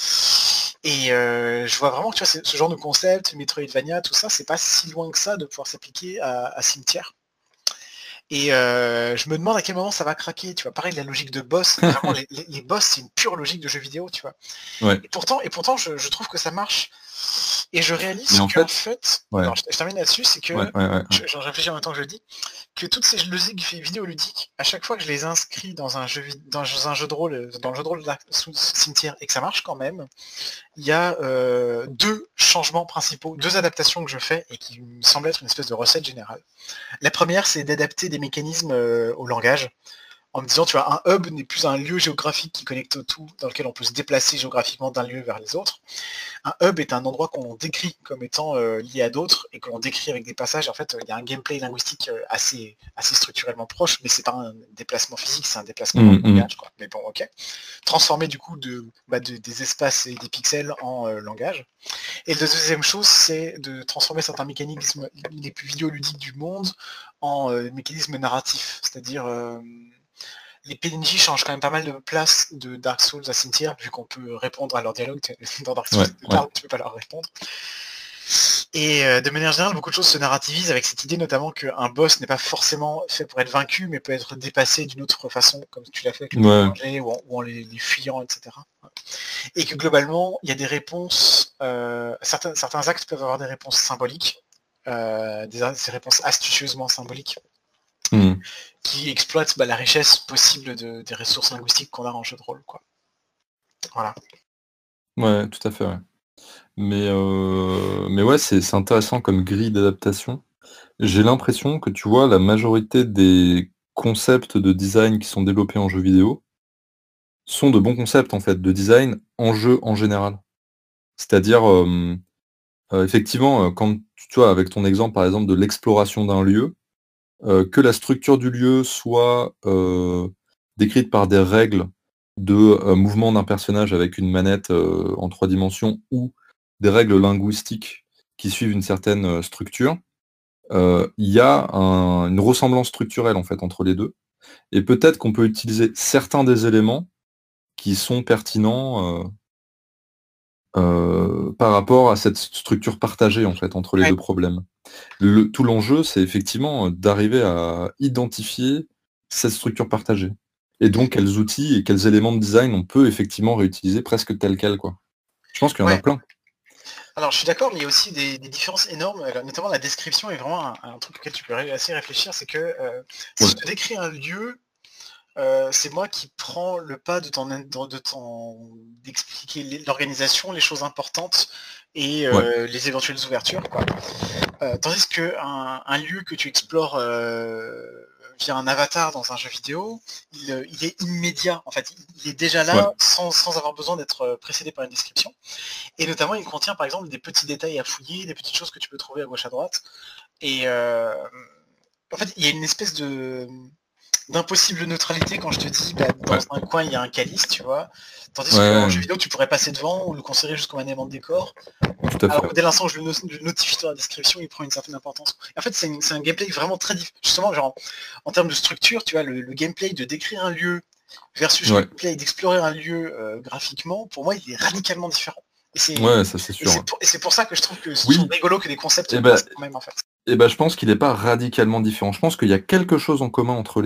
Et je vois vraiment que tu vois, ce genre de concept, Metroidvania, tout ça, c'est pas si loin que ça de pouvoir s'appliquer à Cimetière. Et je me demande à quel moment ça va craquer, tu vois. Pareil, la logique de boss, vraiment, les boss, c'est une pure logique de jeu vidéo, tu vois. Et pourtant je trouve que ça marche. Et je réalise qu'en fait, alors, je termine là-dessus, c'est que, j'en réfléchis en même temps que je le dis, que toutes ces logiques vidéoludiques, à chaque fois que je les inscris dans un jeu de rôle, dans le jeu de rôle de Cimetière, et que ça marche quand même, il y a deux changements principaux, deux adaptations que je fais, et qui me semblent être une espèce de recette générale. La première, c'est d'adapter des mécanismes au langage, en me disant, tu vois, un hub n'est plus un lieu géographique qui connecte tout, dans lequel on peut se déplacer géographiquement d'un lieu vers les autres. Un hub est un endroit qu'on décrit comme étant lié à d'autres, et que l'on décrit avec des passages. En fait, il y a un gameplay linguistique assez structurellement proche, mais c'est pas un déplacement physique, c'est un déplacement dans le langage, quoi. Mais bon, ok. Transformer du coup des espaces et des pixels en langage. Et la deuxième chose, c'est de transformer certains mécanismes les plus vidéoludiques du monde en mécanismes narratifs, c'est-à-dire les PNJ changent quand même pas mal de place de Dark Souls à Cimetière, vu qu'on peut répondre à leur dialogue. Dans Dark Souls, tu peux pas leur répondre. Et de manière générale, beaucoup de choses se narrativisent avec cette idée notamment qu'un boss n'est pas forcément fait pour être vaincu, mais peut être dépassé d'une autre façon, comme tu l'as fait avec le danger, ou en les fuyant, etc. Et que globalement, il y a des réponses, certains actes peuvent avoir des réponses symboliques, des réponses astucieusement symboliques, qui exploitent la richesse possible des ressources linguistiques qu'on a en jeu de rôle, quoi. Voilà. Ouais, tout à fait, ouais. Mais ouais, c'est intéressant comme grille d'adaptation. J'ai l'impression que, tu vois, la majorité des concepts de design qui sont développés en jeu vidéo sont de bons concepts, en fait, de design en jeu en général. C'est-à-dire, effectivement, quand tu vois, avec ton exemple, par exemple, de l'exploration d'un lieu, que la structure du lieu soit décrite par des règles de mouvement d'un personnage avec une manette en 3 dimensions ou des règles linguistiques qui suivent une certaine structure, il y a une ressemblance structurelle en fait entre les deux. Et peut-être qu'on peut utiliser certains des éléments qui sont pertinents par rapport à cette structure partagée en fait entre les deux problèmes. Tout l'enjeu, c'est effectivement d'arriver à identifier cette structure partagée. Et donc quels outils et quels éléments de design on peut effectivement réutiliser presque tel quel, quoi. Je pense qu'il y en a plein. Alors je suis d'accord, mais il y a aussi des différences énormes, notamment la description est vraiment un truc auquel tu peux assez réfléchir, c'est que si je te décris un lieu, c'est moi qui prends le pas d'expliquer l'organisation, les choses importantes et les éventuelles ouvertures, quoi. Tandis qu'un lieu que tu explores via un avatar dans un jeu vidéo, il est immédiat, en fait, il est déjà là sans avoir besoin d'être précédé par une description. Et notamment, il contient par exemple des petits détails à fouiller, des petites choses que tu peux trouver à gauche à droite. Et en fait, il y a une espèce d'impossible neutralité quand je te dis dans un coin il y a un calice, tu vois, tandis qu'en jeu vidéo tu pourrais passer devant ou le considérer juste comme un élément de décor, alors que dès l'instant où je le notifie dans la description il prend une certaine importance. Et en fait c'est un gameplay vraiment très différent, justement, genre en termes de structure, tu vois, le gameplay de décrire un lieu versus le gameplay d'explorer un lieu graphiquement, pour moi il est radicalement différent. Et ça c'est sûr. Et c'est pour ça que je trouve que c'est rigolo que les concepts quand même en fait. Et je pense qu'il n'est pas radicalement différent. Je pense qu'il y a quelque chose en commun entre les deux.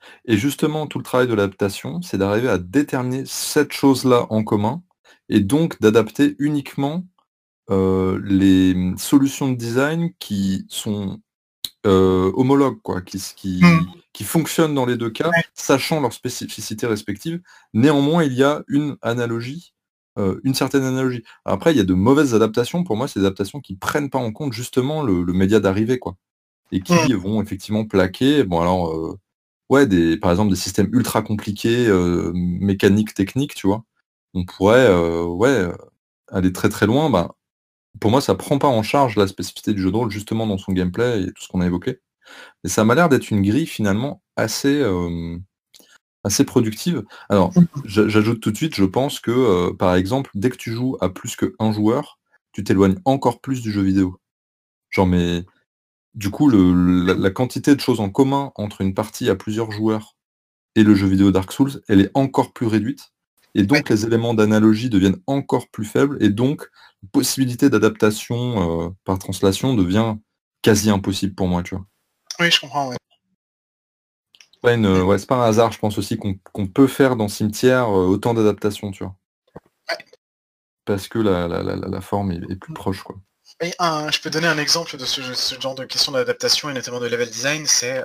Et justement, tout le travail de l'adaptation, c'est d'arriver à déterminer cette chose-là en commun et donc d'adapter uniquement, les, solutions de design qui sont, homologues quoi, Mmh. qui fonctionnent dans les 2 cas, Ouais. sachant leurs spécificités respectives. Néanmoins, il y a une certaine analogie. Après, il y a de mauvaises adaptations. Pour moi, c'est des adaptations qui prennent pas en compte justement le média d'arrivée, quoi, et Mmh. qui vont effectivement plaquer, bon alors, ouais, par exemple, des systèmes ultra compliqués, mécaniques, techniques, tu vois? On pourrait, ouais, aller très, très loin. Ben, pour moi, ça prend pas en charge la spécificité du jeu de rôle, justement dans son gameplay et tout ce qu'on a évoqué. Et ça m'a l'air d'être une grille finalement assez productive. Alors, Mmh. j'ajoute tout de suite, je pense que, par exemple, dès que tu joues à plus qu'1 joueur, tu t'éloignes encore plus du jeu vidéo. Genre mais du coup, la quantité de choses en commun entre une partie à plusieurs joueurs et le jeu vidéo Dark Souls, elle est encore plus réduite et Ouais. donc les éléments d'analogie deviennent encore plus faibles et donc possibilité d'adaptation, par translation devient quasi impossible pour moi, tu vois? Oui, je comprends, ouais. Mmh. Ouais, c'est pas un hasard, je pense aussi qu'on peut faire dans Cimetière, autant d'adaptations, tu vois? Ouais. Parce que la forme est plus Mmh. proche, quoi. Et je peux donner un exemple de ce genre de question d'adaptation et notamment de level design, c'est,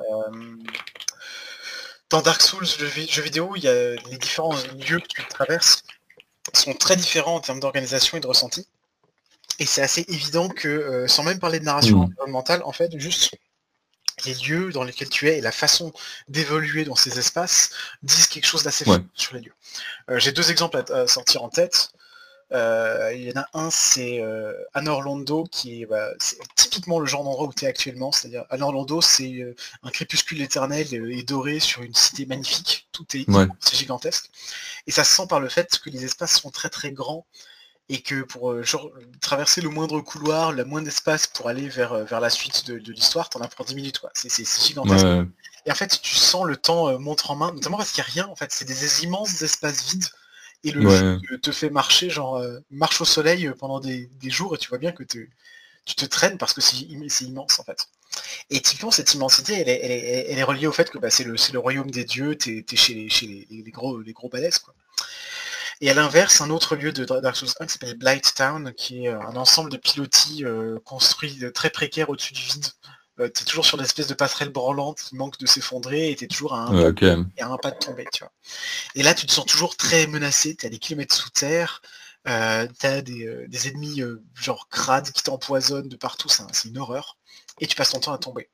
dans Dark Souls, jeu vidéo, il y a les différents lieux que tu traverses sont très différents en termes d'organisation et de ressenti et c'est assez évident que, sans même parler de narration Mmh. environnementale, en fait, juste les lieux dans lesquels tu es et la façon d'évoluer dans ces espaces disent quelque chose d'assez fort Ouais, sur les lieux. J'ai 2 exemples à sortir en tête. Il y en a un, c'est, Anor Londo qui est, bah, c'est typiquement le genre d'endroit où tu es actuellement. C'est-à-dire Anor Londo, c'est, un crépuscule éternel, et doré sur une cité magnifique. Tout est ouais, immense, c'est gigantesque et ça se sent par le fait que les espaces sont très, très grands et que pour, genre, traverser le moindre couloir, le moindre espace pour aller vers la suite de l'histoire, tu en as pour 10 minutes, quoi. C'est gigantesque ouais, et en fait, tu sens le temps, montre en main, notamment parce qu'il y a rien, en fait. C'est des immenses espaces vides et le jeu ouais, te fait marcher, genre, marche au soleil, pendant des jours et tu vois bien que tu te traînes parce que c'est immense, en fait. Et typiquement, cette immensité, elle est reliée au fait que, bah, c'est le royaume des dieux, tu es chez les gros balèzes, quoi. Et à l'inverse, un autre lieu de Dark Souls 1 qui s'appelle Blight Town, qui est, un ensemble de pilotis, construits, très précaires au-dessus du vide. Tu es toujours sur l'espèce de passerelle branlante qui manque de s'effondrer et tu es toujours à un ouais, pas OK. et à un pas de tomber, tu vois? Et là, tu te sens toujours très menacé, tu es à des kilomètres sous terre, tu as des ennemis, genre crades qui t'empoisonnent de partout, c'est une horreur et tu passes ton temps à tomber,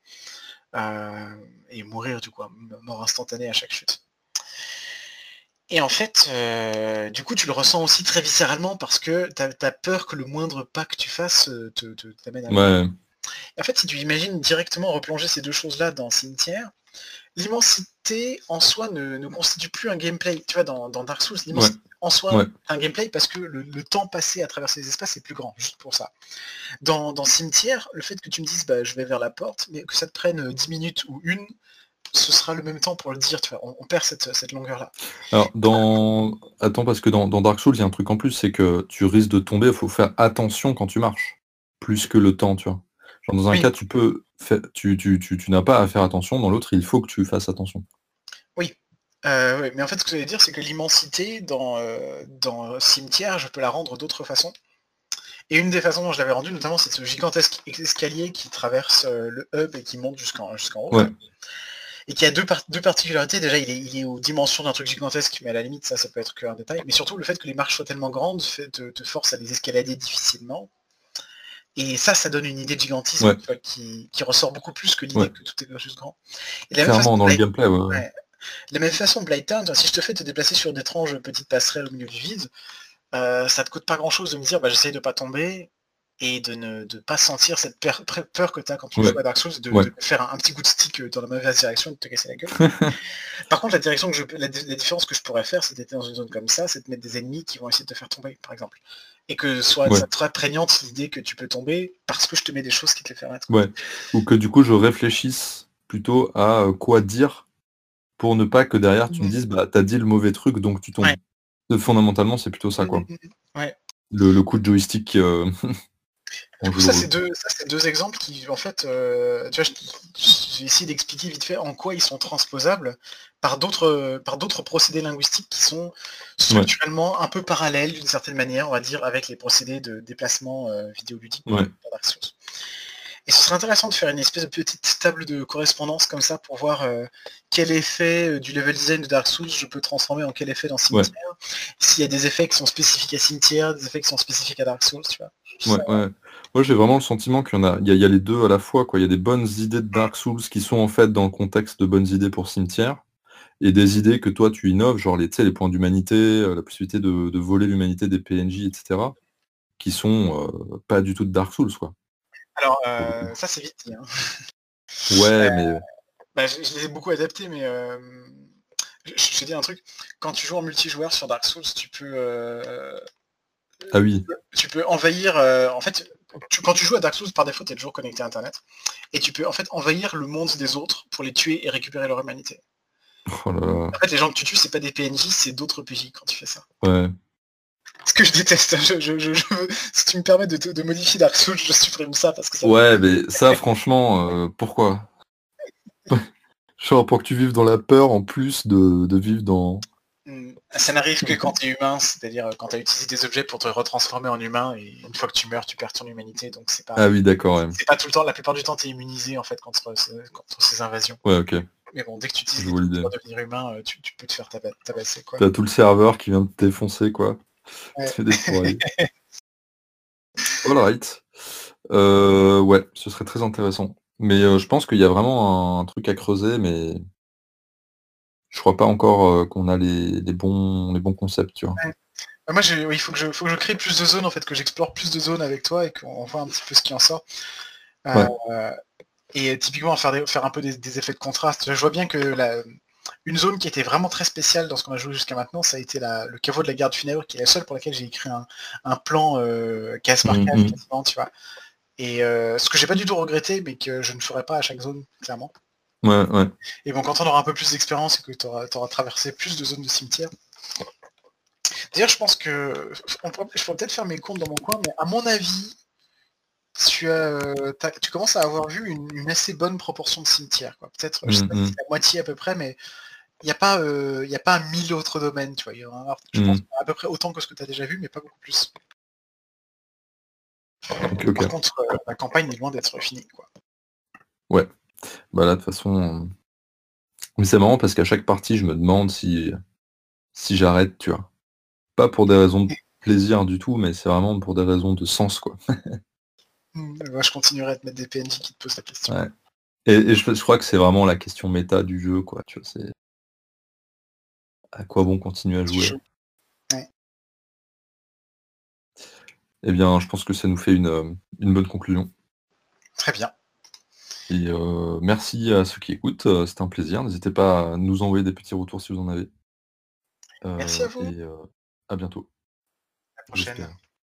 et mourir du coup, mort instantanée à chaque chute. Et en fait, du coup, tu le ressens aussi très viscéralement parce que tu as peur que le moindre pas que tu fasses, t'amène à la mort. Ouais, Et en fait, si tu imagines directement replonger ces 2 choses-là dans Cimetière, l'immensité en soi ne constitue plus un gameplay. Tu vois, dans Dark Souls, ouais, l'immensité en soi ouais. est un gameplay parce que le temps passé à traverser les espaces est plus grand, juste pour ça. Dans Cimetière, le fait que tu me dises: «Bah, je vais vers la porte», mais que ça te prenne, 10 minutes ou une, ce sera le même temps pour le dire, tu vois? On perd cette longueur-là. Alors attends, parce que dans Dark Souls, il y a un truc en plus, c'est que tu risques de tomber, il faut faire attention quand tu marches, plus que le temps, tu vois? Genre dans un Oui, cas, tu peux fai tu n'as pas à faire attention, dans l'autre, il faut que tu fasses attention. oui. Oui, mais en fait, ce que je voulais dire, c'est que l'immensité dans Cimetière, je peux la rendre d'autres façons. Et une des façons dont je l'avais rendue, notamment, c'est ce gigantesque escalier qui traverse, le hub et qui monte jusqu'en haut Ouais, là. Et qui a deux particularités. Déjà, il est aux dimensions d'un truc gigantesque, mais à la limite, ça peut être qu'un détail. Mais surtout, le fait que les marches soient tellement grandes te force à les escalader difficilement. Et ça donne une idée de gigantisme, ouais, tu vois, qui ressort beaucoup plus que l'idée ouais. que tout est juste grand. Et de la même façon, Clairement, dans le gameplay, ouais, ouais. ouais, de la même façon, Blighttown, si je te fais te déplacer sur d'étranges petites passerelles au milieu du vide, ça te coûte pas grand-chose de me dire: «Bah, j'essaye de pas tomber» et de pas sentir cette peur que tu as quand tu Ouais, joues à Dark Souls ouais. de faire un petit coup de stick, dans la mauvaise direction et de te casser la gueule. Par contre, la direction que la différence que je pourrais faire, si tu étais dans une zone comme ça, c'est de mettre des ennemis qui vont essayer de te faire tomber, par exemple. Et que Ouais, ça te soit prégnante l'idée que tu peux tomber parce que je te mets des choses qui te les permettent, quoi. ouais. Ou que du coup, je réfléchisse plutôt à, quoi dire pour ne pas que derrière tu me Mmh. dises: «Bah, tu as dit le mauvais truc donc tu Ouais. tombes». Fondamentalement, c'est plutôt ça, Mmh quoi. mh, mmh. Ouais. Le coup de joystick, en Du coup, jeu de rôle. ça, c'est deux exemples qui, en fait, tu vois, j'ai essayé d'expliquer vite fait en quoi ils sont transposables par d'autres procédés linguistiques qui sont Ouais, structurellement un peu parallèles d'une certaine manière, on va dire, avec les procédés de déplacement vidéoludique ouais, dans Dark Souls. Et ce serait intéressant de faire une espèce de petite table de correspondance comme ça pour voir quel effet du level design de Dark Souls je peux transformer en quel effet dans ouais, Cimetière. S'il y a des effets qui sont spécifiques à Cimetière, des effets qui sont spécifiques à Dark Souls, tu vois. ouais, ouais. Moi, j'ai vraiment le sentiment qu'il y a les deux à la fois, quoi. Il y a des bonnes idées de Dark Souls qui sont en fait dans le contexte de bonnes idées pour Cimetière, et des idées que toi tu innoves, genre tu sais, les points d'humanité, la possibilité de voler l'humanité des PNJ, etc., qui sont pas du tout de Dark Souls, quoi, Alors, pour le coup. ça c'est vite dit, hein. Ouais, mais... Bah, je les ai beaucoup adaptés, mais je te dis un truc. Quand tu joues en multijoueur sur Dark Souls, Ah oui. tu peux envahir. En fait, quand tu joues à Dark Souls, par défaut, tu es toujours connecté à Internet. Et tu peux en fait envahir le monde des autres pour les tuer et récupérer leur humanité. Oh là là. En fait, les gens que tu tues, c'est pas des PNJ, c'est d'autres PJ quand tu fais ça. Ouais. Ce que je déteste. Si tu me permets de modifier Dark Souls, je supprime ça parce que ça me Ouais, mais ça, franchement, pourquoi? Genre pour que tu vives dans la peur en plus de vivre dans... Ça n'arrive que quand tu es humain, c'est-à-dire quand tu as utilisé des objets pour te retransformer en humain, et une fois que tu meurs, tu perds ton humanité, donc Ah oui, d'accord, ouais. c'est pas tout le temps, la plupart du temps tu es immunisé en fait contre ces invasions. Ouais, ok, Mais bon, dès que tu utilises je des vois trucs l'idée. pour devenir humain, tu peux te faire tabasser quoi. T'as tout le serveur qui vient de te défoncer, quoi. Ouais. Te défourailler. All right. Ouais, ce serait très intéressant. Mais je pense qu'il y a vraiment un truc à creuser, mais je crois pas encore qu'on a les bons concepts, tu vois. Ouais. Moi, oui, faut que je crée plus de zones en fait, que j'explore plus de zones avec toi et qu'on voit un petit peu ce qui en sort. Euh, Ouais. et typiquement faire un peu des effets de contraste. Je vois bien que une zone qui était vraiment très spéciale dans ce qu'on a joué jusqu'à maintenant, ça a été le caveau de la garde funèbre, qui est la seule pour laquelle j'ai écrit un plan case par case Mhm. quasiment, tu vois. Et ce que j'ai pas du tout regretté, mais que je ne ferai pas à chaque zone, clairement. Ouais, ouais. Et bon, quand on aura un peu plus d'expérience et que tu auras traversé plus de zones de cimetière. D'ailleurs, je pense que je pourrais peut-être faire mes comptes dans mon coin, mais à mon avis, tu commences à avoir vu une assez bonne proportion de cimetières, quoi. Peut-être, je sais pas si Mhm. c'est la moitié à peu près, mais il y a pas 1000 autres domaines, tu vois. Il y en a, je pense, Mhm. à peu près autant que ce que tu as déjà vu, mais pas beaucoup plus. Ok, Par ok. contre, la campagne est loin d'être finie, quoi. Ouais. Bah là, de toute façon... Mais c'est marrant parce qu'à chaque partie, je me demande si j'arrête, tu vois. Pas pour des raisons de plaisir du tout, mais c'est vraiment pour des raisons de sens, quoi. Moi, je continuerai à te mettre des PNJ qui te posent la question. Ouais. Et je crois que c'est vraiment la question méta du jeu, quoi. Tu vois, c'est à quoi bon continuer à Tu jouer? joues. Ouais. Eh bien, je pense que ça nous fait une bonne conclusion. Très bien. Et merci à ceux qui écoutent, c'était un plaisir. N'hésitez pas à nous envoyer des petits retours si vous en avez. Merci à vous. Et à bientôt, À la prochaine. j'espère.